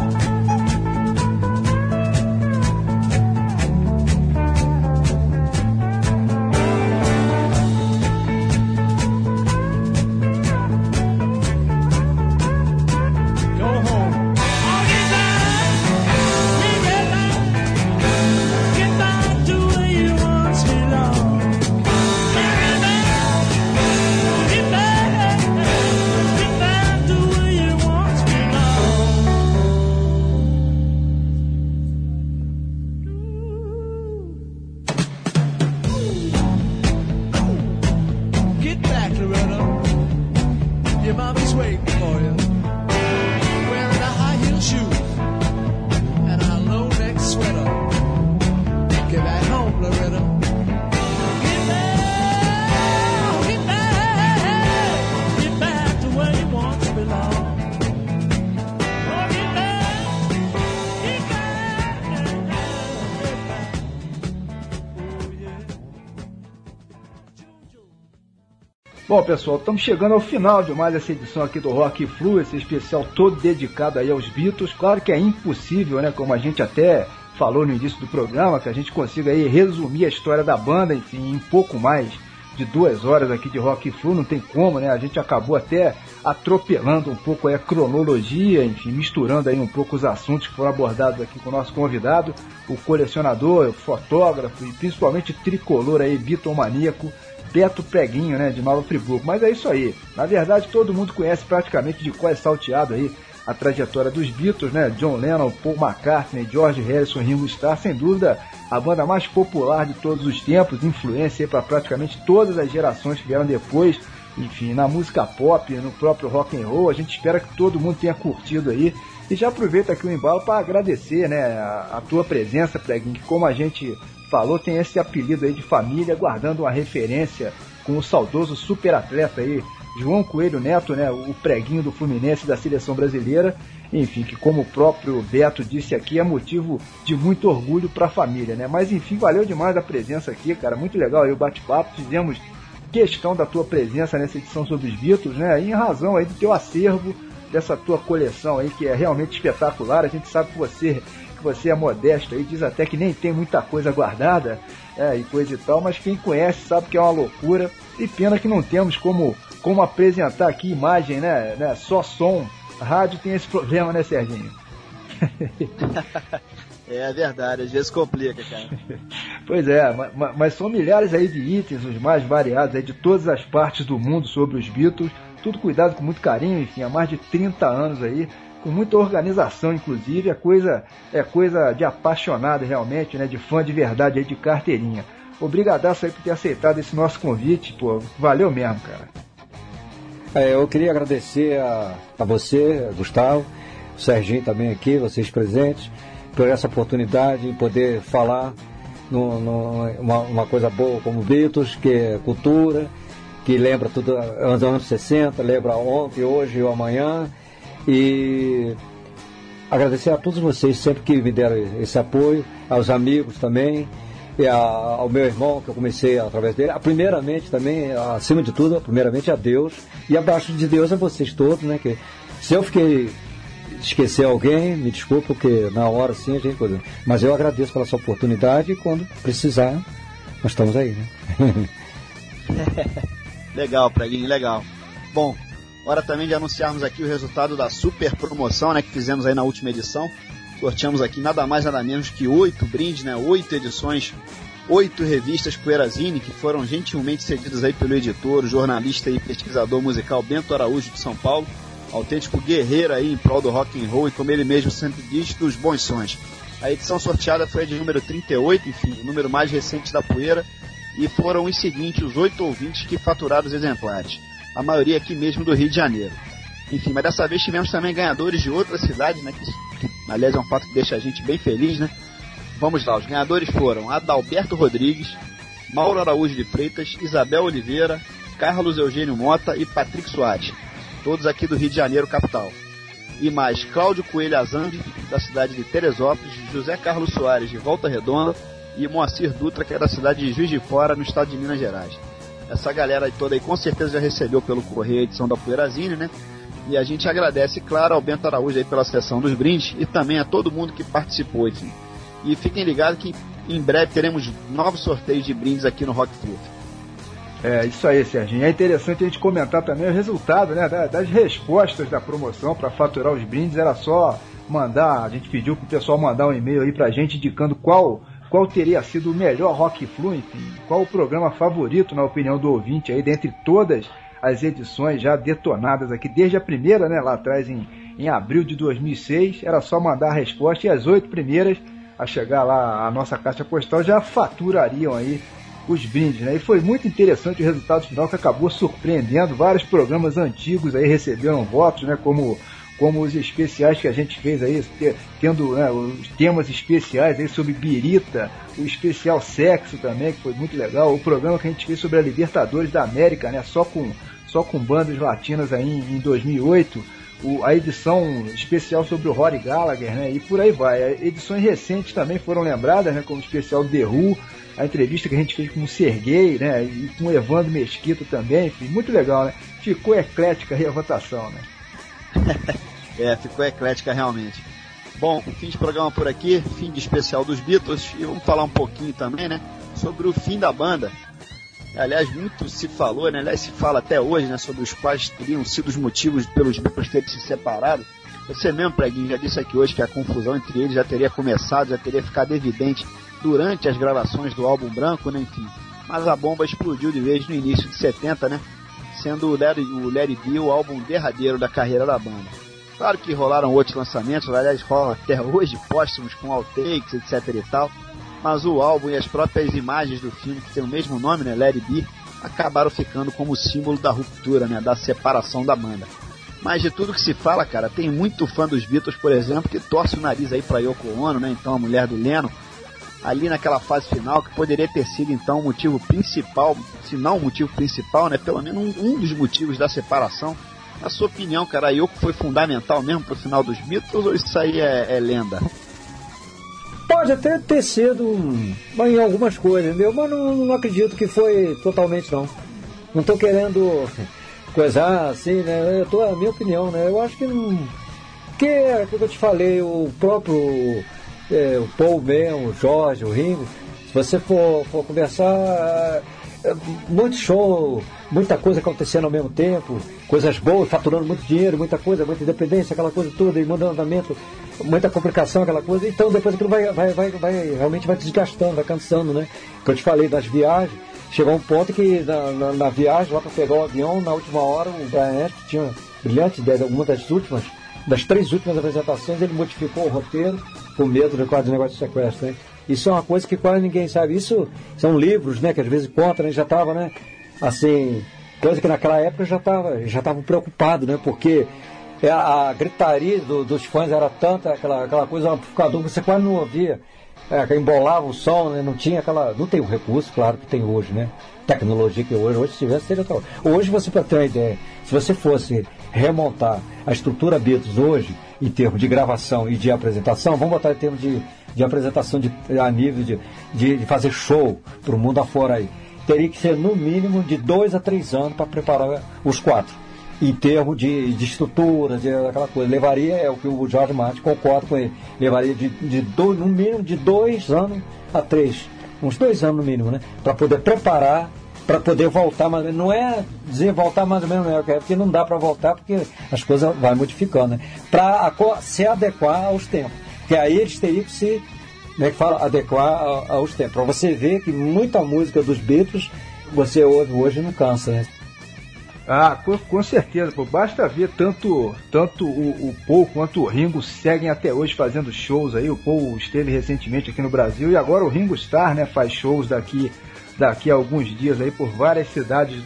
Go home. Oh, get back to where you once belonged. Get back to where you once belonged. Get back, Loretta. Your mommy's waiting for you. Wearing a high-heel shoes and a low-neck sweater. Get back home, Loretta. Get back to where you once belonged. Oh, get back. Oh, yeah. Bom, pessoal, estamos chegando ao final de mais essa edição aqui do Rock Flu, esse especial todo dedicado aí aos Beatles. Claro que é impossível, né, como a gente até falou no início do programa, que a gente consiga aí resumir a história da banda, enfim, em pouco mais de 2 horas aqui de Rock Flu, não tem como, né, a gente acabou até atropelando um pouco aí a cronologia, enfim, misturando aí um pouco os assuntos que foram abordados aqui com o nosso convidado, o colecionador, o fotógrafo e principalmente tricolor aí, bitomaníaco, Beto Preguinho, né, de Nova Friburgo. Mas é isso aí. Na verdade, todo mundo conhece praticamente de qual é salteado aí a trajetória dos Beatles, né? John Lennon, Paul McCartney, George Harrison, Ringo Starr, sem dúvida a banda mais popular de todos os tempos, influência para praticamente todas as gerações que vieram depois, enfim, na música pop, no próprio rock and roll. A gente espera que todo mundo tenha curtido aí. E já aproveita aqui o embalo para agradecer, né, a tua presença, Preguinho, que como a gente falou, tem esse apelido aí de família, guardando uma referência com o saudoso superatleta aí, João Coelho Neto, né, o Preguinho do Fluminense da seleção brasileira, enfim, que como o próprio Beto disse aqui, é motivo de muito orgulho para a família, né, mas enfim, valeu demais a presença aqui, cara, muito legal aí o bate-papo, fizemos questão da tua presença nessa edição sobre os Beatles, né, em razão aí do teu acervo, dessa tua coleção aí, que é realmente espetacular. A gente sabe que você é modesto aí, diz até que nem tem muita coisa guardada, e coisa e tal, mas quem conhece sabe que é uma loucura, e pena que não temos como apresentar aqui imagem, né, só som. Rádio tem esse problema, né, Serginho? É verdade, às vezes complica, cara. Pois é, mas são milhares aí de itens, os mais variados aí de todas as partes do mundo sobre os Beatles, tudo cuidado com muito carinho, enfim, há mais de 30 anos aí, com muita organização, inclusive, é coisa de apaixonado realmente, né, de fã de verdade aí, de carteirinha. Obrigadaço aí por ter aceitado esse nosso convite, pô, valeu mesmo, cara. Eu queria agradecer a você, Gustavo, o Serginho também aqui, vocês presentes, por essa oportunidade de poder falar uma coisa boa como Beatles, que é cultura, que lembra tudo aos anos 60, lembra ontem, hoje e amanhã. E agradecer a todos vocês sempre que me deram esse apoio, aos amigos também, e ao meu irmão, que eu comecei através dele. Primeiramente também, acima de tudo, primeiramente a Deus, e abaixo de Deus a vocês todos, né? Que se eu esquecer alguém, me desculpe, porque na hora sim a gente coisa. Mas eu agradeço pela sua oportunidade e quando precisar, nós estamos aí, né? Legal, Preguinho, legal. Bom, hora também de anunciarmos aqui o resultado da super promoção, né, que fizemos aí na última edição. Sorteamos aqui nada mais nada menos que 8 brindes, né, 8 edições, 8 revistas Poeirazine, que foram gentilmente cedidas aí pelo editor, jornalista e pesquisador musical Bento Araújo de São Paulo, autêntico guerreiro aí em prol do rock and roll e, como ele mesmo sempre diz, dos bons sons. A edição sorteada foi a de número 38, enfim, o número mais recente da Poeira, e foram os seguintes, os 8 ouvintes que faturaram os exemplares. A maioria aqui mesmo do Rio de Janeiro. Enfim, mas dessa vez tivemos também ganhadores de outras cidades, né? Que aliás é um fato que deixa a gente bem feliz, né? Vamos lá, os ganhadores foram Adalberto Rodrigues, Mauro Araújo de Freitas, Isabel Oliveira, Carlos Eugênio Mota e Patrick Soares. todos aqui do Rio de Janeiro, capital. E mais Cláudio Coelho Azambi, da cidade de Teresópolis, José Carlos Soares, de Volta Redonda, e Moacir Dutra, que é da cidade de Juiz de Fora, no estado de Minas Gerais. Essa galera toda aí com certeza já recebeu pelo correio a edição da Poeirazine, né? E a gente agradece, claro, ao Bento Araújo aí pela sessão dos brindes e também a todo mundo que participou aqui. E fiquem ligados que em breve teremos novos sorteios de brindes aqui no Rock Fluff. É, isso aí, Serginho. É interessante a gente comentar também o resultado, né, das respostas da promoção para faturar os brindes. Era só mandar, a gente pediu pro pessoal mandar um e-mail aí pra gente indicando qual teria sido o melhor Rock Flu, enfim, qual o programa favorito, na opinião do ouvinte aí, dentre todas as edições já detonadas aqui, desde a primeira, né, lá atrás em abril de 2006, era só mandar a resposta e as 8 primeiras a chegar lá a nossa caixa postal já faturariam aí os brindes, né? E foi muito interessante o resultado final, que acabou surpreendendo. Vários programas antigos aí receberam votos, né? Como os especiais que a gente fez aí, tendo, né, os temas especiais aí sobre birita, o especial sexo também, que foi muito legal, o programa que a gente fez sobre a Libertadores da América, né? Só com bandas latinas aí em 2008, a edição especial sobre o Rory Gallagher, né? E por aí vai. Edições recentes também foram lembradas, né? Como o especial The Who, a entrevista que a gente fez com o Serguei, né? E com o Evandro Mesquita também, enfim, muito legal, né? Ficou eclética aí a votação, né? Ficou eclética realmente. Bom, fim de programa por aqui, fim de especial dos Beatles, e vamos falar um pouquinho também, né? Sobre o fim da banda. Aliás, muito se falou, né? Aliás, se fala até hoje, né? Sobre os quais teriam sido os motivos pelos Beatles terem se separado. Você mesmo, Preguinho, já disse aqui hoje que a confusão entre eles já teria começado, já teria ficado evidente durante as gravações do álbum branco, né? Enfim. Mas a bomba explodiu de vez no início de 70, né? Sendo o Let It Be o álbum derradeiro da carreira da banda. Claro que rolaram outros lançamentos, aliás, rolam até hoje, póstumos com outtakes, etc e tal. Mas o álbum e as próprias imagens do filme, que tem o mesmo nome, né, Let It Be, acabaram ficando como símbolo da ruptura, né, da separação da banda. Mas de tudo que se fala, cara, tem muito fã dos Beatles, por exemplo, que torce o nariz aí pra Yoko Ono, né, então a mulher do Lennon, ali naquela fase final, que poderia ter sido então o motivo principal, se não o motivo principal, né, pelo menos um dos motivos da separação. Na sua opinião, cara, a Yoko foi fundamental mesmo pro final dos Beatles, ou isso aí é lenda? Pode até ter sido em algumas coisas, entendeu? Mas não acredito que foi totalmente, não. Não estou querendo coisar assim, né? A minha opinião, né? Eu acho que não... Porque é o que eu te falei, o próprio o Paul mesmo, o Jorge, o Ringo, se você for conversar, muito show, muita coisa acontecendo ao mesmo tempo, coisas boas, faturando muito dinheiro, muita coisa, muita independência, aquela coisa toda, e mudando andamento, muita complicação, aquela coisa. Então depois aquilo vai realmente vai desgastando, vai cansando, né? Que eu te falei das viagens, chegou um ponto que na viagem lá para pegar o avião, na última hora, o Brian Epstein tinha brilhante ideia, uma das 3 últimas apresentações, ele modificou o roteiro com medo de quase negócio de sequestro, né? Isso é uma coisa que quase ninguém sabe. Isso são livros, né, que às vezes contam, né? Já estava, né, assim, coisa que naquela época já estavam preocupados, né? Porque a gritaria dos fãs era tanta, aquela coisa, um amplificador que você quase não ouvia, que embolava o som, né? Não tinha não tem o recurso, claro que tem hoje, né? Tecnologia que hoje se tivesse, seria tal. Hoje, você, para ter uma ideia, se você fosse remontar a estrutura Beatles hoje, em termos de gravação e de apresentação, vamos botar em termos de apresentação a nível de fazer show para o mundo afora aí, teria que ser no mínimo de 2 a 3 anos para preparar os 4. Em termos de estrutura, de aquela coisa, levaria, é o que o George Martin concorda com ele, levaria no mínimo de 2 anos a 3, uns 2 anos no mínimo, né? Para poder preparar, para poder voltar, mas não é dizer voltar mais ou menos, né? Porque não dá para voltar, porque as coisas vão modificando, né? Para se adequar aos tempos. Porque aí eles teriam que se, né, que fala, adequar aos tempos. Para você ver que muita música dos Beatles você ouve hoje e não cansa, né? Ah, com certeza, pô. Basta ver tanto o Paul quanto o Ringo seguem até hoje fazendo shows aí. O Paul esteve recentemente aqui no Brasil e agora o Ringo Starr, né, faz shows daqui a alguns dias aí por várias cidades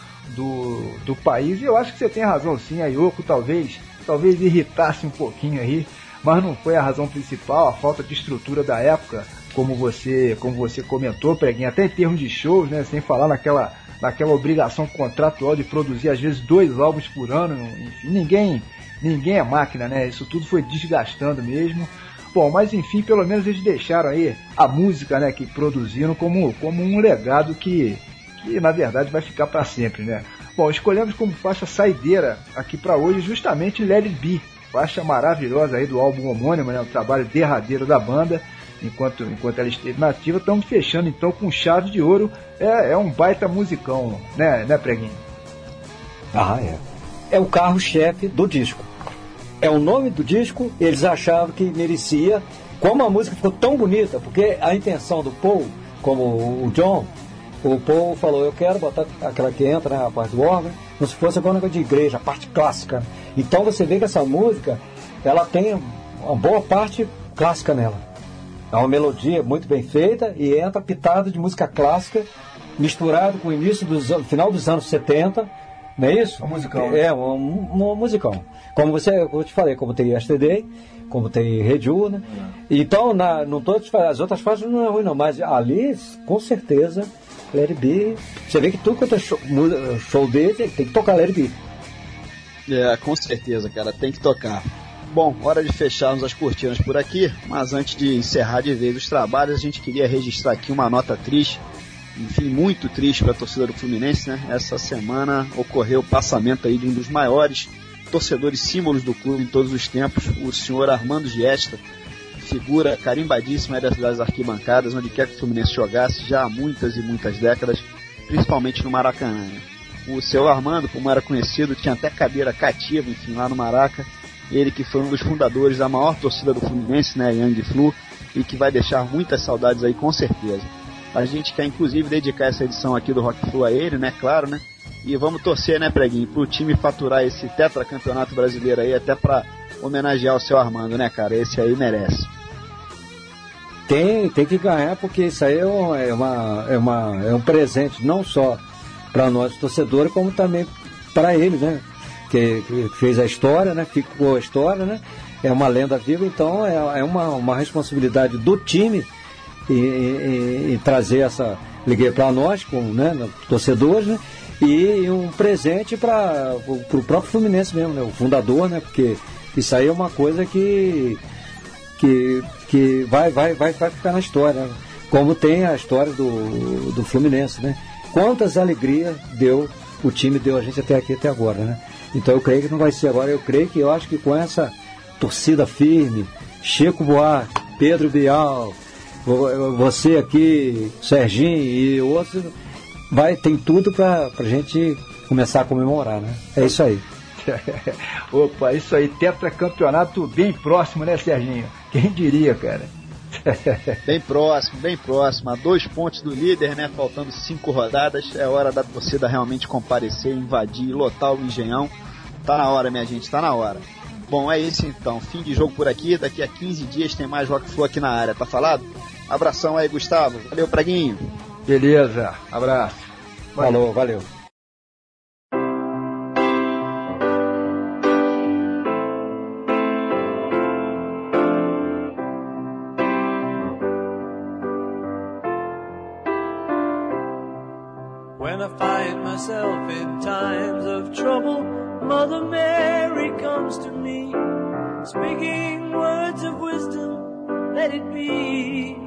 do país. E eu acho que você tem razão, sim. A Yoko talvez irritasse um pouquinho aí, mas não foi a razão principal, a falta de estrutura da época, como você comentou, Preguinha, até em termos de shows, né, sem falar naquela obrigação contratual de produzir às vezes 2 álbuns por ano, enfim, ninguém é máquina, né? Isso tudo foi desgastando mesmo. Bom, mas enfim, pelo menos eles deixaram aí a música, né, que produziram como um legado que na verdade vai ficar para sempre, né? Bom, escolhemos como faixa saideira aqui para hoje justamente Let It Be, faixa maravilhosa aí do álbum homônimo, né, o trabalho derradeiro da banda, enquanto ela esteve na ativa. Estamos fechando então com chave de ouro. É um baita musicão, né Preguinho? Ah, é. É o carro-chefe do disco. É o nome do disco, eles achavam que merecia. Como a música ficou tão bonita, porque a intenção do Paul, como o John, o Paul falou, eu quero botar aquela que entra, né, a parte do órgão, como se fosse agora de igreja, a parte clássica. Então você vê que essa música, ela tem uma boa parte clássica nela. É uma melodia muito bem feita e entra pitada de música clássica, misturado com o início final dos anos 70, não é isso? Um musicão. É, um musicão. Como eu te falei, como tem Yesterday, como tem Reju, né? Então, não tô te falando, as outras faixas não é ruim não, mas ali, com certeza, Let It Be, você vê que tudo quanto é show dele, tem que tocar Let It Be. É, com certeza, cara, tem que tocar. Bom, hora de fecharmos as cortinas por aqui, mas antes de encerrar de vez os trabalhos, a gente queria registrar aqui uma nota triste, enfim, muito triste para a torcida do Fluminense, né? Essa semana ocorreu o passamento aí de um dos maiores torcedores símbolos do clube em todos os tempos, o senhor Armando Giesta, figura carimbadíssima das arquibancadas, onde quer que o Fluminense jogasse já há muitas e muitas décadas, principalmente no Maracanã, né? O seu Armando, como era conhecido, tinha até cadeira cativa, enfim, lá no Maraca. Ele que foi um dos fundadores da maior torcida do Fluminense, né, Young Flu, e que vai deixar muitas saudades aí, com certeza. A gente quer, inclusive, dedicar essa edição aqui do Rock Flu a ele, né, claro, né, e vamos torcer, né, Preguinho, pro time faturar esse tetracampeonato brasileiro aí, até pra homenagear o seu Armando, né, cara, esse aí merece. Tem que ganhar, porque isso aí é um presente, não só para nós torcedores, como também para ele, né, que fez a história, né? Ficou a história, né? É uma lenda viva, então é uma responsabilidade do time em trazer essa alegria para nós, como, né, torcedores, né? E um presente para o próprio Fluminense mesmo, né? O fundador, né? Porque isso aí é uma coisa que vai ficar na história, né? Como tem a história do Fluminense, né? Quantas alegrias o time deu a gente até agora, né? Então eu creio que não vai ser agora, eu acho que com essa torcida firme, Chico Buarque, Pedro Bial, você aqui, Serginho e outros, tem tudo pra gente começar a comemorar, né? É isso aí. Opa, isso aí, tetracampeonato bem próximo, né, Serginho? Quem diria, cara? Bem próximo, a 2 pontos do líder, né, faltando 5 rodadas, é hora da torcida realmente comparecer, invadir, lotar o Engenhão. Tá na hora, minha gente, tá na hora. Bom, é isso então, fim de jogo por aqui, daqui a 15 dias tem mais Rock Flu aqui na área, tá falado? Abração aí, Gustavo, valeu, Preguinho. Beleza, abraço. Falou, valeu. When I find myself in times of trouble, Mother Mary comes to me, speaking words of wisdom, let it be.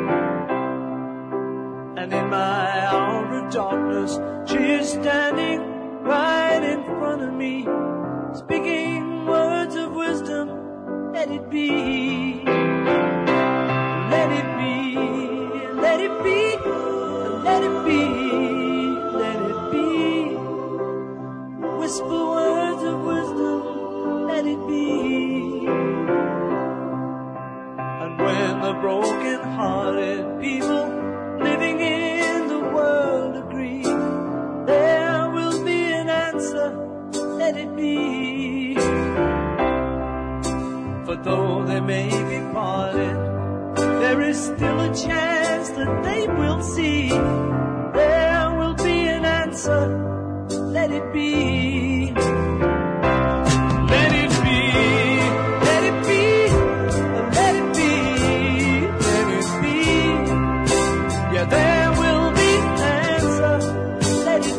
And in my hour of darkness, she is standing right in front of me, speaking words of wisdom, let it be. Let it be, let it be, let it be. Whisper words of wisdom, let it be. And when the broken-hearted people living in the world agree, there will be an answer, let it be. For though they may be parted, there is still a chance that they will see. There will be an answer, let it be. Let it be, let it be, let it be, let it be. Yeah, there will be an answer, let it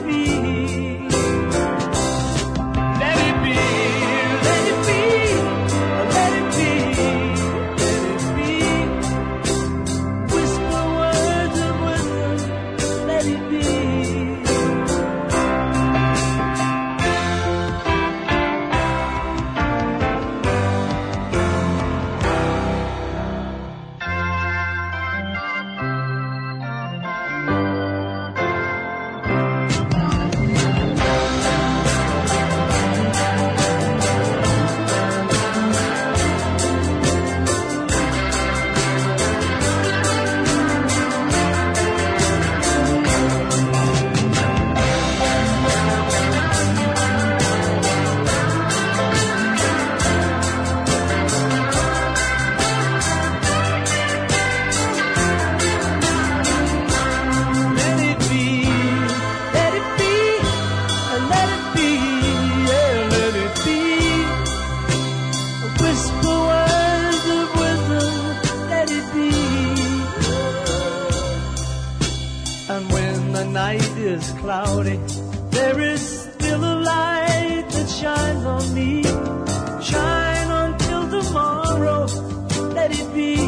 looks cloudy, there is still a light that shines on me. Shine until tomorrow, let it be.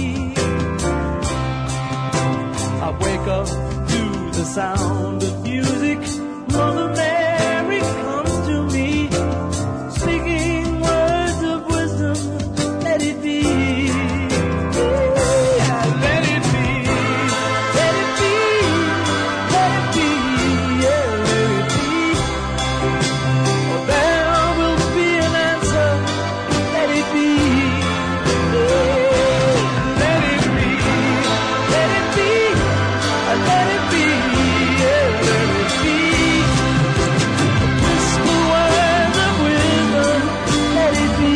I wake up to the sound of music. Mother Mary comes to me, speaking words of wisdom, let it be. Yeah, let it be. Let it be. Let it be. Yeah, let it be. Oh, there will be an answer. Let it be. Yeah, let it be. Let it be. Let it be. Yeah, let it be. Whisper words of wisdom. Let it be.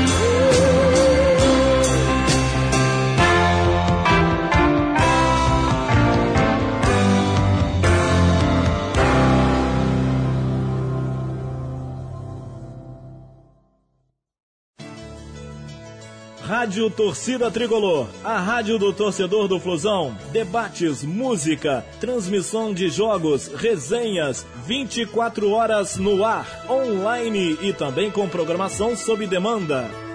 Rádio Torcida Tricolor, a rádio do torcedor do Flusão. Debates, música, transmissão de jogos, resenhas, 24 horas no ar, online e também com programação sob demanda.